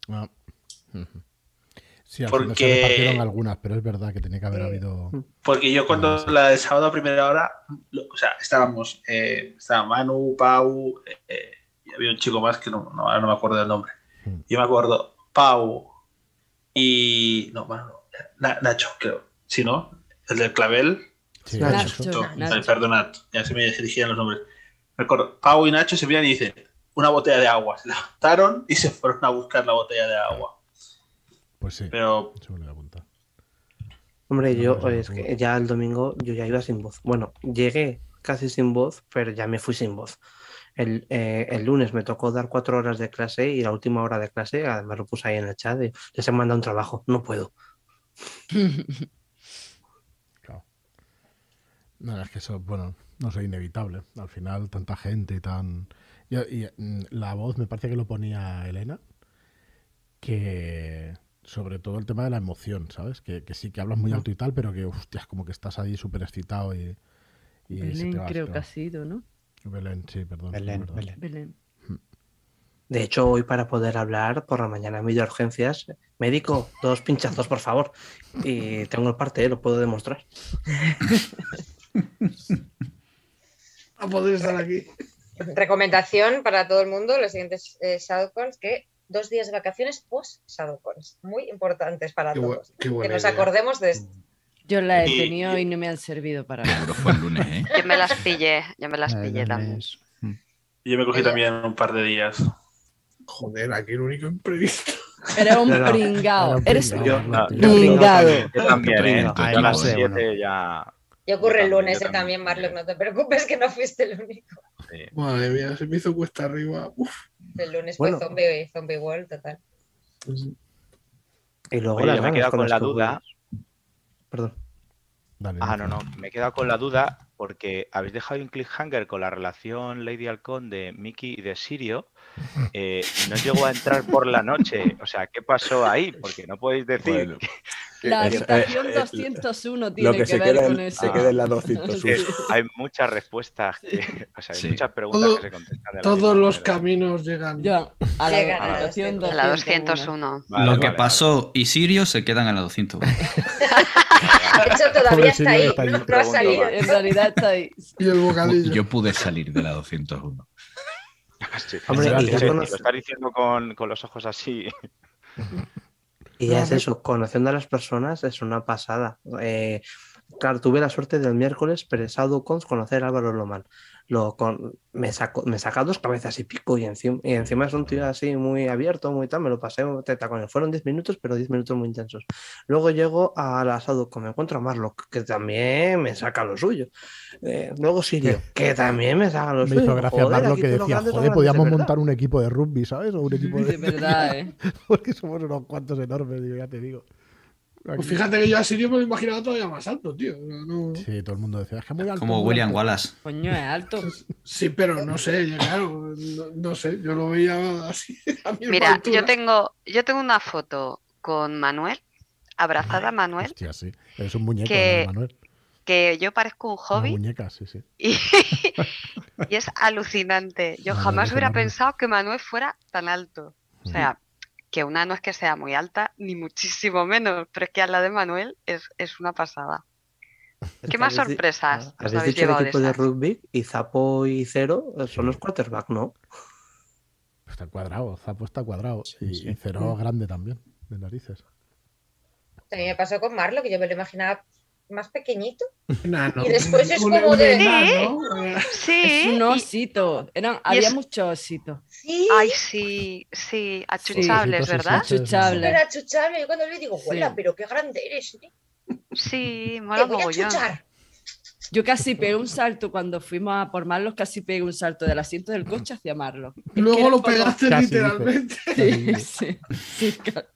Sí, al final se repartieron algunas, pero es verdad que tenía que haber habido... Porque yo cuando la de sábado a primera hora, o sea, estaba Manu, Pau, y había un chico más que no me acuerdo del nombre. Yo me acuerdo, Pau y... No, Manu, Nacho, creo. ¿Sí, no? El del clavel. Sí, Nacho. Perdonad, ya se me dirigían los nombres. Me acuerdo, Pau y Nacho se miran y dicen, una botella de agua. Se levantaron y se fueron a buscar la botella de agua. Pues sí, pero... Hombre, es que ya el domingo yo ya iba sin voz. Bueno, llegué casi sin voz, pero ya me fui sin voz. El lunes me tocó dar 4 horas de clase y la última hora de clase, además lo puse ahí en el chat, les he mandado un trabajo, no puedo. Claro. No, es que eso, bueno, no sé, inevitable. Al final, tanta gente y tan... Y la voz me parece que lo ponía Elena, que... Sobre todo el tema de la emoción, ¿sabes? Que sí, que hablas muy alto y tal, pero que, hostia, es como que estás ahí súper excitado y Belén creo que ha sido, ¿no? Belén, sí, perdón. Belén. De hecho, hoy para poder hablar por la mañana en videourgencias, médico, 2 pinchazos, por favor. Y tengo el parte, lo puedo demostrar. A poder estar aquí. Recomendación para todo el mundo, los siguientes ShadowCons, que 2 días de vacaciones post ShadowCons, muy importantes para todos. Que nos acordemos de esto. Yo la he tenido y no me han servido para nada. Pero fue el lunes, ¿eh? Yo me las pillé también. Yo me cogí también un par de días. Joder, aquí el único imprevisto. Era un pringao. Eres un pringado. pringado. Yo también, a las 7 ya... Y ocurre el lunes también, Marlock, no te preocupes que no fuiste el único. Sí. Madre mía, se me hizo cuesta arriba. Uf. El lunes fue Zombie World, total. Y luego yo me he quedado con la duda. Perdón. Dale, me he quedado con la duda porque habéis dejado un cliffhanger con la relación Lady Halcón de Mickey y de Sirio. No llegó a entrar por la noche. O sea, ¿qué pasó ahí? Porque no podéis decir... Bueno, la habitación 201 tiene lo que que ver con eso. Se queda en la 201. Hay muchas respuestas, hay muchas preguntas que se contestan. Todos los caminos llegan a la habitación 201. Lo que pasó y Sirio se quedan en la 201. De hecho, todavía está ahí. No ha salido. En realidad está ahí. Y el bocadillo. Yo pude salir de la 201. Hombre, lo estás diciendo con los ojos así. Y ya es eso, conociendo a las personas es una pasada. Claro, tuve la suerte del miércoles pre-ShadowCons conocer a Álvaro Lomán. Me saca 2 cabezas y pico y encima es un tío así muy abierto, muy tal, me lo pasé teta con él. Fueron 10 minutos, pero 10 minutos muy intensos. Luego llego a la ShadowCon, me encuentro a Marlock, que también me saca lo suyo. Luego Sirio, que también me saca lo suyo. Me hizo gracia Marlock que decía, joder, podíamos montar un equipo de rugby, ¿sabes? O un equipo de... De verdad, ¿eh? Porque somos unos cuantos enormes, ya te digo. Pues fíjate que yo a Sirio me lo imaginaba todavía más alto, tío. No... Sí, todo el mundo decía, es que muy alto. Como muy William alto. Wallace. Coño, es alto. Sí, pero no sé, claro, no sé, yo lo veía así. A Mira, yo tengo una foto con Manuel, abrazada a Manuel. Hostia, sí. Eres un muñeco, que... ¿no, Manuel? que yo parezco un Una hobby muñeca, sí, sí. y, y es alucinante. Yo Madre jamás mía, hubiera enorme. pensado que Manuel fuera tan alto. O sea, que una no es que sea muy alta, ni muchísimo menos, pero es que al lado de Manuel es una pasada. ¿Qué más sorpresas os Habéis habéis dicho el llevado de equipo de esas? rugby y Zapo y Cero son los quarterbacks, ¿no? Está cuadrado, Zapo está cuadrado. Y Cero grande también, de narices. A mí me pasó con Marlo, que yo me lo imaginaba más pequeñito. Enano. Y después es Un como de... enano. Sí. Es un osito. Había muchos ositos. Sí. Ay, sí, sí, achuchables, Sí, ¿verdad? Achuchables. Era chuchable. Yo cuando le digo, Sí. ¡huela, pero qué grande eres! Sí, Te mola voy a mogollón. chuchar. Yo casi pegué un salto cuando fuimos a por Marlos, casi pegué un salto del asiento del coche hacia Marlos. Es que Luego era lo como- pegaste Casi, literalmente. Sí, sí, sí,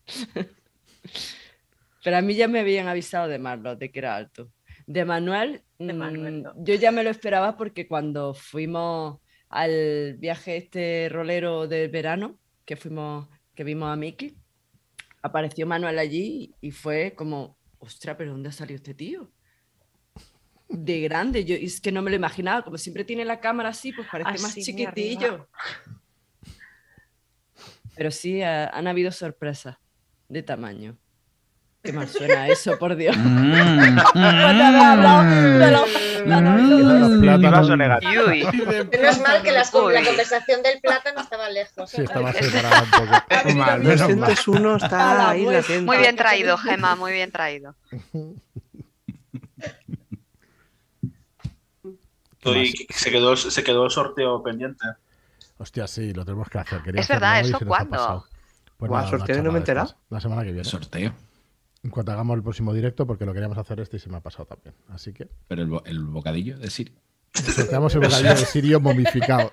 Pero a mí ya me habían avisado de Marlos, de que era alto. De Manuel, yo ya me lo esperaba porque cuando fuimos al viaje este rolero de verano, que vimos a Miki, apareció Manuel allí y fue como, ostras, ¿pero dónde ha salido este tío? De grande, yo es que no me lo imaginaba, como siempre tiene la cámara así, pues parece más Así, chiquitillo. arriba. Pero sí, han habido sorpresas de tamaño. Qué mal suena eso, por Dios. Cuando había hablado de los Vaso negativo. Menos mal que la conversación del plátano estaba lejos. Sí, estaba separada un poco. Mal, menos mal. Uno está ahí latente. Muy bien traído, Gemma, muy bien traído. Y se quedó el sorteo pendiente. Hostia, sí, lo tenemos que hacer. Quería Es verdad, hacerlo hoy y ¿eso se nos ha cuándo? pasado. Pues Buah, nada, sorteo una no me he charla de enterado. estas, la semana que viene. Sorteo. En cuanto hagamos el próximo directo, porque lo queríamos hacer y se me ha pasado también. Así que Pero el bocadillo de Siri. sorteamos el bocadillo de Sirio momificado.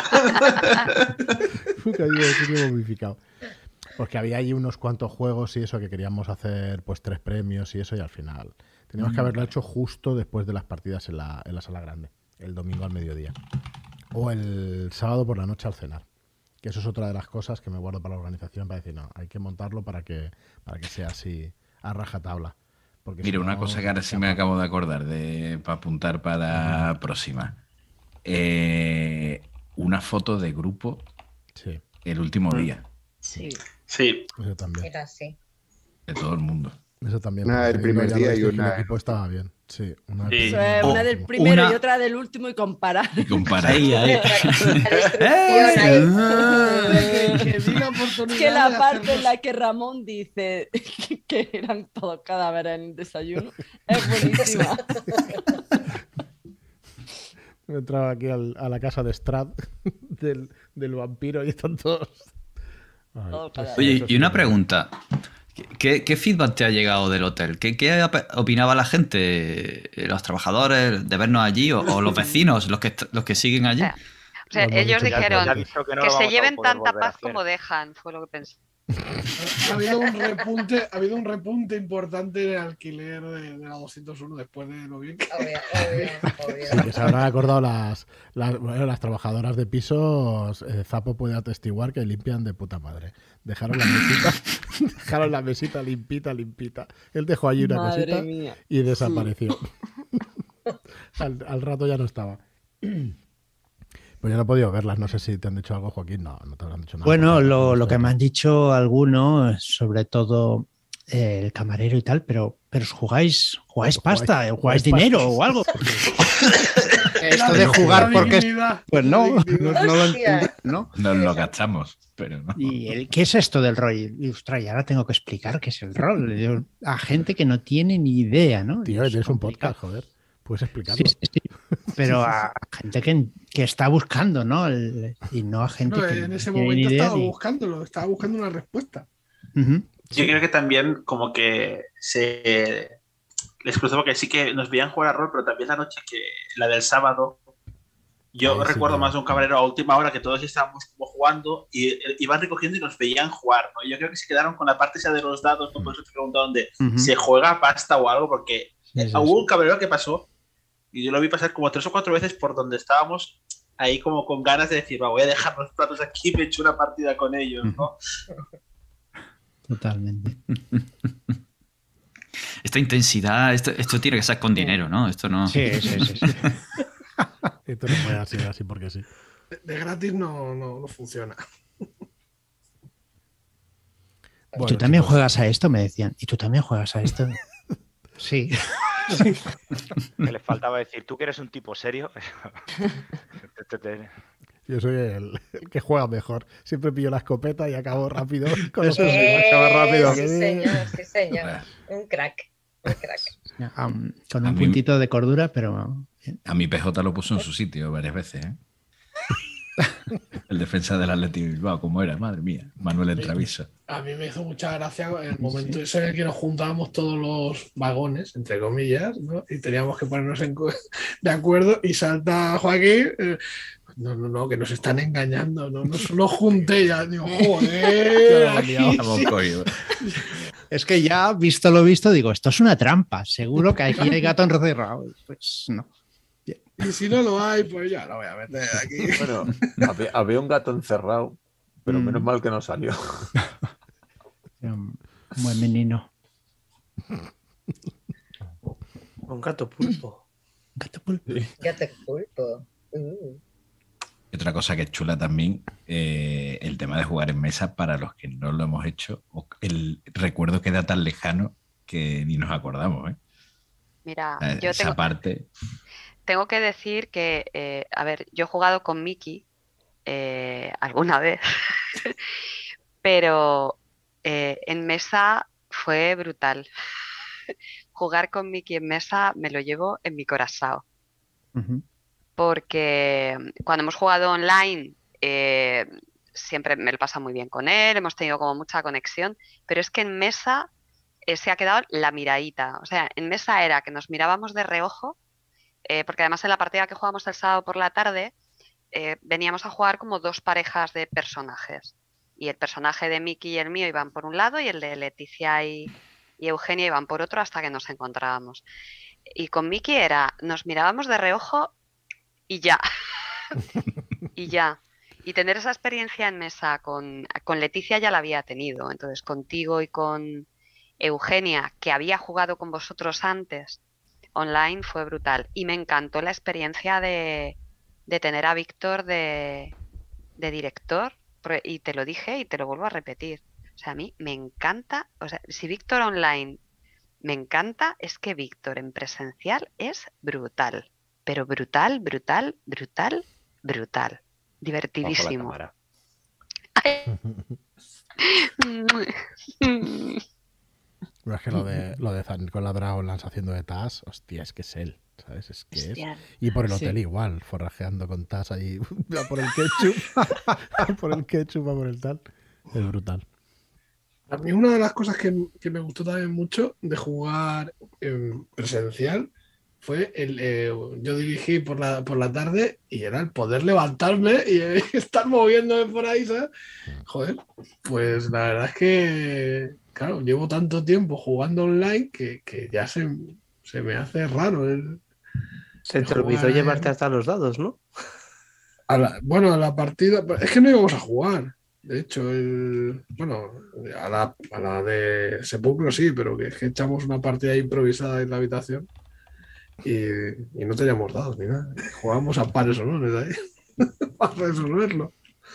Bocadillo de Sirio momificado. Porque había allí unos cuantos juegos y eso que queríamos hacer, pues 3 premios y eso, y al final teníamos que haberlo hecho justo después de las partidas en la sala grande, el domingo al mediodía. O el sábado por la noche al cenar. Que eso es otra de las cosas que me guardo para la organización, para decir, no, hay que montarlo para que sea así a rajatabla. Porque Mira, si una no, cosa que ahora sí me acabo de acordar para apuntar para la próxima. Una foto de grupo el último día. Sí. Sí. Eso también. Era así. De todo el mundo. Eso también. Una del porque primer ya día lo y viste que una- el equipo estaba bien. Sí, una, Sí. Eso es, una del primero y otra del último y comparar. Y comparar. Ahí, ahí. Que di la oportunidad Que la de parte hacerlo. en la que Ramón dice que eran todos cadáveres en el desayuno es buenísima. Me entraba aquí a la casa de Strad del vampiro y están todos. Ay, pues Oye, eso y sí una que- pregunta. ¿Qué feedback te ha llegado del hotel? ¿Qué opinaba la gente, los trabajadores de vernos allí o los vecinos, los que siguen allí? O sea, Lo hemos ellos dicho dijeron ya que, dicho que no lo se vamos a lleven poder tanta volver a paz hacer. como dejan, fue lo que pensé. Ha habido un repunte importante en el alquiler de la 201 después de lo bien que... Sí, que se habrán acordado las trabajadoras de pisos. Zapo puede atestiguar que limpian de puta madre. Dejaron la mesita limpita. Él dejó allí una Madre cosita mía. y desapareció. al rato ya no estaba. Pues yo no he podido verlas. No sé si te han dicho algo, Joaquín. No te habrán dicho nada. Bueno, porque lo estoy que me aquí. han dicho algunos, sobre todo el camarero y tal, pero jugáis pasta, jugáis dinero pasta. o algo. Esto de jugar porque pues no lo entiendo, ¿no? Nos lo gastamos, pero no. ¿Y qué es esto del rol? Y ostras, y ahora tengo que explicar qué es el rol. A gente que no tiene ni idea, ¿no? Tío, Es tienes un complicado. podcast, joder. Puedes explicarlo. Sí. Pero a gente que está buscando, ¿no? Y no a gente No, que en ese no tiene ni momento idea. estaba buscando una respuesta. Ujú. Yo creo que también como que les cruzó porque sí que nos veían jugar a rol, pero también la noche la del sábado, yo Sí, recuerdo sí. más de un camarero a última hora que todos estábamos como jugando y iban recogiendo y nos veían jugar, ¿no? Yo creo que se quedaron con la parte esa de los dados, ¿no? Por eso te preguntaban dónde Ujú. se juega pasta o algo, porque Sí, hubo un camarero que pasó y yo lo vi pasar como 3 o 4 veces por donde estábamos ahí como con ganas de decir, va, voy a dejar los platos aquí y me echo una partida con ellos, ¿no? Totalmente. esta intensidad, esto tiene que ser con dinero, ¿no? Esto no. Sí. Esto no puede ser así porque sí. De gratis no funciona. ¿Y tú también juegas a esto? Me decían. ¿Y tú también juegas a esto? Sí. Que le faltaba decir, ¿tú que eres un tipo serio? Yo soy el que juega mejor. Siempre pillo la escopeta y acabo rápido. Con Eso los sí, acaba rápido. Sí, señor. Un crack. Con un puntito de cordura, pero... A mi PJ lo puso en su sitio varias veces, ¿eh? El defensa del Athletic Bilbao, ¿cómo era? Madre mía, Manuel Entraviso. A mí me hizo mucha gracia el momento ese en el que nos juntábamos todos los vagones, entre comillas, ¿no? Y teníamos que ponernos de acuerdo y salta Joaquín. No, que nos están engañando, no nos junté ya. Digo, joder. Es que ya, visto lo visto, digo, esto es una trampa. Seguro que aquí hay gato encerrado. Pues no. Y si no lo hay, pues ya lo voy a meter aquí. Bueno, había un gato encerrado, pero menos mal que no salió. Un buen menino. Un gato pulpo. Gato pulpo. Gato pulpo. Y otra cosa que es chula también, el tema de jugar en mesa para los que no lo hemos hecho. El recuerdo queda tan lejano que ni nos acordamos, ¿eh? Mira, Esa parte. Tengo que decir que, a ver, yo he jugado con Miki alguna vez, pero en mesa fue brutal. Jugar con Miki en mesa me lo llevo en mi corazón. Porque cuando hemos jugado online siempre me lo pasa muy bien con él, hemos tenido como mucha conexión, pero es que en mesa se ha quedado la miradita. O sea, en mesa era que nos mirábamos de reojo, porque además en la partida que jugamos el sábado por la tarde veníamos a jugar como dos parejas de personajes. Y el personaje de Miki y el mío iban por un lado y el de Leticia y Eugenia iban por otro hasta que nos encontrábamos. Y con Miki nos mirábamos de reojo y ya. Y ya. Y tener esa experiencia en mesa con Leticia ya la había tenido. Entonces contigo y con Eugenia, que había jugado con vosotros antes online, fue brutal. Y me encantó la experiencia de tener a Víctor de director. Y te lo dije y te lo vuelvo a repetir. O sea, a mí me encanta. O sea, si Víctor online me encanta, es que Víctor en presencial es brutal. Pero brutal. Divertidísimo. Pero es que lo de Zan con la Dragonlance haciendo de Tas, hostia, es que es él, ¿sabes? Es que es. Y por el hotel igual, forrajeando con Tas ahí, a por el ketchup, a por el ketchup, a por el tal. Es brutal. A mí una de las cosas que me gustó también mucho de jugar en presencial fue yo dirigí por la tarde y era el poder levantarme y estar moviéndome por ahí, ¿sabes? Joder, pues la verdad es que, claro, llevo tanto tiempo jugando online que ya se me hace raro. Se te olvidó llevarte hasta los dados, ¿no? A la partida, es que no íbamos a jugar. De hecho, a la de Sepulcro sí, pero que es que echamos una partida improvisada en la habitación. Y no teníamos dados ni nada. Jugábamos a pares honores ahí para resolverlo.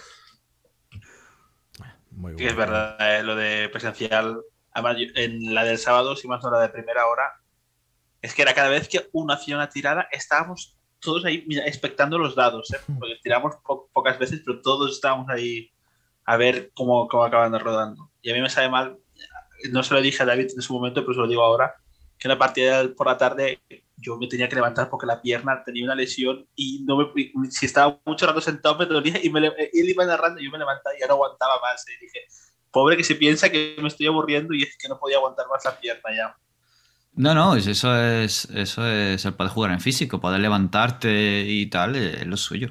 Muy bueno. Sí, es verdad, lo de presencial. Además, en la del sábado, si más no la de primera hora, es que era cada vez que uno hacía una tirada, estábamos todos ahí expectando los dados, ¿eh? Porque tiramos pocas veces, pero todos estábamos ahí a ver cómo acaban rodando. Y a mí me sabe mal, no se lo dije a David en su momento, pero se lo digo ahora, que en la partida por la tarde yo me tenía que levantar porque la pierna tenía una lesión y si estaba mucho rato sentado me dolía y él iba narrando y yo me levantaba y ya no aguantaba más. Y dije, pobre que se piensa que me estoy aburriendo y es que no podía aguantar más la pierna ya. No, eso es el poder jugar en físico, poder levantarte y tal, es lo suyo.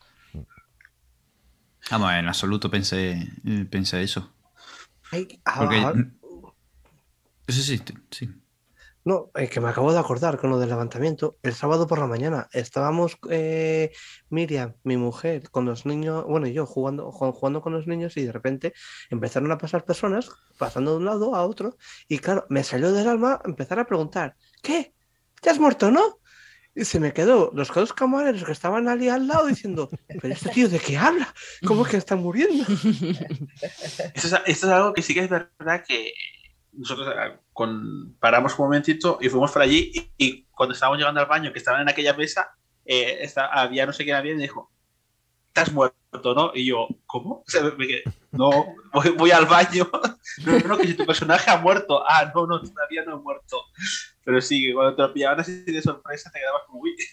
Vamos, en absoluto pensé eso. Porque, sí. No, que me acabo de acordar con lo del levantamiento. El sábado por la mañana estábamos Miriam, mi mujer, con los niños, bueno, y yo jugando con los niños y de repente empezaron a pasar personas pasando de un lado a otro y claro, me salió del alma empezar a preguntar, ¿qué? ¿Ya has muerto, no? Y se me quedó los dos camareros que estaban allí al lado diciendo, ¿pero este tío de qué habla? ¿Cómo es que está muriendo? Esto es algo que sí que es verdad que nosotros paramos un momentito y fuimos por allí y cuando estábamos llegando al baño, que estaban en aquella mesa, había no sé quién había y me dijo, ¿estás muerto, no? Y yo, ¿cómo? O sea, no, voy al baño. No, que si tu personaje ha muerto. Ah, no, todavía no he muerto. Pero sí, que cuando te lo pillaban así de sorpresa te quedabas como, uy.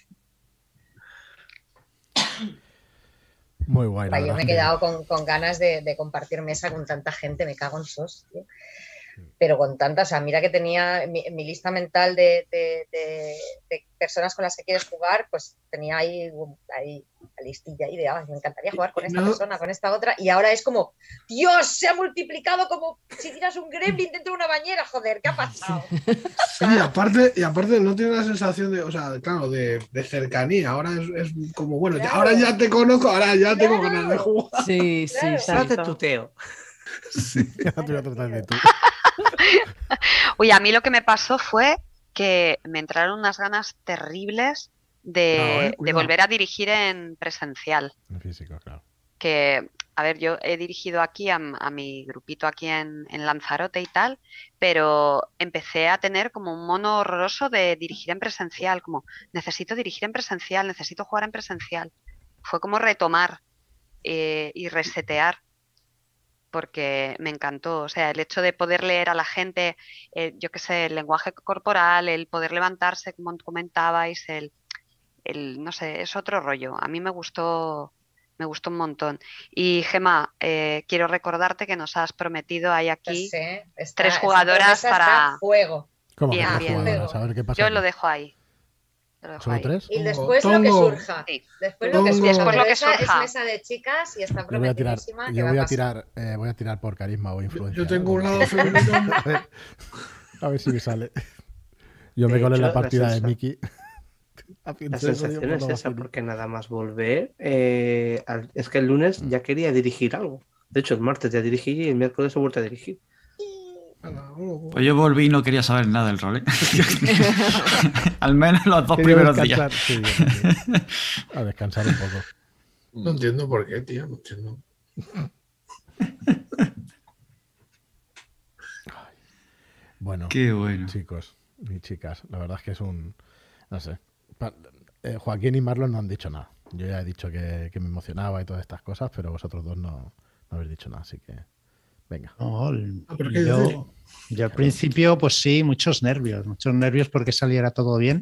Muy guay. Yo me he quedado con ganas de compartir mesa con tanta gente, me cago en sos, tío. Pero con tantas, o sea, mira que tenía mi lista mental de personas con las que quieres jugar, pues tenía ahí la listilla ahí de, me encantaría jugar con esta persona, con esta otra, y ahora es como, Dios, se ha multiplicado como si tiras un gremlin dentro de una bañera, joder, ¿qué ha pasado? Y aparte no tiene la sensación de, o sea, claro, de cercanía, ahora es como, bueno, claro. Ahora ya te conozco, ahora ya tengo ganas de jugar. Sí, ahora te tuteo. Sí, Oye, a mí lo que me pasó fue que me entraron unas ganas terribles de volver a dirigir en presencial. En físico, claro. Que, a ver, yo he dirigido aquí a mi grupito aquí en Lanzarote y tal, pero empecé a tener como un mono horroroso de dirigir en presencial, como necesito dirigir en presencial, necesito jugar en presencial. Fue como retomar y resetear. Porque me encantó, o sea, el hecho de poder leer a la gente, yo qué sé, el lenguaje corporal, el poder levantarse, como comentabais, no sé, es otro rollo. A mí me gustó un montón. Y Gemma, quiero recordarte que nos has prometido, hay aquí 3 jugadoras para juego. ¿Cómo bien, que 3 jugadoras? A ver qué pasa. Yo aquí. lo dejo ahí. ¿Solo 3? Y después lo que surja. Sí. Después lo que surja. surja. Es mesa de chicas y está prometidísima. Voy a tirar por carisma o influencia. Yo tengo un lado femenino. A ver si me sale. Yo me colé en la partida de Mickey. La sensación es esa, porque nada más volver. Es que el lunes ya quería dirigir algo. De hecho, el martes ya dirigí y el miércoles he vuelto a dirigir. Pues yo volví y no quería saber nada del rol, ¿eh? Al menos los 2 primeros días. Sí, a descansar un poco. No entiendo por qué, tío. No entiendo. Bueno, qué bueno. Chicos y chicas, la verdad es que es un... No sé. Joaquín y Marlon no han dicho nada. Yo ya he dicho que me emocionaba y todas estas cosas, pero vosotros dos no habéis dicho nada, así que... Venga. No, yo al principio, pues sí, muchos nervios porque saliera todo bien.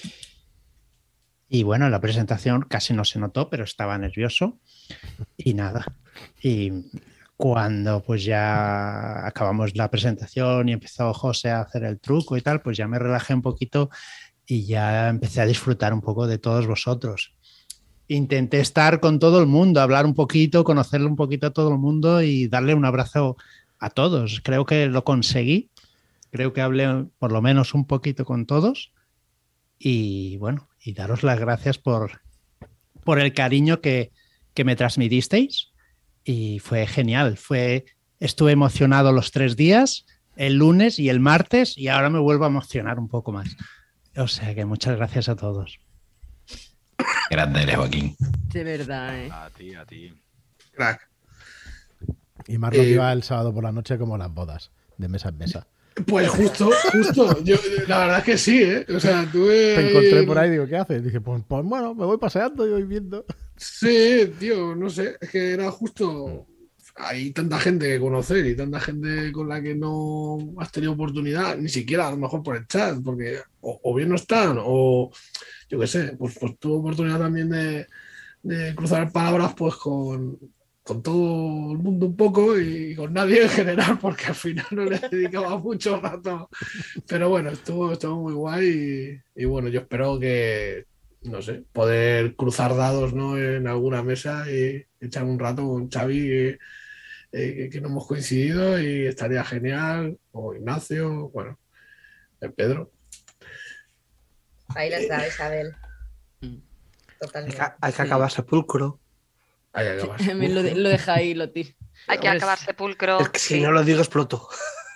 Y bueno, en la presentación casi no se notó, pero estaba nervioso y nada. Y cuando pues ya acabamos la presentación y empezó José a hacer el truco y tal, pues ya me relajé un poquito y ya empecé a disfrutar un poco de todos vosotros. Intenté estar con todo el mundo, hablar un poquito, conocerle un poquito a todo el mundo y darle un abrazo a todos. Creo que lo conseguí. Creo que hablé por lo menos un poquito con todos. Y bueno, y daros las gracias por el cariño que me transmitisteis. Y fue genial. Estuve emocionado los 3 días, el lunes y el martes, y ahora me vuelvo a emocionar un poco más. O sea que muchas gracias a todos. Grande eres, Joaquín. De verdad, ¿eh? A ti. Crack. Y Marlon iba el sábado por la noche como las bodas, de mesa en mesa. Pues justo. Yo, la verdad es que sí, ¿eh? O sea, tuve... Te encontré por ahí y digo, ¿qué haces? Dije, pues bueno, me voy paseando y voy viendo. Sí, tío, no sé. Es que era justo... Hay tanta gente que conocer y tanta gente con la que no has tenido oportunidad, ni siquiera a lo mejor por el chat, porque o bien no están, o yo qué sé, pues tuve oportunidad también de cruzar palabras pues con todo el mundo un poco y con nadie en general, porque al final no le dedicaba mucho rato. Pero bueno, estuvo muy guay y bueno, yo espero que, no sé, poder cruzar dados, ¿no?, en alguna mesa y echar un rato con Xavi, que no hemos coincidido y estaría genial, o Ignacio, bueno, Pedro. Ahí les da Isabel. Totalmente. Hay que acabar Sepulcro. Lo deja ahí, lo tira. Hay que acabar Sepulcro. Es que si no lo digo, exploto.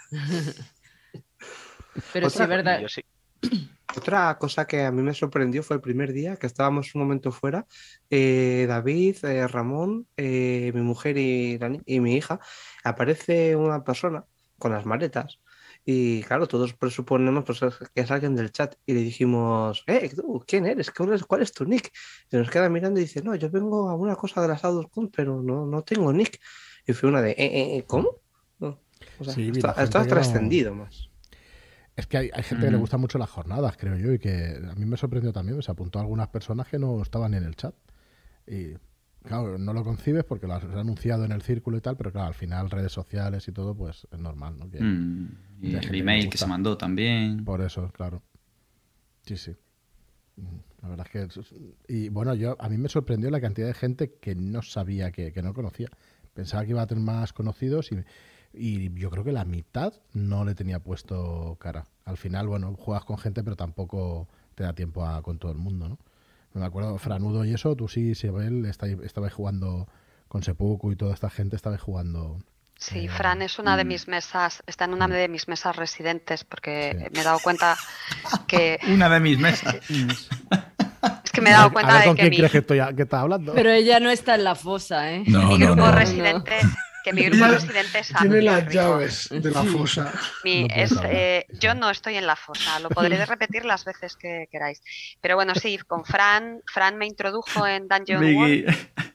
Pero sí, es verdad. Otra cosa que a mí me sorprendió fue el primer día que estábamos un momento fuera. David, Ramón, mi mujer y mi hija. Aparece una persona con las maletas. Y claro, todos presuponemos pues, que es alguien del chat. Y le dijimos, tú, ¿quién eres? ¿Cuál es tu nick? Y nos queda mirando y dice, no, yo vengo a una cosa de la Shadowcon, pero no tengo nick. Y fue una de, ¿cómo? No. O sea, Sí, esto ha trascendido más. Es que hay gente que le gusta mucho las jornadas, creo yo, y que a mí me sorprendió también. Se apuntó a algunas personas que no estaban en el chat. Y claro, no lo concibes porque lo has anunciado en el círculo y tal, pero claro, al final redes sociales y todo, pues es normal, ¿no? Y el email que se mandó también. Por eso, claro. Sí. La verdad es que... Y bueno, a mí me sorprendió la cantidad de gente que no sabía, que no conocía. Pensaba que iba a tener más conocidos y yo creo que la mitad no le tenía puesto cara. Al final, bueno, juegas con gente, pero tampoco te da tiempo con todo el mundo, ¿no? Me acuerdo, Franudo y eso, tú sí, Isabel, estabais jugando con Seppuku y toda esta gente, estabais jugando... Sí, Fran es una de mis mesas, está en una de mis mesas residentes, porque me he dado cuenta que... Una de mis mesas. Es que me he dado cuenta de ¿con que quién crees que estás hablando? Pero ella no está en la fosa, ¿eh? Mi grupo residente... Que mi grupo residente es tiene las llaves de la fosa. Yo no estoy en la fosa, lo podré repetir las veces que queráis. Pero bueno, sí, con Fran me introdujo en Dungeon World.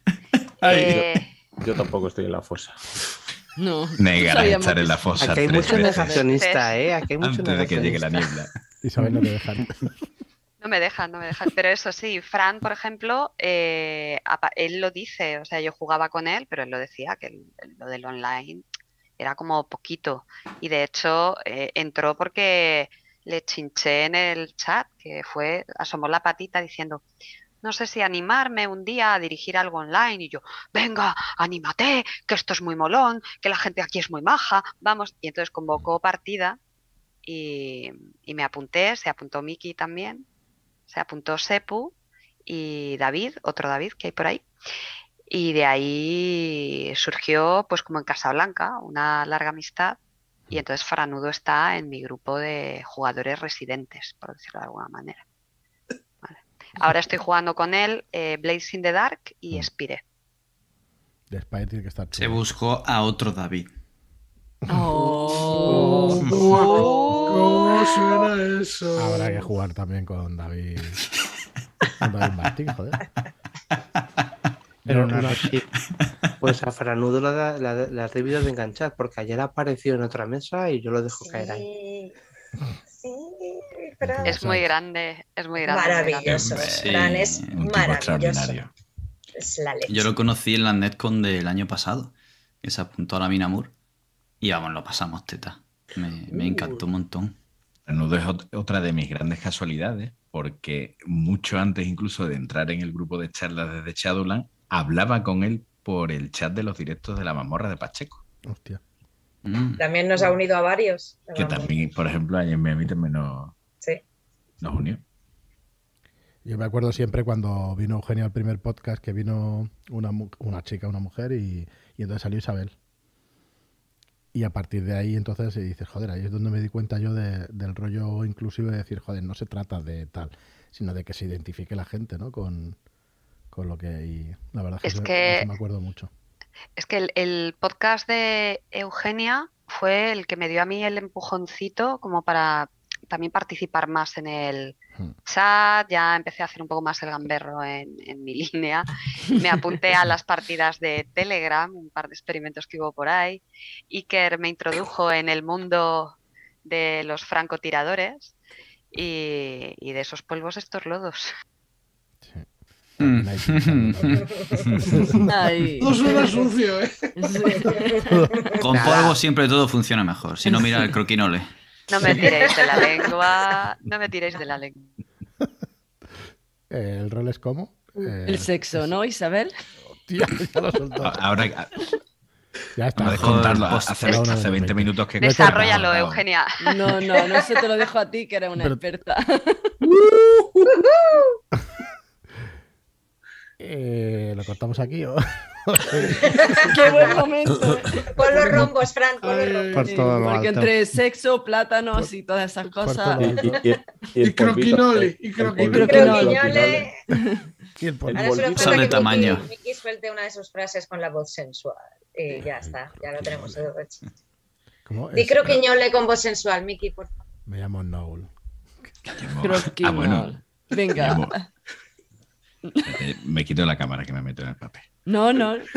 Yo tampoco estoy en la fosa. No. Negar a estar en la fosa. Aquí hay mucho negacionista, ¿eh? Aquí hay mucho antes de que llegue la niebla. Isabel no te dejan. No me dejan. Pero eso sí, Fran, por ejemplo, él lo dice, o sea, yo jugaba con él, pero él lo decía, que lo del online era como poquito. Y de hecho entró porque le chinché en el chat, que asomó la patita diciendo, no sé si animarme un día a dirigir algo online. Y yo, venga, anímate, que esto es muy molón, que la gente aquí es muy maja, vamos. Y entonces convocó partida y me apunté, se apuntó Miki también. Se apuntó Sepu y David, otro David que hay por ahí. Y de ahí surgió, pues como en Casablanca, una larga amistad. Y entonces Franudo está en mi grupo de jugadores residentes, por decirlo de alguna manera. Vale. Ahora estoy jugando con él Blaze in the Dark y Spire. De Spire tiene que estar chulo. Se buscó a otro David. ¿Cómo suena eso? Habrá que jugar también con David. Con David Martín, joder. Pero pues a Franudo la has debido de enganchar, porque ayer apareció en otra mesa y yo lo dejo caer ahí. Sí, pero... Es muy grande, Maravilloso. Sí, Fran es un tipo maravilloso. Es la leche. Yo lo conocí en la Netcon del año pasado, que se apuntó a la Minamur. Y vamos, lo pasamos teta. Me encantó un montón. Franudo es otra de mis grandes casualidades, porque mucho antes incluso de entrar en el grupo de charlas desde Shadowland, hablaba con él por el chat de los directos de la mazmorra de Pacheco. Hostia. También nos ha unido a varios. Que también, por ejemplo, ayer a mí también nos unió. Yo me acuerdo siempre cuando vino Eugenio al primer podcast, que vino una mujer, y entonces salió Isabel. Y a partir de ahí entonces dices, joder, ahí es donde me di cuenta yo del rollo inclusivo de decir, joder, no se trata de tal, sino de que se identifique la gente, ¿no? Con lo que... Y la verdad es que me acuerdo mucho. Es que el podcast de Eugenia fue el que me dio a mí el empujoncito como para también participar más en el chat. Ya empecé a hacer un poco más el gamberro en mi línea. Me apunté a las partidas de Telegram, un par de experimentos que hubo por ahí. Iker me introdujo en el mundo de los francotiradores y de esos polvos estos lodos. No suena sucio, ¿eh? Con polvo siempre todo funciona mejor. Si no, mira el croquinole. No me tiréis de la lengua. No me tiréis de la lengua. ¿El rol es cómo? El sexo, ¿no, Isabel? Hostia, ya lo soltó. Ahora ya está. Puedes contarlo. Hace 20 minutos que... Desarróllalo, Eugenia. No, eso te lo dejo a ti, que eres una experta. ¿Lo cortamos aquí o...? ¡Qué buen momento! Con los rombos, Fran, con los rombos. Por todo lo Porque alto. entre sexo, plátanos y todas esas cosas. Y croquinole. Y croquinole. Y el Ahora solo Son falta de que tamaño. Miki suelte una de sus frases con la voz sensual. Y ya está, ya lo tenemos todo hecho. ¿Cómo Di es? croquiñole con voz sensual, Miki, por favor. Me llamo Noel. Croquinol. bueno. Venga. Llamo- Me quito la cámara que me meto en el papel. No.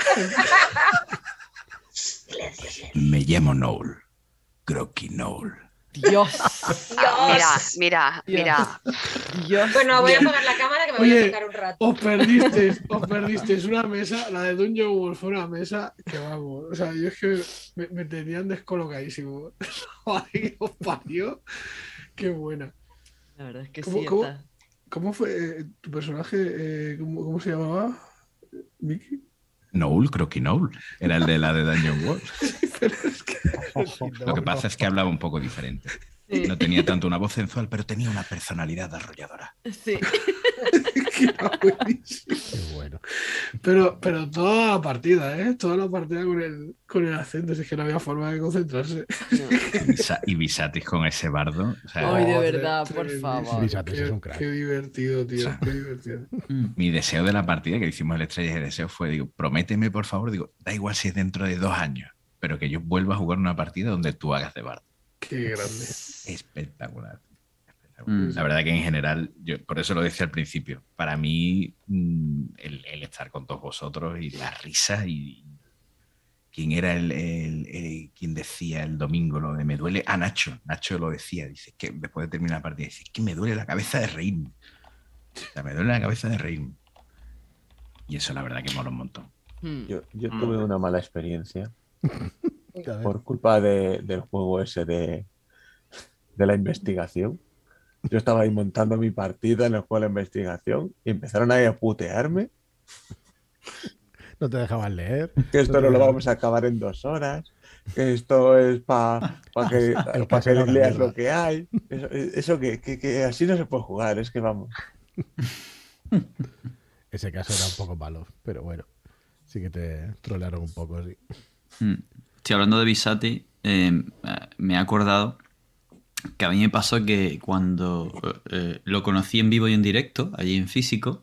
Me llamo Noel. Croqui Noel. Dios. Mira. Dios. Bueno, voy a apagar la cámara que me voy a tocar un rato. Os perdisteis una mesa, la de Dungeon Wolf fue una mesa que vamos, o sea, yo es que me tenían descolocadísimo. Ay, os parió. Qué buena. La verdad es que ¿Cómo, sí. cómo- Está. ¿Cómo fue tu personaje? ¿Cómo se llamaba? ¿Miki? Noel, Croqui Noel. Era el de la de Dungeon Wolf. Lo que pasa es que hablaba un poco diferente. Sí. No tenía tanto una voz sensual, pero tenía una personalidad arrolladora. Sí. Qué bueno. Pero toda la partida, ¿eh? Toda la partida con el acento, si es que no había forma de concentrarse. Y Visatis con ese bardo. O sea, Ay, de verdad, por Tremendísimo. favor. Visatis es un crack. Qué divertido, tío. Qué divertido. mi deseo de la partida que hicimos el Estrellas de Deseo fue, digo, prométeme por favor, digo, da igual si es dentro de 2 años, pero que yo vuelva a jugar una partida donde tú hagas de bardo. Qué grande. Espectacular. La verdad que en general, yo por eso lo decía al principio, para mí el estar con todos vosotros y la risa y quién era quien decía el domingo lo de me duele, Nacho lo decía, dice que después de terminar la partida, dice que me duele la cabeza de reírme. O sea, me duele la cabeza de reírme. Y eso la verdad que mola un montón. Yo tuve una mala experiencia por culpa del juego ese de la investigación. Yo estaba ahí montando mi partida en el juego de la investigación y empezaron ahí a putearme. No te dejaban leer. Que esto no lo vamos a acabar en 2 horas. Que esto es para que leas lo que hay. Eso que así no se puede jugar. Es que vamos. Ese caso era un poco malo, pero bueno. Sí que te trolearon un poco, sí. Estoy hablando de Visati. Me he acordado que a mí me pasó que cuando lo conocí en vivo y en directo, allí en físico,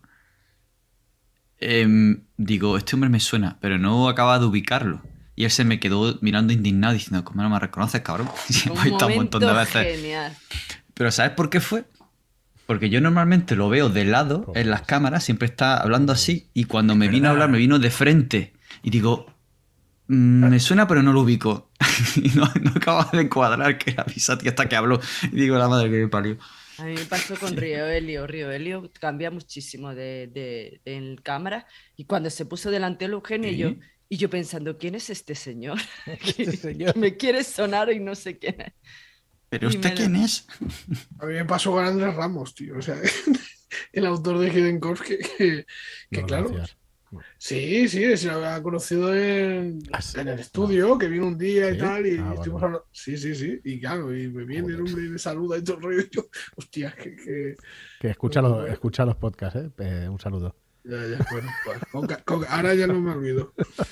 digo, este hombre me suena, pero no acaba de ubicarlo. Y él se me quedó mirando indignado diciendo, ¿cómo no me reconoces, cabrón? Si hemos estado un montón de veces. Genial. Pero ¿sabes por qué fue? Porque yo normalmente lo veo de lado en las cámaras, siempre está hablando así, y cuando me vino a hablar, me vino de frente. Y digo, me suena, pero no lo ubico. Y no acaba de cuadrar que era Visati hasta que habló. Y digo, la madre que me parió. A mí me pasó con Río Helio cambia muchísimo en cámara. Y cuando se puso delante el Eugenio, y yo pensando, ¿quién es este señor? Me quiere sonar y no sé quién es. ¿Pero usted quién es? A mí me pasó con Andrés Ramos, tío. O sea, el autor de Hidden Corps, que No, claro. gracias. Sí, se lo había conocido en el estudio, que vino un día y ¿Sí? tal, y Bueno. estuvimos hablando. Sí. Y claro, y me viene el hombre y me saluda y todo el rollo. Y yo, hostia, que... Que escucha los podcasts, ¿eh? Un saludo. Ya, bueno, ahora ya no me olvido.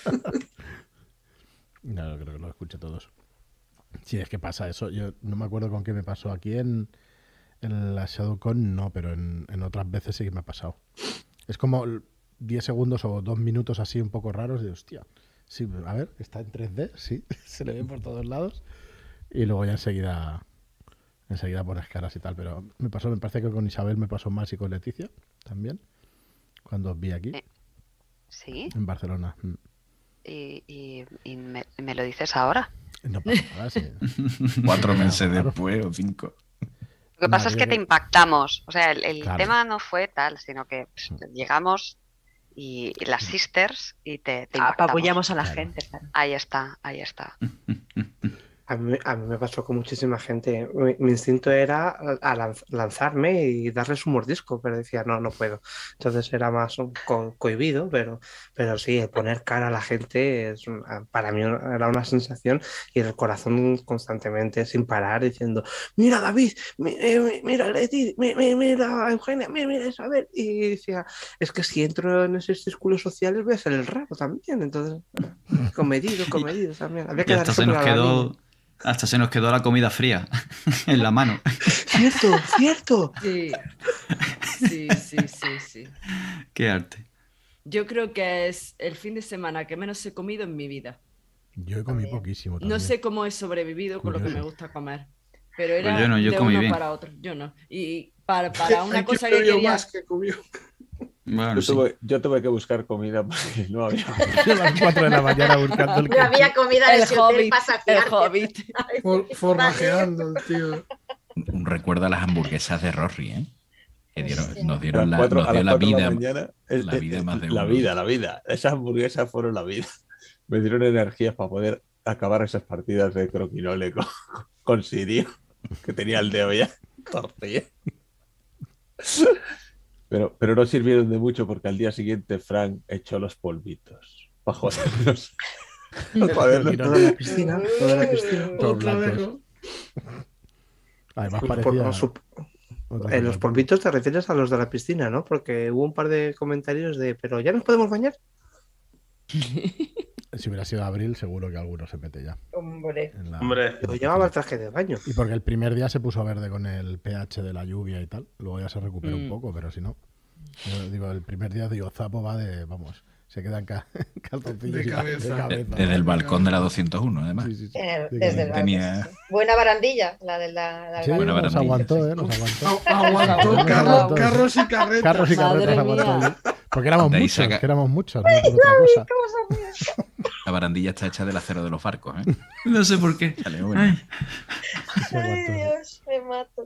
No, creo que lo escucha todos. Sí, es que pasa eso. Yo no me acuerdo con qué me pasó. Aquí en la ShadowCon no, pero en otras veces sí que me ha pasado. Es como 10 segundos o 2 minutos así un poco raros de hostia. Sí, a ver, está en 3D, sí, se le ve por todos lados. Y luego ya enseguida pones caras y tal. Pero me parece que con Isabel me pasó más y con Leticia también. Cuando os vi aquí. Sí. En Barcelona. ¿Y me lo dices ahora? No pasa nada, sí. 4 meses después o 5. Lo que pasa es que te impactamos. O sea, el Claro. tema no fue tal, sino que llegamos y las sisters y te impactamos. Apabullamos a la gente. Claro. Ahí está. A mí me pasó con muchísima gente. Mi instinto era lanzarme y darles un mordisco, pero decía, no puedo. Entonces era más cohibido, pero sí, el poner cara a la gente para mí era una sensación y el corazón constantemente sin parar diciendo, mira David, mira Leti, mira Eugenia, mira Isabel. Y decía, es que si entro en esos círculos sociales voy a hacer el raro también. Entonces, comedido también. Había que Y dar hasta se nos quedó la comida fría en la mano. Cierto. Sí. Qué arte. Yo creo que es el fin de semana que menos he comido en mi vida. Yo he comido poquísimo también. No sé cómo he sobrevivido con lo que me gusta comer, pero era Pues yo no, yo de comí uno bien. para otro. Yo no. Y para una cosa que que quería... más que comió. Bueno, yo tuve que buscar comida porque no había. A las 4 de la mañana buscando el No había comida en El ese hotel Hobbit, para saciarte. el Hobbit. Forrajeando el tío. Un recuerdo a las hamburguesas de Rory, ¿eh? Que nos A dieron las 4 nos dio la de vida, la mañana. la vida más de La uno. vida. Esas hamburguesas fueron la vida. Me dieron energías para poder acabar esas partidas de croquinole con Sirio, que tenía el dedo ya torcido. Pero no sirvieron de mucho porque al día siguiente Frank echó los polvitos para jodernos. Toda la piscina. Todos blancos. Además parecía... En los polvitos te refieres a los de la piscina, ¿no? Porque hubo un par de comentarios de, ¿pero ya nos podemos bañar? Si hubiera sido abril, seguro que alguno se mete ya. Hombre. Yo llevaba el traje de baño. Y porque el primer día se puso verde con el pH de la lluvia y tal. Luego ya se recuperó un poco, pero si no. Yo digo, el primer día, Zapo va de, vamos, se quedan calzoncillos De cabeza. Desde el balcón de la 201, además. Desde el Tenía... Buena barandilla, la de la Sí, Buena nos barandilla, aguantó, sí. nos aguantó. Aguantó carros y carretas. Carros y carretas Madre aguantó. mía. Porque éramos De ahí muchos, saca- que éramos muchos, no por otra cosa. La barandilla está hecha del acero de los barcos, ¿eh? No sé por qué. Sale bueno. Ay. Se Ay, aguantó. Dios, me mato.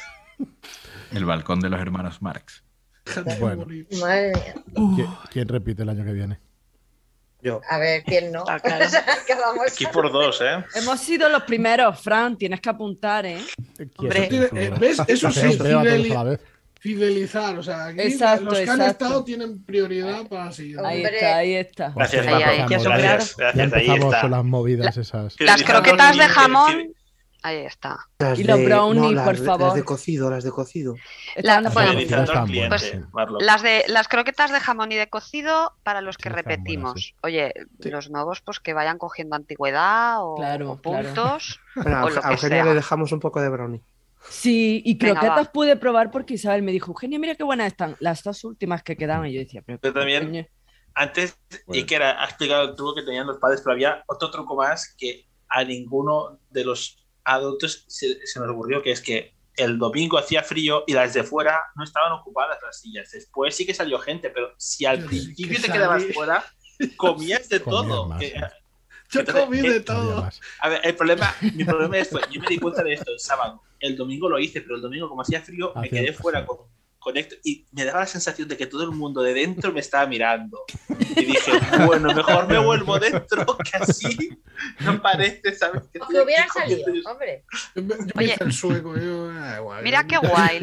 El balcón de los hermanos Marx. Bueno, Madre mía. ¿quién repite el año que viene? Yo. A ver, ¿quién no? Ah, claro. Que vamos Aquí por dos, ¿eh? Hemos sido los primeros, Fran, tienes que apuntar, ¿eh? Hombre, ¿ves? Eso sí, Veo a todos a la vez. fidelizar. O sea, aquí Exacto, los que han exacto. estado tienen prioridad para la siguiente. Ahí está. Gracias, Ya Marco. empezamos, Gracias, ya gracias. Ahí empezamos está. con las movidas esas. Las croquetas de jamón. Ahí está. Y los brownies, por favor. Las de cocido. Bueno, Fidelizando al cliente, pues, Marlo. las croquetas de jamón y de cocido para los que Sí, están repetimos. buenas, sí. Oye, los nuevos pues que vayan cogiendo antigüedad o, Claro, o puntos Bueno, o lo a que Eugenia sea. le dejamos un poco de brownie. Sí, y Venga, croquetas va. pude probar porque Isabel me dijo, Eugenia, mira qué buenas están. Las dos últimas que quedaban. Y yo decía, pero Yo también. coño. Antes, Iker ha explicado el truco que tenían los padres, pero había otro truco más que a ninguno de los adultos se nos ocurrió, que es que el domingo hacía frío y las de fuera no estaban ocupadas las sillas. Después sí que salió gente, pero si al principio te quedabas fuera, comías de todo. más, Que- sí. Yo comí de todo. A ver, mi problema es, pues, yo me di cuenta de esto el sábado. El domingo lo hice, pero el domingo, como hacía frío, me quedé fuera con esto y me daba la sensación de que todo el mundo de dentro me estaba mirando. Y dije, bueno, mejor me vuelvo dentro, que así no parece, ¿sabes? Que Que hubieran salido, hombre. Yo me Oye. hice el sueco. Igual, Mira qué guay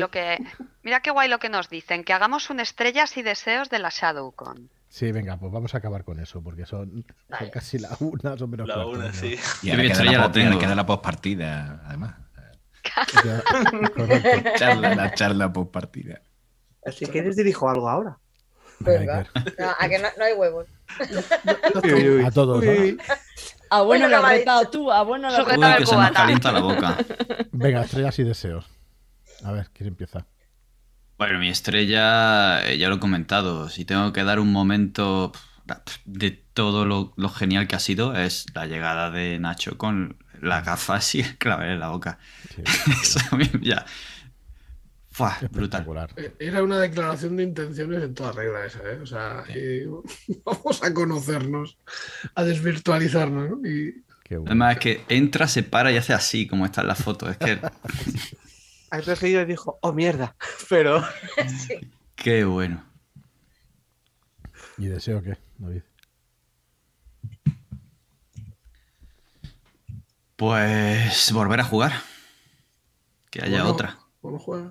lo que nos dicen, que hagamos un estrellas y deseos de la ShadowCon. Sí, venga, pues vamos a acabar con eso, porque son casi la una, son menos La cuarto, una, ¿no? sí. Y ahora Yo mi queda estrella la ahora tengo. queda la postpartida, además. Ya, correcto. La charla postpartida. Si quieres dirijo algo ahora. Venga. No, a que no hay huevos. A todos, ¿no? Ah, bueno, Bueno, lo lo has ha retado tú. Ah, bueno, lo has Uy, retado. que se nos calienta la boca. Venga, estrellas y deseos. A ver, ¿quién empieza? Bueno, mi estrella, ya lo he comentado, si tengo que dar un momento de todo lo genial que ha sido, es la llegada de Nacho con las gafas y el clavel en la boca. Eso a mí ya... Fua, brutal. Era una declaración de intenciones en toda regla esa, ¿eh? O sea, vamos a conocernos, a desvirtualizarnos, ¿no? Y... Además es que entra, se para y hace así, como está en la foto. Es que... Ahí seguido y dijo, oh mierda, pero... Qué bueno. ¿Y deseo qué, David? Pues volver a jugar. Que haya otra. Bueno, juega.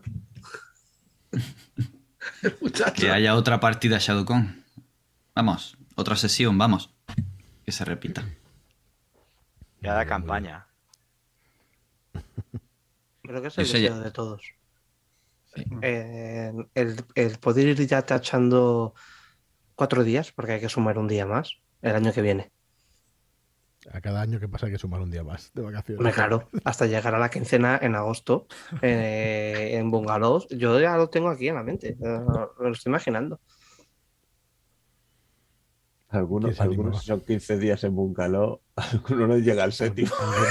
Que haya otra partida Shadowcon. Vamos, otra sesión, vamos. Que se repita. Ya da campaña. Creo que es el Eso deseo ya- de todos. El poder ir ya tachando 4 días, porque hay que sumar un día más el año que viene. A cada año que pasa hay que sumar un día más de vacaciones. Hombre, claro, hasta llegar a la quincena en agosto en bungalows. Yo ya lo tengo aquí en la mente, me lo estoy imaginando. Algunos se anima? son 15 días en bungalow, algunos no llega al séptimo.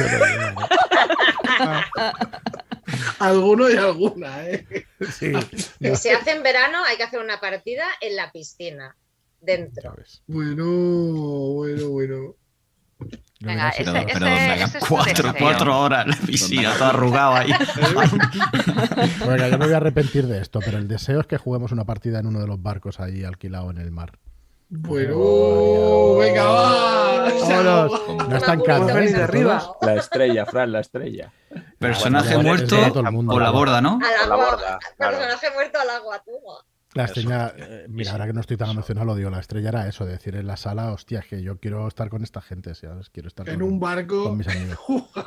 Alguno y alguna, ¿eh? Sí. Si se hace en verano, hay que hacer una partida en la piscina, dentro. Bueno. Venga, Pero, ese pero donde haga es tu 4 deseo. horas la piscina, todo arrugado ahí. Venga, yo me voy a arrepentir de esto, pero el deseo es que juguemos una partida en uno de los barcos ahí alquilado en el mar. Bueno, venga, va. Vámonos. No están caros. Venid de arriba. Todos. La estrella, Fran, la estrella. Personaje Bueno, muerto es para todo el mundo. por la borda, ¿no? Al la agua, borda, claro. personaje muerto al agua, tú. La estrella, mira, ahora que no estoy tan emocionado, lo digo, la estrella era eso, de decir en la sala, hostia, es que yo quiero estar con esta gente, ¿sabes? Quiero estar En con, un barco. con mis amigos.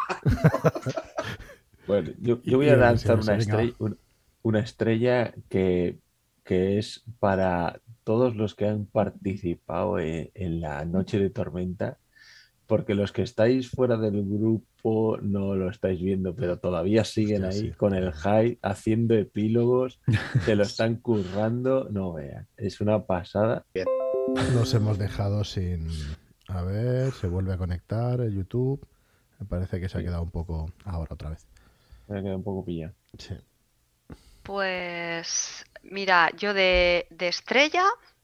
Bueno, yo Y- voy y a el lanzar deseo, una venga. estrella, una estrella que es para todos los que han participado en la Noche de Tormenta, porque los que estáis fuera del grupo no lo estáis viendo, pero todavía siguen Hostia, ahí sí. con el hype, haciendo epílogos, se lo están currando, no vean, es una pasada. Nos hemos dejado sin... A ver, se vuelve a conectar el YouTube. Me parece que se ha quedado un poco... Ahora otra vez. Me ha quedado un poco pillado. Sí. Pues mira, yo de estrella,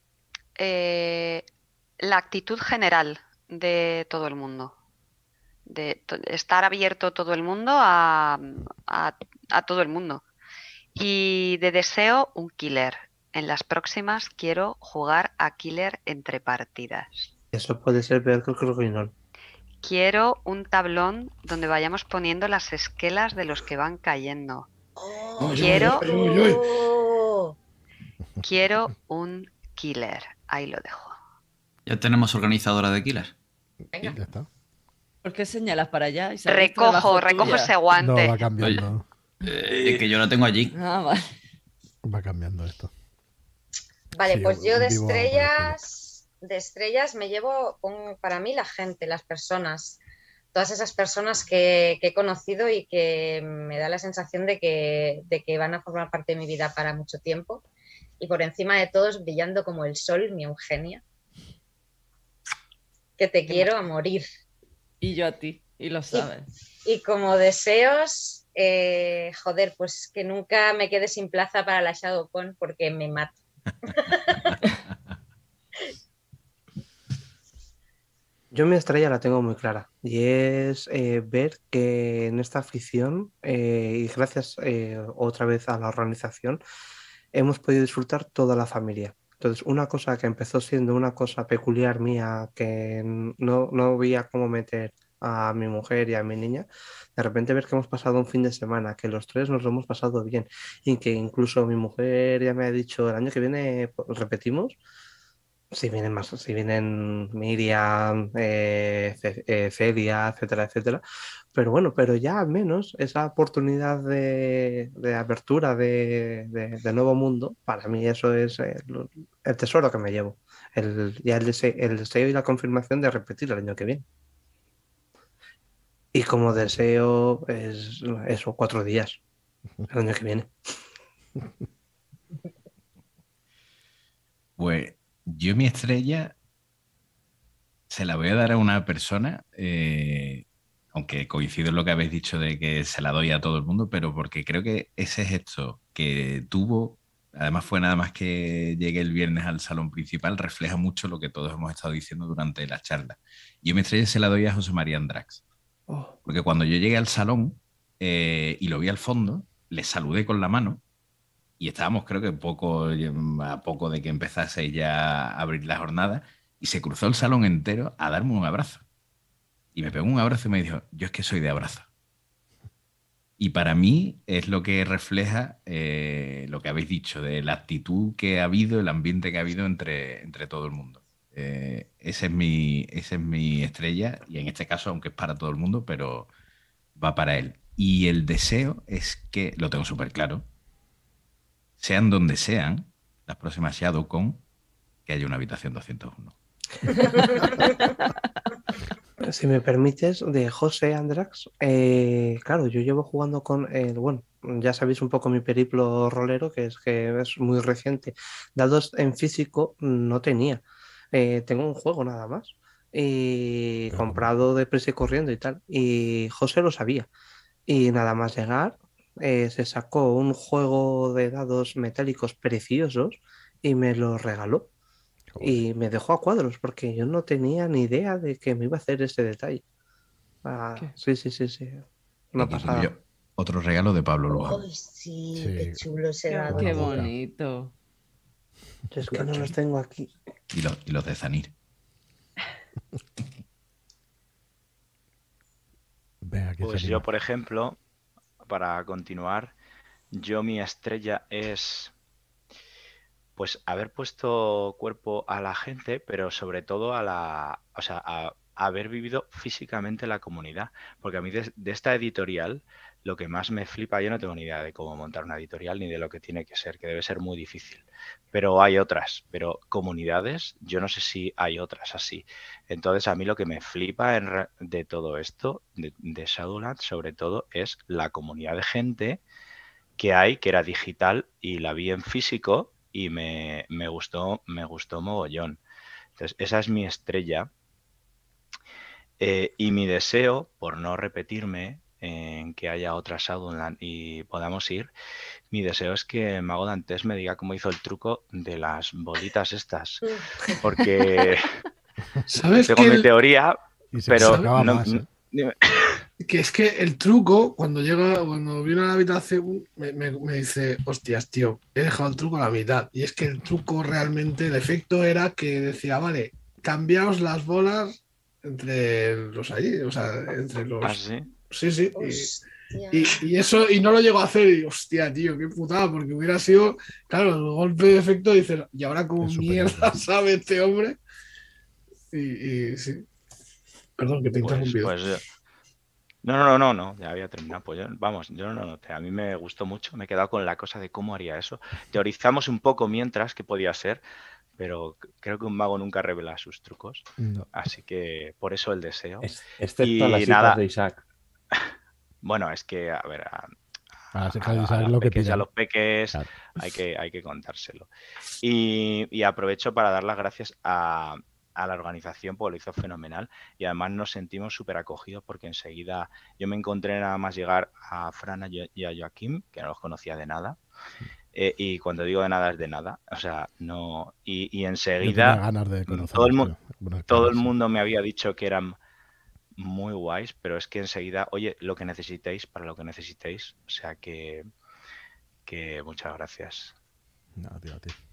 la actitud general de todo el mundo. De estar abierto todo el mundo a todo el mundo. Y de deseo, un killer. En las próximas quiero jugar a killer entre partidas. Eso puede ser peor que el croquinol. Quiero un tablón donde vayamos poniendo las esquelas de los que van cayendo. Quiero, quiero un killer. Ahí lo dejo. Ya tenemos organizadora de Killer. Ya está. ¿Por qué señalas para allá? Y se ha visto Recojo debajo tuya. ese guante. No, va cambiando. Que yo la tengo allí. Ah, vale. Va cambiando esto. Vale, Sí, pues yo de vivo por el estrellas me llevo para mí la gente, las personas, todas esas personas que he conocido y que me da la sensación de que van a formar parte de mi vida para mucho tiempo. Y por encima de todos, brillando como el sol, mi Eugenia. Que te quiero a morir. Y yo a ti, y lo sabes. Y como deseos, joder, pues que nunca me quede sin plaza para la Shadowcon porque me mato. Yo mi estrella la tengo muy clara y es ver que en esta afición y gracias otra vez a la organización hemos podido disfrutar toda la familia. Entonces una cosa que empezó siendo una cosa peculiar mía que no veía cómo meter a mi mujer y a mi niña, de repente ver que hemos pasado un fin de semana, que los tres nos lo hemos pasado bien y que incluso mi mujer ya me ha dicho el año que viene repetimos. Si vienen más, si vienen Miriam, Celia, etcétera, etcétera. Pero bueno, pero ya al menos esa oportunidad de apertura de nuevo mundo, para mí eso es el tesoro que me llevo. El deseo y la confirmación de repetir el año que viene. Y como deseo es eso, 4 días el año que viene. Pues yo mi estrella se la voy a dar a una persona, aunque coincido en lo que habéis dicho de que se la doy a todo el mundo, pero porque creo que ese gesto que tuvo, además fue nada más que llegué el viernes al salón principal, refleja mucho lo que todos hemos estado diciendo durante la charla. Yo mi estrella se la doy a José María Andrax. Porque cuando yo llegué al salón y lo vi al fondo, le saludé con la mano. Y estábamos, creo que a poco de que empezase ya a abrir la jornada, y se cruzó el salón entero a darme un abrazo. Y me pegó un abrazo y me dijo, yo es que soy de abrazo. Y para mí es lo que refleja lo que habéis dicho, de la actitud que ha habido, el ambiente que ha habido entre todo el mundo. Esa es mi estrella, y en este caso, aunque es para todo el mundo, pero va para él. Y el deseo es que, lo tengo súper claro, sean donde sean, las próximas ShadowCon, que haya una habitación 201. Si me permites, de José Andrax, claro, yo llevo jugando con, bueno, ya sabéis un poco mi periplo rolero, que es muy reciente. Dados en físico no tenía. Tengo un juego nada más. Comprado deprisa y corriendo y tal. Y José lo sabía. Y nada más llegar, se sacó un juego de dados metálicos preciosos y me lo regaló. Y me dejó a cuadros porque yo no tenía ni idea de que me iba a hacer ese detalle. Sí. Una pasada. Otro regalo de Pablo Luján. Ay, sí, qué chulo ese dado. Qué bonito. Yo es que no los tengo aquí. Y los de Zanir. Pues yo, por ejemplo, para continuar, mi estrella es pues haber puesto cuerpo a la gente, pero sobre todo a haber vivido físicamente la comunidad. Porque a mí de esta editorial lo que más me flipa, yo no tengo ni idea de cómo montar una editorial ni de lo que tiene que ser, que debe ser muy difícil. Pero hay otras, pero comunidades, yo no sé si hay otras así. Entonces a mí lo que me flipa de todo esto, de Shadowlands sobre todo, es la comunidad de gente que hay, que era digital y la vi en físico y me gustó mogollón. Entonces esa es mi estrella. Y mi deseo, por no repetirme en que haya otra Shadowlands y podamos ir, mi deseo es que Mago Dantes me diga cómo hizo el truco de las bolitas estas, porque ¿sabes tengo mi teoría, pero no, que es que el truco, cuando viene a la habitación, me dice, hostias, tío, he dejado el truco a la mitad. Y es que el truco realmente, el efecto era que decía, vale, cambiaos las bolas entre los allí, o sea, entre los... ¿Ah, sí? Sí. Y eso, y no lo llego a hacer, y hostia, tío, qué putada, porque hubiera sido, claro, el golpe de efecto, dices, y ahora como mierda sabe este hombre. Y sí. Perdón, que te he interrumpido. No, ya había terminado. Pues yo no noté. A mí me gustó mucho, me he quedado con la cosa de cómo haría eso. Teorizamos un poco mientras qué podía ser, pero creo que un mago nunca revela sus trucos. No. Así que por eso el deseo. Excepto las hijas de Isaac. Bueno, es que, a ver, a los peques claro. hay que contárselo. Y aprovecho para dar las gracias a la organización, porque lo hizo fenomenal, y además nos sentimos súper acogidos porque enseguida yo me encontré nada más llegar a Fran y a Joaquim, que no los conocía de nada, y cuando digo de nada es de nada, o sea, no, y enseguida todo el mundo me había dicho que eran muy guays, pero es que enseguida, oye, lo que necesitéis, para lo que necesitéis, o sea que muchas gracias. No, tío.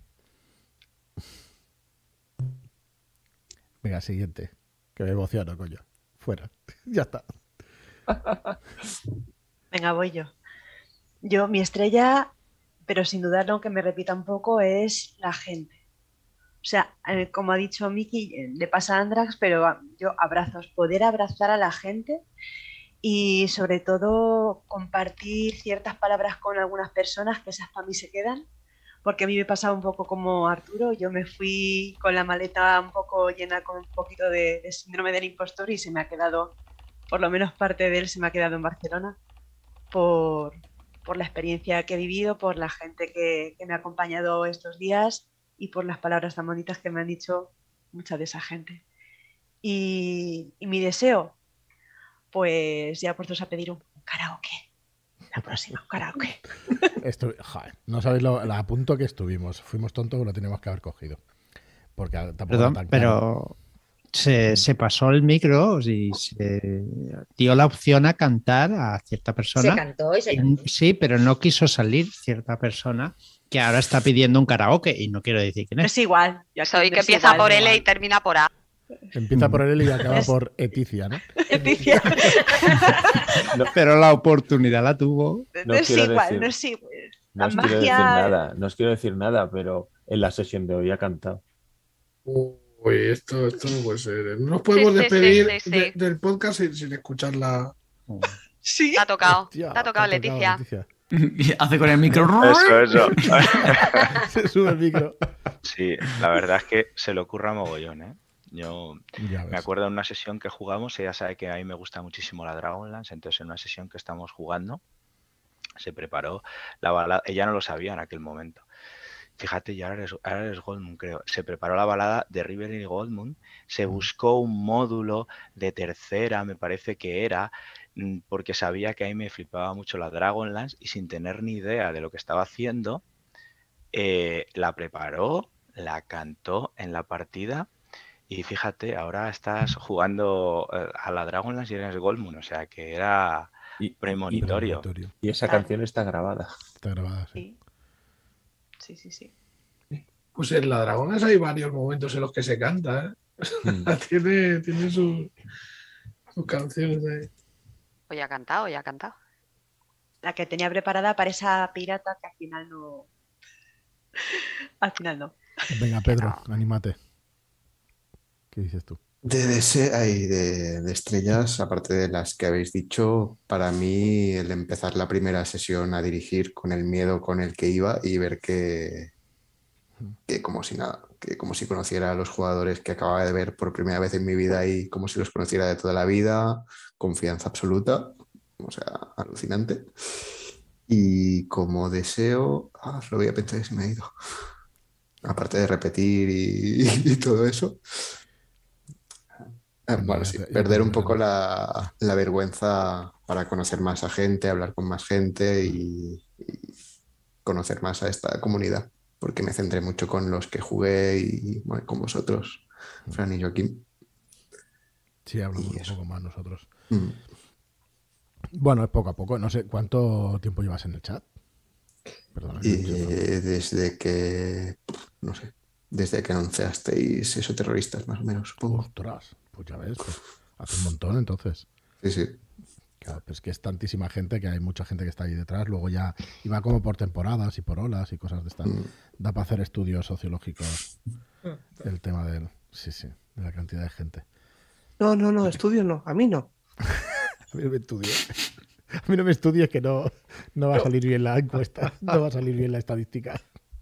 Venga, siguiente. Que me emociono, coño. Fuera. Ya está. Venga, voy yo. Mi estrella, pero sin dudarlo, aunque me repita un poco, es la gente. O sea, como ha dicho Miki, le pasa a Andrax, pero yo abrazos. Poder abrazar a la gente y sobre todo compartir ciertas palabras con algunas personas que esas para mí se quedan. Porque a mí me pasaba un poco como Arturo, yo me fui con la maleta un poco llena con un poquito de síndrome del impostor y se me ha quedado, por lo menos parte de él se me ha quedado en Barcelona por la experiencia que he vivido, por la gente que me ha acompañado estos días y por las palabras tan bonitas que me han dicho mucha de esa gente. Y mi deseo, pues ya puestos a pedir un karaoke. La próxima, karaoke. No sabéis lo apunto que estuvimos. Fuimos tontos que lo teníamos que haber cogido. Porque tampoco Perdón, tan pero se pasó el micro y se dio la opción a cantar a cierta persona. Se cantó y se cantó. Sí, pero no quiso salir cierta persona que ahora está pidiendo un karaoke y no quiero decir quién es. Es igual. Ya soy que empieza por L y termina por A. Empieza por él y acaba por Eticia, ¿no? Eticia. No, pero la oportunidad la tuvo. No es igual, no es igual. No os quiero decir nada, no os quiero decir nada, pero en la sesión de hoy ha cantado. Uy, esto no puede ser. No nos podemos despedir del podcast sin escucharla. Sí. Te ha tocado, Leticia. Hace con el micro. Eso. Se sube el micro. Sí, la verdad es que se le ocurra mogollón, ¿eh? Yo me acuerdo de una sesión que jugamos, ella sabe que a mí me gusta muchísimo la Dragonlance, entonces en una sesión que estamos jugando se preparó la balada, ella no lo sabía en aquel momento. Fíjate, y ahora eres Goldmoon, creo. Se preparó la balada de River y Goldmoon, se buscó un módulo de tercera, me parece que era, porque sabía que a mí me flipaba mucho la Dragonlance y sin tener ni idea de lo que estaba haciendo, la preparó, la cantó en la partida y fíjate, ahora estás jugando a la Dragonlance y eres Goldmoon, o sea que era premonitorio. Y esa canción está grabada. Está grabada, sí. Sí. Pues en la Dragonas hay varios momentos en los que se canta, ¿eh? Tiene sus canciones ahí. Hoy ha cantado. La que tenía preparada para esa pirata que al final no. Venga, Pedro, anímate. ¿Qué dices tú? De estrellas, aparte de las que habéis dicho, para mí el empezar la primera sesión a dirigir con el miedo con el que iba y ver que como si nada, que como si conociera a los jugadores que acababa de ver por primera vez en mi vida y como si los conociera de toda la vida, confianza absoluta, o sea, alucinante. Y como deseo, lo voy a pensar y se me ha ido. Aparte de repetir y todo eso. Bueno, sí, perder un poco la vergüenza para conocer más a gente, hablar con más gente y conocer más a esta comunidad, porque me centré mucho con los que jugué y bueno, con vosotros, Fran y Joaquín. Sí, hablamos un poco más nosotros. Bueno, es poco a poco. No sé, ¿cuánto tiempo llevas en el chat? Perdona. Desde que anunciasteis eso, terroristas, más o menos, supongo. Ostras, pues ya ves, pues hace un montón entonces. Sí. Claro, pues que es tantísima gente que hay mucha gente que está ahí detrás. Luego ya iba como por temporadas y por olas y cosas de estas. Da para hacer estudios sociológicos el tema de la cantidad de gente. No, estudio no, a mí no. A mí no me estudies. A mí no me estudies que no va a salir bien la encuesta, no va a salir bien la estadística.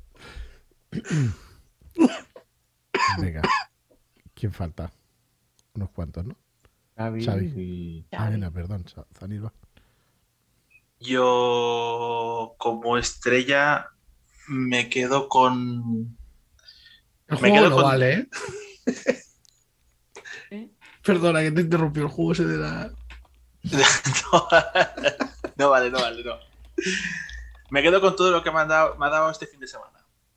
Venga, ¿quién falta? Unos cuantos, ¿no? Xavi. Perdón, Zanilva. Yo, como estrella, me quedo con. El juego no vale, ¿eh? Perdona que te interrumpió el juego ese de la. No vale. Me quedo con todo lo que me ha dado este fin de semana.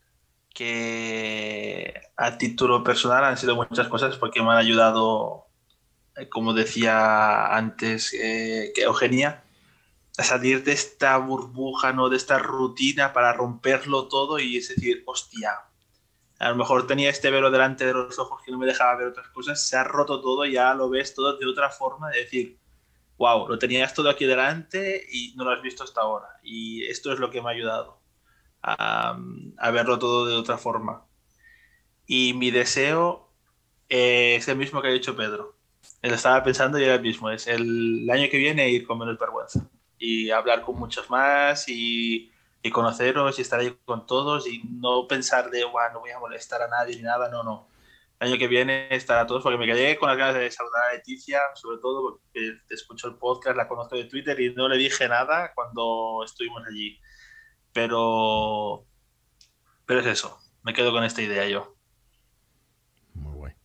Que a título personal han sido muchas cosas porque me han ayudado, como decía antes que Eugenia, a salir de esta burbuja, ¿no? De esta rutina para romperlo todo y es decir, hostia, a lo mejor tenía este velo delante de los ojos que no me dejaba ver otras cosas, se ha roto todo, ya lo ves todo de otra forma, de decir, wow, lo tenías todo aquí delante y no lo has visto hasta ahora. Y esto es lo que me ha ayudado a verlo todo de otra forma. Y mi deseo es el mismo que ha dicho Pedro. Él estaba pensando y era el mismo. Es el año que viene ir con menos vergüenza. Y hablar con muchos más y conoceros y estar ahí con todos y no pensar de, no voy a molestar a nadie ni nada. No. El año que viene estar a todos porque me quedé con las ganas de saludar a Leticia, sobre todo porque te escucho el podcast, la conozco de Twitter y no le dije nada cuando estuvimos allí. Pero es eso, me quedo con esta idea yo. Muy guay.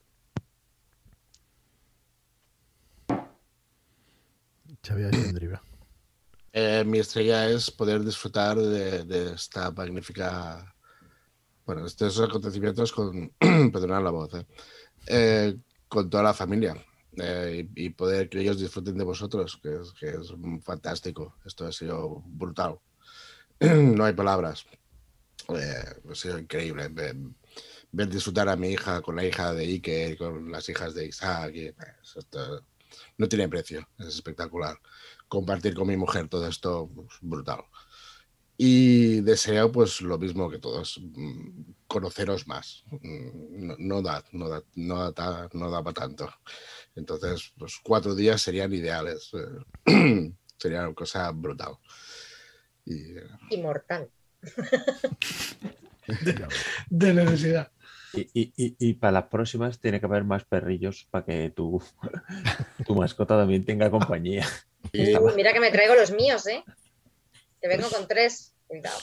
Xavi Andriva. Mi estrella es poder disfrutar de esta magnífica, bueno, estos acontecimientos con, perdonad la voz, con toda la familia y poder que ellos disfruten de vosotros, que es fantástico. Esto ha sido brutal. No hay palabras. Ha sido increíble. ver disfrutar a mi hija con la hija de Iker, con las hijas de Isaac, esto no tiene precio, es espectacular. Compartir con mi mujer todo esto, pues, brutal. Y deseo pues lo mismo que todos, conoceros más. No da para tanto. Entonces, pues 4 días serían ideales. Sería una cosa brutal. Inmortal. De necesidad. Y para las próximas tiene que haber más perrillos para que tu mascota también tenga compañía. Mira que me traigo los míos, ¿eh? Que vengo con 3. Cuidado.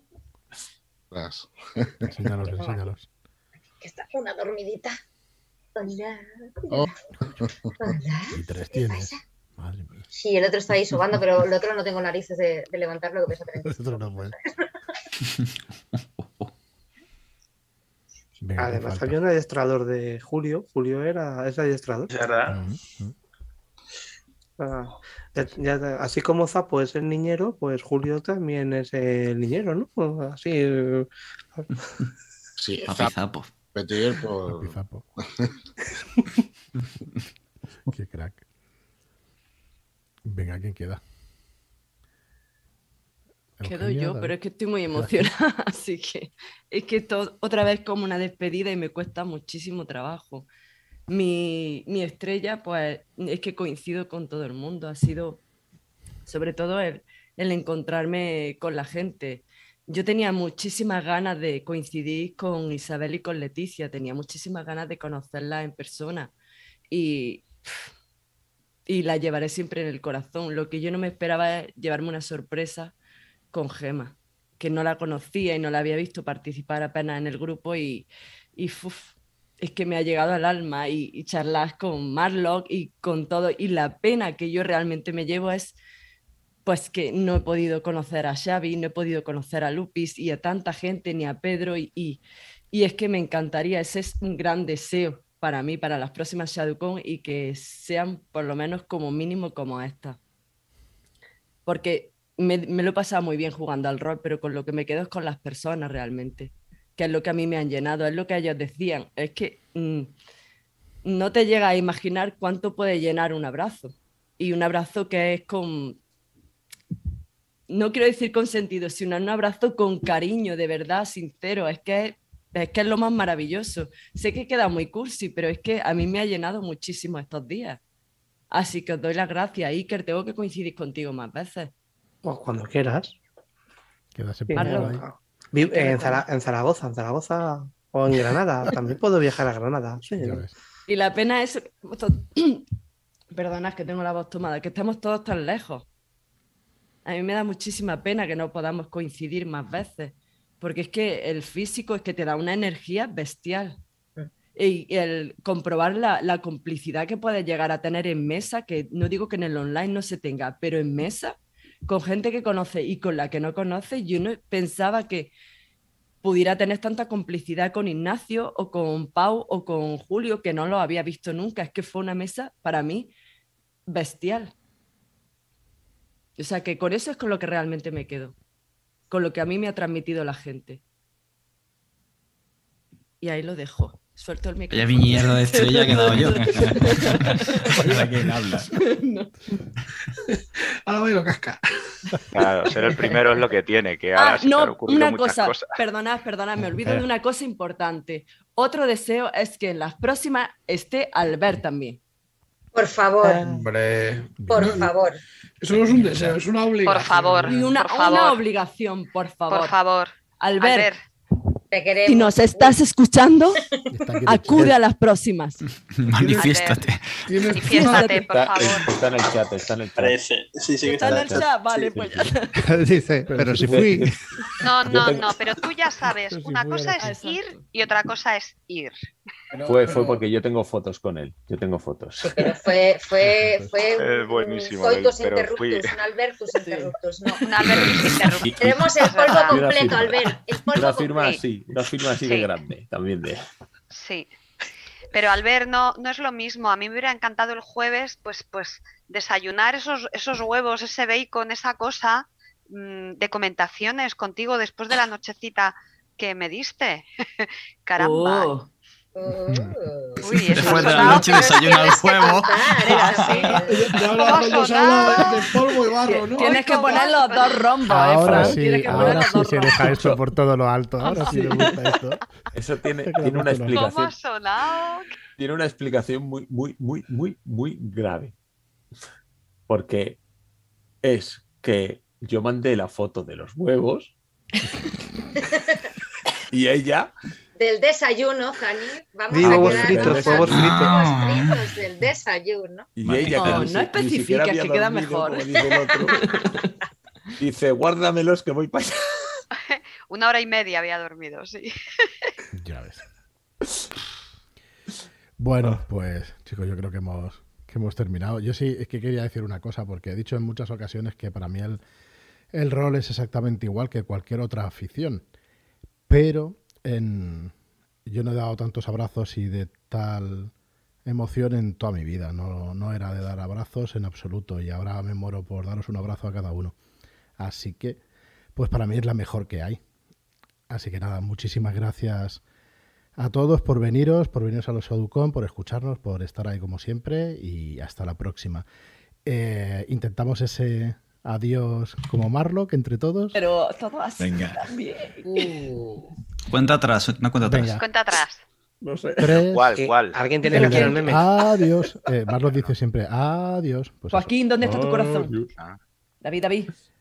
Enséñalos. Que está una dormidita. Hola. Oh. Hola. Y 3 tienes. Madre mía. Sí, el otro está ahí sobando, pero el otro no tengo narices de levantarlo, que pesa 30. El otro no puede. Venga, además había un adiestrador de Julio. Julio es adiestrador. ¿Verdad? Así como Zapo es el niñero, pues Julio también es el niñero, ¿no? Así. Sí, Zapo. Petir por... Zapo. Qué crack. Venga, ¿quién queda? Quedo yo, pero es que estoy muy emocionada, así que es que otra vez como una despedida y me cuesta muchísimo trabajo. Mi estrella, pues es que coincido con todo el mundo, ha sido sobre todo el encontrarme con la gente. Yo tenía muchísimas ganas de coincidir con Isabel y con Leticia, tenía muchísimas ganas de conocerlas en persona y la llevaré siempre en el corazón. Lo que yo no me esperaba es llevarme una sorpresa con Gemma, que no la conocía y no la había visto participar apenas en el grupo y es que me ha llegado al alma y charlar con Marlock y con todo, y la pena que yo realmente me llevo es pues que no he podido conocer a Xavi, no he podido conocer a Lupis y a tanta gente, ni a Pedro, y es que me encantaría, ese es un gran deseo para mí, para las próximas ShadowCon, y que sean por lo menos como mínimo como esta, porque me lo he pasado muy bien jugando al rol, pero con lo que me quedo es con las personas realmente, que es lo que a mí me han llenado, es lo que ellos decían, es que no te llega a imaginar cuánto puede llenar un abrazo, y un abrazo que es con, no quiero decir con sentido, sino un abrazo con cariño, de verdad, sincero, es que es lo más maravilloso. Sé que queda muy cursi, pero es que a mí me ha llenado muchísimo estos días, así que os doy las gracias, Iker, tengo que coincidir contigo más veces. Pues cuando quieras. En Zaragoza o en Granada. También puedo viajar a Granada. Sí. Y la pena es, perdonad que tengo la voz tomada, que estamos todos tan lejos. A mí me da muchísima pena que no podamos coincidir más veces, porque es que el físico es que te da una energía bestial. Y el comprobar la complicidad que puedes llegar a tener en mesa, que no digo que en el online no se tenga, pero en mesa, con gente que conoce y con la que no conoce, yo no pensaba que pudiera tener tanta complicidad con Ignacio o con Pau o con Julio, que no lo había visto nunca. Es que fue una mesa para mí bestial. O sea que con eso es con lo que realmente me quedo, con lo que a mí me ha transmitido la gente. Y ahí lo dejo. Suelto el micrófono. Ya mierda de estrella que he dado yo. ¿Para quién habla? No. Ahora voy a cascar. Claro, ser el primero es lo que tiene, que ahora se te han ocurrido una muchas cosa, cosas. perdonad, me olvido de una cosa importante. Otro deseo es que en las próximas esté Albert también. Por favor. Hombre. Por favor. Eso no es un deseo, es una obligación. Por favor. Y una obligación, por favor. Por favor. Albert. Te queremos. Si nos estás escuchando, acude a las próximas. Manifiéstate. Manifiéstate, por favor. Está en el chat, está en el chat. Sí, que está en el chat. Vale, pues ya. Dice, pero si fui. No, pero tú ya sabes, una cosa es ir y otra cosa es ir. Fue porque yo tengo fotos con él. Yo tengo fotos. Sí, pero fue buenísimo. coitus Pero interruptus, un Albertus interruptus, no. Un Albertus interruptus. Tenemos el polvo completo, Albert. El polvo Una firma completo. así de grande, también de. Sí. Pero Albert, no es lo mismo. A mí me hubiera encantado el jueves, pues desayunar esos huevos, ese bacon, esa cosa de comentaciones contigo después de la nochecita que me diste. Caramba. Oh. Uy, eso Después ha de la sonado noche que desayuna el huevo. De polvo y barro, ¿no? Tienes que poner los dos rombos, Ahora Fran. sí, Tienes que poner ahora los sí dos se rombos. deja esto por todo lo alto. Ahora sí me gusta esto. Eso tiene una ¿Cómo ha explicación. sonado? Tiene una explicación muy grave. Porque es que yo mandé la foto de los huevos y ella... Del desayuno, Jani. Vamos Digo, a huevos quedar fritos, huevos huevos fritos del desayuno. Y ella que No, ni no si- ni especifiques, siquiera había que queda dormido, mejor. como dice el otro, dice, guárdamelos que voy para allá. 1 hora y media había dormido, sí. Ya ves. Bueno, pues chicos, yo creo que hemos terminado. Yo sí es que quería decir una cosa, porque he dicho en muchas ocasiones que para mí el rol es exactamente igual que cualquier otra afición. Pero yo no he dado tantos abrazos y de tal emoción en toda mi vida. No era de dar abrazos en absoluto y ahora me muero por daros un abrazo a cada uno. Así que, pues para mí es la mejor que hay. Así que nada, muchísimas gracias a todos por veniros a los Shadowcon, por escucharnos, por estar ahí como siempre y hasta la próxima. Intentamos ese adiós como Marlock entre todos. Pero todo así Venga. también. Cuenta atrás, una cuenta atrás. Venga. Cuenta atrás. No sé. 3, ¿Cuál? Alguien tiene que hacer el meme. adiós. Marlock dice siempre adiós. Pues eso. Joaquín, ¿dónde está tu corazón? Adiós. David.